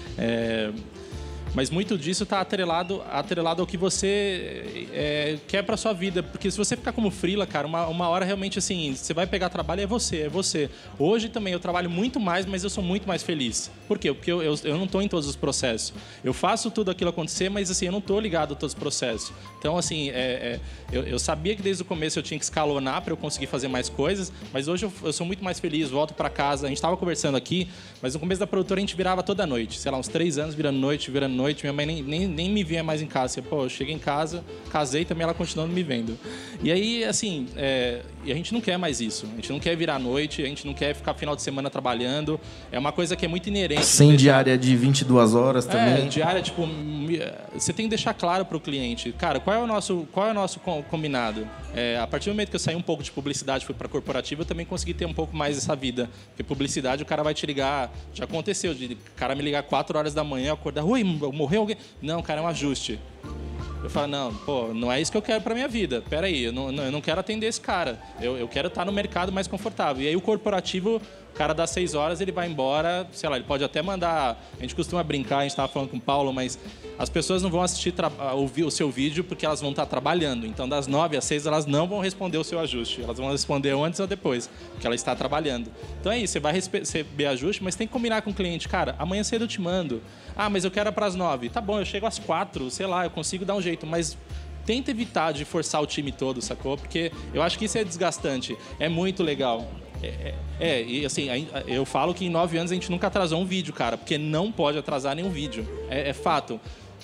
É, mas muito disso está atrelado, atrelado ao que você é, quer para sua vida. Porque se você ficar como freela, cara, uma, uma hora realmente assim, você vai pegar trabalho, é você, é você. Hoje também eu trabalho muito mais, mas eu sou muito mais feliz. Por quê? Porque eu, eu, eu não estou em todos os processos. Eu faço tudo aquilo acontecer, mas assim, eu não estou ligado a todos os processos. Então, assim, é, é, eu, eu sabia que desde o começo eu tinha que escalonar para eu conseguir fazer mais coisas, mas hoje eu, eu sou muito mais feliz, volto para casa. A gente estava conversando aqui, mas no começo da produtora a gente virava toda noite. Sei lá, uns três anos virando noite, virando noite. Minha mãe nem, nem, nem me via mais em casa. Pô, eu cheguei em casa, casei também, ela continuando me vendo. E aí, assim, é, e a gente não quer mais isso. A gente não quer virar noite, a gente não quer ficar final de semana trabalhando. É uma coisa que é muito inerente. Sem deixar... diária de vinte e duas horas também. É, diária, tipo, você tem que deixar claro para o cliente, cara, qual é o nosso, qual é o nosso combinado? É, a partir do momento que eu saí um pouco de publicidade, fui para corporativa, eu também consegui ter um pouco mais dessa vida. Porque publicidade, o cara vai te ligar, já aconteceu, de o cara me ligar quatro horas da manhã, acordar, oi, morreu alguém? Não, cara, é um ajuste. Eu falo, não, pô, não é isso que eu quero pra minha vida. Pera aí, eu não, eu não quero atender esse cara. Eu, eu quero estar no mercado mais confortável. E aí o corporativo, o cara dá seis horas, ele vai embora, sei lá, ele pode até mandar... A gente costuma brincar, a gente estava falando com o Paulo, mas as pessoas não vão assistir, ouvir o seu vídeo porque elas vão estar trabalhando. Então, das nove às seis, elas não vão responder o seu ajuste. Elas vão responder antes ou depois, porque ela está trabalhando. Então é isso, você vai receber ajuste, mas tem que combinar com o cliente. Cara, amanhã cedo eu te mando. Ah, mas eu quero para as nove. Tá bom, eu chego às quatro, sei lá, eu consigo dar um jeito, mas tenta evitar de forçar o time todo, sacou? Porque eu acho que isso é desgastante. É muito legal. É, é, é, e assim, eu falo que em nove anos a gente nunca atrasou um vídeo, cara, porque não pode atrasar nenhum vídeo. É, é fato.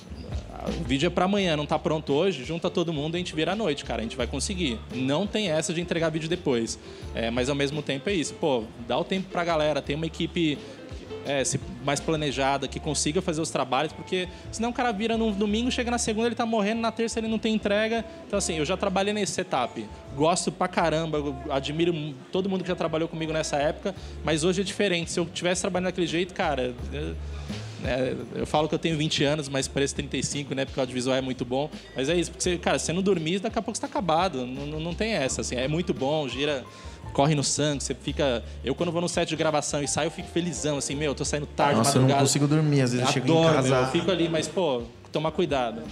O vídeo é para amanhã, não tá pronto hoje, junta todo mundo e a gente vira à noite, cara. A gente vai conseguir. Não tem essa de entregar vídeo depois. É, mas ao mesmo tempo é isso. Pô, dá o tempo pra galera, tem uma equipe... É, mais planejada, que consiga fazer os trabalhos, porque senão o cara vira no domingo, chega na segunda, ele tá morrendo, na terça ele não tem entrega. Então, assim, eu já trabalhei nesse setup. Gosto pra caramba, admiro todo mundo que já trabalhou comigo nessa época, mas hoje é diferente. Se eu tivesse trabalhando daquele jeito, cara... Eu, é, eu falo que eu tenho vinte anos, mas pareço trinta e cinco, né? Porque o audiovisual é muito bom. Mas é isso, porque, você, cara, se você não dormir, daqui a pouco você tá acabado. Não, não, não tem essa, assim. É muito bom, gira... Corre no sangue, você fica... Eu, quando vou no set de gravação e saio, eu fico felizão, assim, meu, eu tô saindo tarde, Nossa, madrugada. eu não consigo dormir, às vezes eu chego em casa... Meu, eu fico ali, mas, pô, tomar cuidado.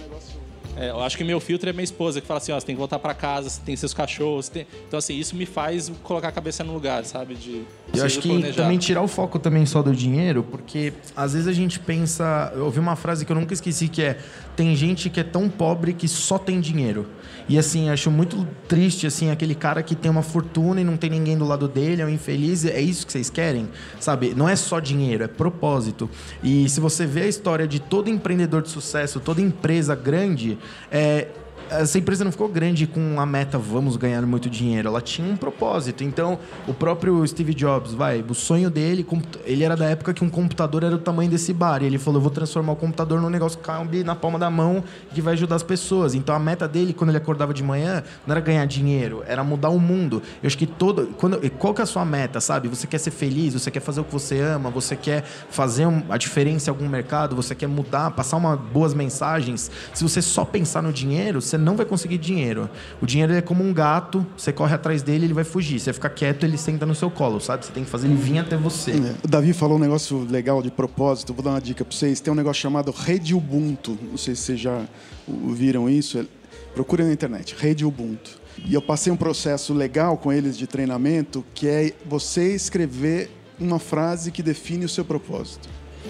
É, eu acho que meu filtro é minha esposa, que fala assim, ó, você tem que voltar pra casa, você tem seus cachorros, tem... Então, assim, isso me faz colocar a cabeça no lugar, sabe? De eu acho que planejar. Também tirar o foco também só do dinheiro, porque às vezes a gente pensa... Eu ouvi uma frase que eu nunca esqueci, que é: tem gente que é tão pobre que só tem dinheiro. E, assim, acho muito triste, assim, aquele cara que tem uma fortuna e não tem ninguém do lado dele, é um infeliz. É isso que vocês querem? Sabe? Não é só dinheiro, é propósito. E se você vê a história de todo empreendedor de sucesso, toda empresa grande, é... essa empresa não ficou grande com a meta vamos ganhar muito dinheiro, ela tinha um propósito. Então, o próprio Steve Jobs, vai, o sonho dele, ele era da época que um computador era do tamanho desse bar, e ele falou, eu vou transformar o computador num negócio que cabe na palma da mão, que vai ajudar as pessoas. Então, a meta dele, quando ele acordava de manhã, não era ganhar dinheiro, era mudar o mundo. Eu acho que todo... Quando, qual que é a sua meta, sabe? Você quer ser feliz, você quer fazer o que você ama, você quer fazer a diferença em algum mercado, você quer mudar, passar uma, boas mensagens. Se você só pensar no dinheiro, você não vai conseguir dinheiro. O dinheiro é como um gato, você corre atrás dele, ele vai fugir. Você fica quieto, ele senta no seu colo, sabe? Você tem que fazer ele vir até você. É. O Davi falou um negócio legal de propósito, vou dar uma dica para vocês. Tem um negócio chamado Rede Ubuntu. Não sei se vocês já viram isso. Procurem na internet, Rede Ubuntu. E eu passei um processo legal com eles de treinamento, que é você escrever uma frase que define o seu propósito.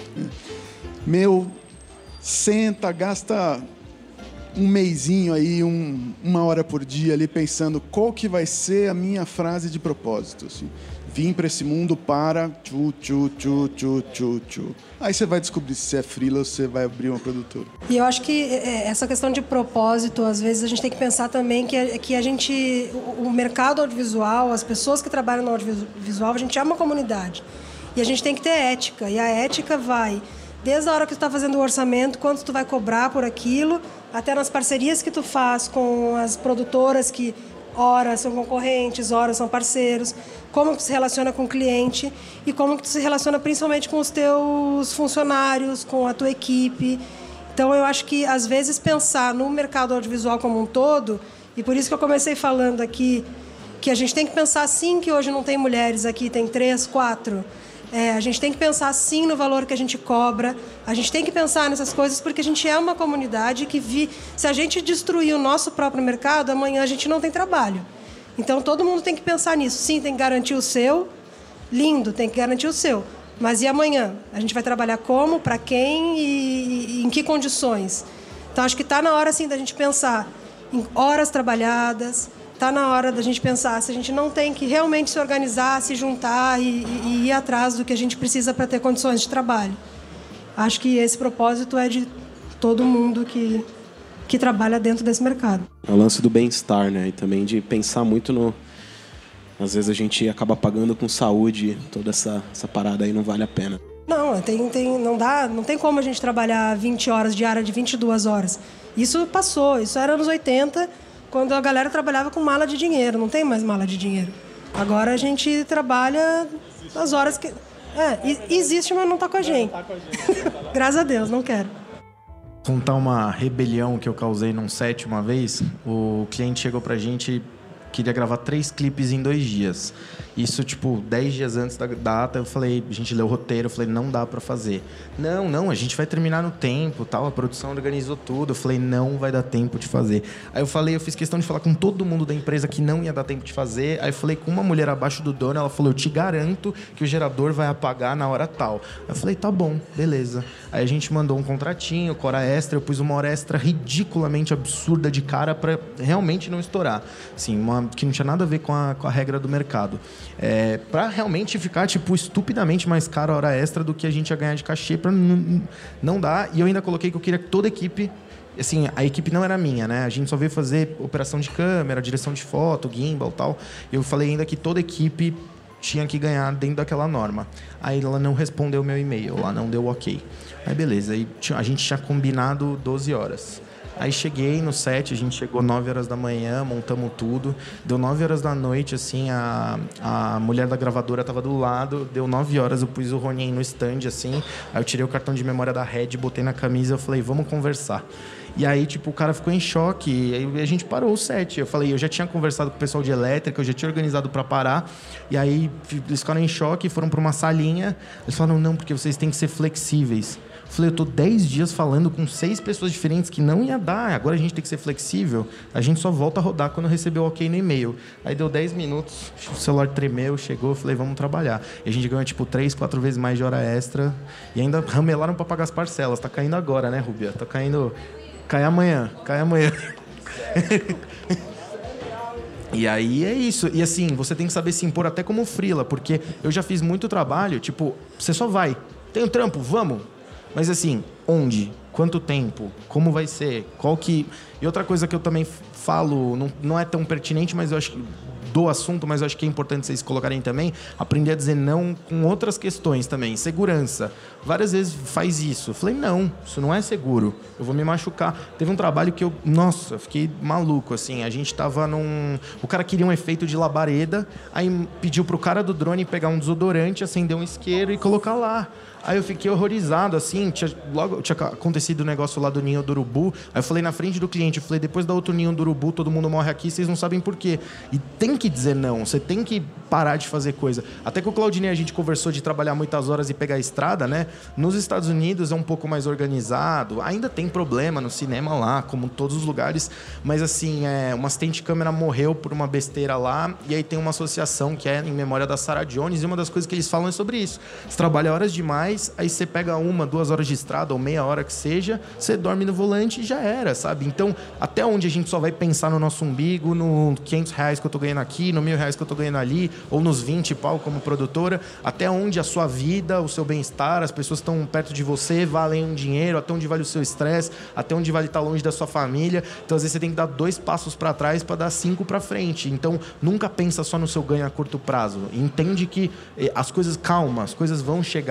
Meu, senta, gasta um mesinho aí, um, uma hora por dia ali, pensando qual que vai ser a minha frase de propósito. Assim. Vim para esse mundo para... Tchu, tchu, tchu, tchu, tchu, tchu. Aí você vai descobrir se você é freela ou se você vai abrir uma produtora. E eu acho que essa questão de propósito, às vezes a gente tem que pensar também que a, que a gente... O mercado audiovisual, as pessoas que trabalham no audiovisual, a gente é uma comunidade. E a gente tem que ter ética. E a ética vai... Desde a hora que tu está fazendo o orçamento, quanto tu vai cobrar por aquilo, até nas parcerias que tu faz com as produtoras que horas são concorrentes, horas são parceiros, como que se relaciona com o cliente e como que se relaciona principalmente com os teus funcionários, com a tua equipe. Então, eu acho que, às vezes, pensar no mercado audiovisual como um todo, e por isso que eu comecei falando aqui, que a gente tem que pensar, sim, que hoje não tem mulheres aqui, tem três, quatro. É, a gente tem que pensar, sim, no valor que a gente cobra. A gente tem que pensar nessas coisas porque a gente é uma comunidade que, vi, se a gente destruir o nosso próprio mercado, amanhã a gente não tem trabalho. Então, todo mundo tem que pensar nisso. Sim, tem que garantir o seu. Lindo, tem que garantir o seu. Mas e amanhã? A gente vai trabalhar como, para quem e, e em que condições? Então, acho que está na hora, sim, da gente pensar em horas trabalhadas. Está na hora da gente pensar se a gente não tem que realmente se organizar, se juntar e, e, e ir atrás do que a gente precisa para ter condições de trabalho. Acho que esse propósito é de todo mundo que, que trabalha dentro desse mercado. É o lance do bem-estar, né? E também de pensar muito no... Às vezes a gente acaba pagando com saúde, toda essa, essa parada aí não vale a pena. Não, tem, tem, não, dá, não tem como a gente trabalhar vinte horas diária de vinte e duas horas. Isso passou, isso era anos oitenta... quando a galera trabalhava com mala de dinheiro. Não tem mais mala de dinheiro. Agora a gente trabalha as horas que... É, existe, mas não está com a gente. Graças a Deus, não quero. Contar uma rebelião que eu causei num set uma vez. O cliente chegou pra gente, queria gravar três clipes em dois dias. Isso, tipo, dez dias antes da data, eu falei, a gente leu o roteiro, eu falei, não dá pra fazer. Não, não, a gente vai terminar no tempo, tal, a produção organizou tudo. Eu falei, não vai dar tempo de fazer. Aí eu falei, eu fiz questão de falar com todo mundo da empresa que não ia dar tempo de fazer. Aí eu falei com uma mulher abaixo do dono, ela falou, eu te garanto que o gerador vai apagar na hora tal. Aí eu falei, tá bom, beleza. Aí a gente mandou um contratinho, com hora extra, eu pus uma hora extra ridiculamente absurda de cara pra realmente não estourar. Assim, uma, que não tinha nada a ver com a, com a regra do mercado. É, para realmente ficar, tipo, estupidamente mais caro a hora extra do que a gente ia ganhar de cachê, para não, não dar. E eu ainda coloquei que eu queria que toda a equipe... Assim, a equipe não era minha, né? A gente só veio fazer operação de câmera, direção de foto, gimbal e tal. Eu falei ainda que toda a equipe tinha que ganhar dentro daquela norma. Aí ela não respondeu o meu e-mail, ela não deu ok. Aí beleza, aí a gente tinha combinado doze horas. Aí cheguei no set, a gente chegou nove horas da manhã, montamos tudo. Deu nove horas da noite, assim, a, a mulher da gravadora estava do lado. Deu nove horas, eu pus o Ronin no stand, assim. Aí eu tirei o cartão de memória da Red, botei na camisa, eu falei, vamos conversar. E aí, tipo, o cara ficou em choque. E aí a gente parou o set. Eu falei, eu já tinha conversado com o pessoal de elétrica, eu já tinha organizado para parar. E aí eles ficaram em choque, foram para uma salinha. Eles falaram, não, porque vocês têm que ser flexíveis. Eu falei, eu tô dez dias falando com seis pessoas diferentes que não ia dar. Agora a gente tem que ser flexível. A gente só volta a rodar quando recebeu o ok no e-mail. Aí deu dez minutos, o celular tremeu, chegou, eu falei, vamos trabalhar. E a gente ganhou, tipo, três, quatro vezes mais de hora extra. E ainda ramelaram para pagar as parcelas. Tá caindo agora, né, Rubia? Tá caindo... Cai amanhã, cai amanhã. E aí é isso. E assim, você tem que saber se impor até como freela, porque eu já fiz muito trabalho, tipo, você só vai. Tem um trampo, vamos. Mas assim, onde? Quanto tempo? Como vai ser? Qual que... E outra coisa que eu também falo, não, não é tão pertinente, mas eu acho que... do assunto, mas eu acho que é importante vocês colocarem também, aprender a dizer não com outras questões também. Segurança. Várias vezes faz isso. Eu falei, não, isso não é seguro. Eu vou me machucar. Teve um trabalho que eu... Nossa, eu fiquei maluco, assim. A gente tava num... O cara queria um efeito de labareda, aí pediu pro cara do drone pegar um desodorante, acender um isqueiro e colocar lá. Aí eu fiquei horrorizado, assim, tinha, logo tinha acontecido o negócio lá do ninho do urubu. Aí eu falei na frente do cliente, eu falei, depois da outro ninho do urubu, todo mundo morre aqui, vocês não sabem por quê. E tem que dizer não, você tem que parar de fazer coisa. Até que o Claudinei, a gente conversou de trabalhar muitas horas e pegar a estrada, né? Nos Estados Unidos é um pouco mais organizado, ainda tem problema no cinema lá, como em todos os lugares, mas assim, é, uma assistente de câmera morreu por uma besteira lá, e aí tem uma associação que é em memória da Sarah Jones, e uma das coisas que eles falam é sobre isso. Você trabalha horas demais, aí você pega uma, duas horas de estrada, ou meia hora que seja, você dorme no volante e já era, sabe? Então, até onde a gente só vai pensar no nosso umbigo, no quinhentos reais que eu tô ganhando aqui, no mil reais que eu tô ganhando ali, ou nos vinte pau como produtora, até onde a sua vida, o seu bem-estar, as pessoas que estão perto de você valem um dinheiro, até onde vale o seu estresse, até onde vale estar longe da sua família. Então, às vezes, você tem que dar dois passos para trás para dar cinco para frente. Então, nunca pensa só no seu ganho a curto prazo. Entende que as coisas, calma, as coisas vão chegar, as coisas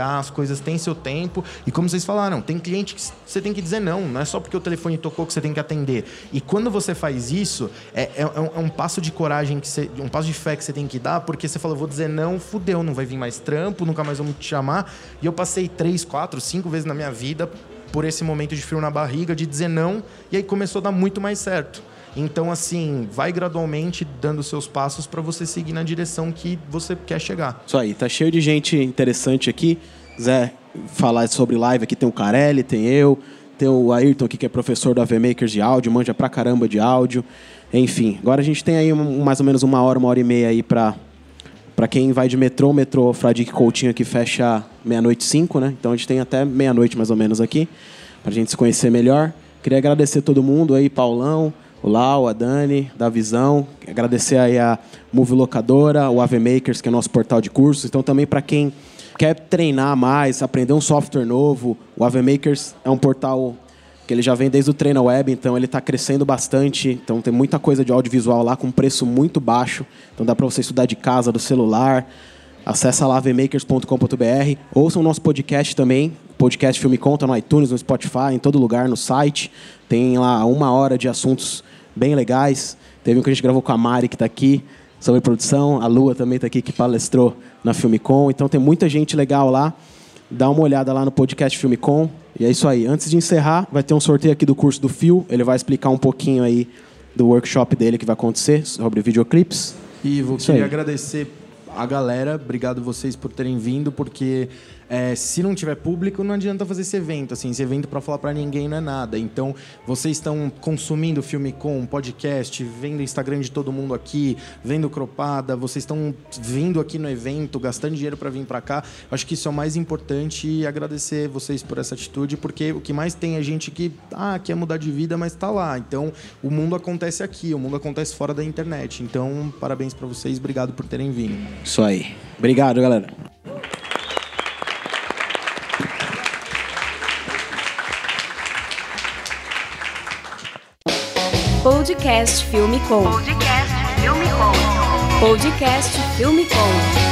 coisas têm seu tempo. E como vocês falaram, tem cliente que você tem que dizer não. Não é só porque o telefone tocou que você tem que atender. E quando você faz isso, é, é, é, um, é um passo de coragem, que você, um passo de fé que você tem que dar, porque você fala, vou dizer não, fudeu, não vai vir mais trampo, nunca mais vamos te chamar. E eu passei três, quatro, cinco vezes na minha vida por esse momento de frio na barriga, de dizer não, e aí começou a dar muito mais certo. Então, assim, vai gradualmente dando seus passos para você seguir na direção que você quer chegar. Isso aí, tá cheio de gente interessante aqui. Quiser falar sobre live, aqui tem o Carelli, tem eu, tem o Ayrton aqui, que é professor do A V Makers de áudio, manja pra caramba de áudio. Enfim, agora a gente tem aí um, mais ou menos uma hora, uma hora e meia aí para para quem vai de metrô, metrô Fradique Coutinho aqui fecha meia-noite e cinco, né? Então a gente tem até meia-noite mais ou menos aqui, pra gente se conhecer melhor. Queria agradecer todo mundo aí, Paulão, o Lau, a Dani, da Visão. Agradecer aí a Move Locadora, o A V Makers, que é nosso portal de cursos. Então, também para quem quer treinar mais, aprender um software novo, o A V Makers é um portal que ele já vem desde o Treina Web, então ele está crescendo bastante. Então, tem muita coisa de audiovisual lá com preço muito baixo. Então, dá para você estudar de casa, do celular. Acesse lá a v makers ponto com ponto b r. Ouçam o nosso podcast também. Podcast Filme Conta no iTunes, no Spotify, em todo lugar, no site. Tem lá uma hora de assuntos bem legais. Teve um que a gente gravou com a Mari, que está aqui, sobre produção. A Lua também está aqui, que palestrou na Filmicom. Então tem muita gente legal lá. Dá uma olhada lá no podcast Filmicom. E é isso aí. Antes de encerrar, vai ter um sorteio aqui do curso do Phil. Ele vai explicar um pouquinho aí do workshop dele que vai acontecer sobre videoclipes. Ivo, queria agradecer a galera. Obrigado vocês por terem vindo, porque... É, se não tiver público, não adianta fazer esse evento. Assim, esse evento para falar para ninguém não é nada. Então, vocês estão consumindo filme com podcast, vendo o Instagram de todo mundo aqui, vendo Cropada, vocês estão vindo aqui no evento, gastando dinheiro para vir para cá. Acho que isso é o mais importante, e agradecer vocês por essa atitude, porque o que mais tem é gente que ah, quer mudar de vida, mas está lá. Então, o mundo acontece aqui, o mundo acontece fora da internet. Então, parabéns para vocês, obrigado por terem vindo. Isso aí. Obrigado, galera. Podcast Filme Com. Podcast Filme Com. Podcast Filme Com.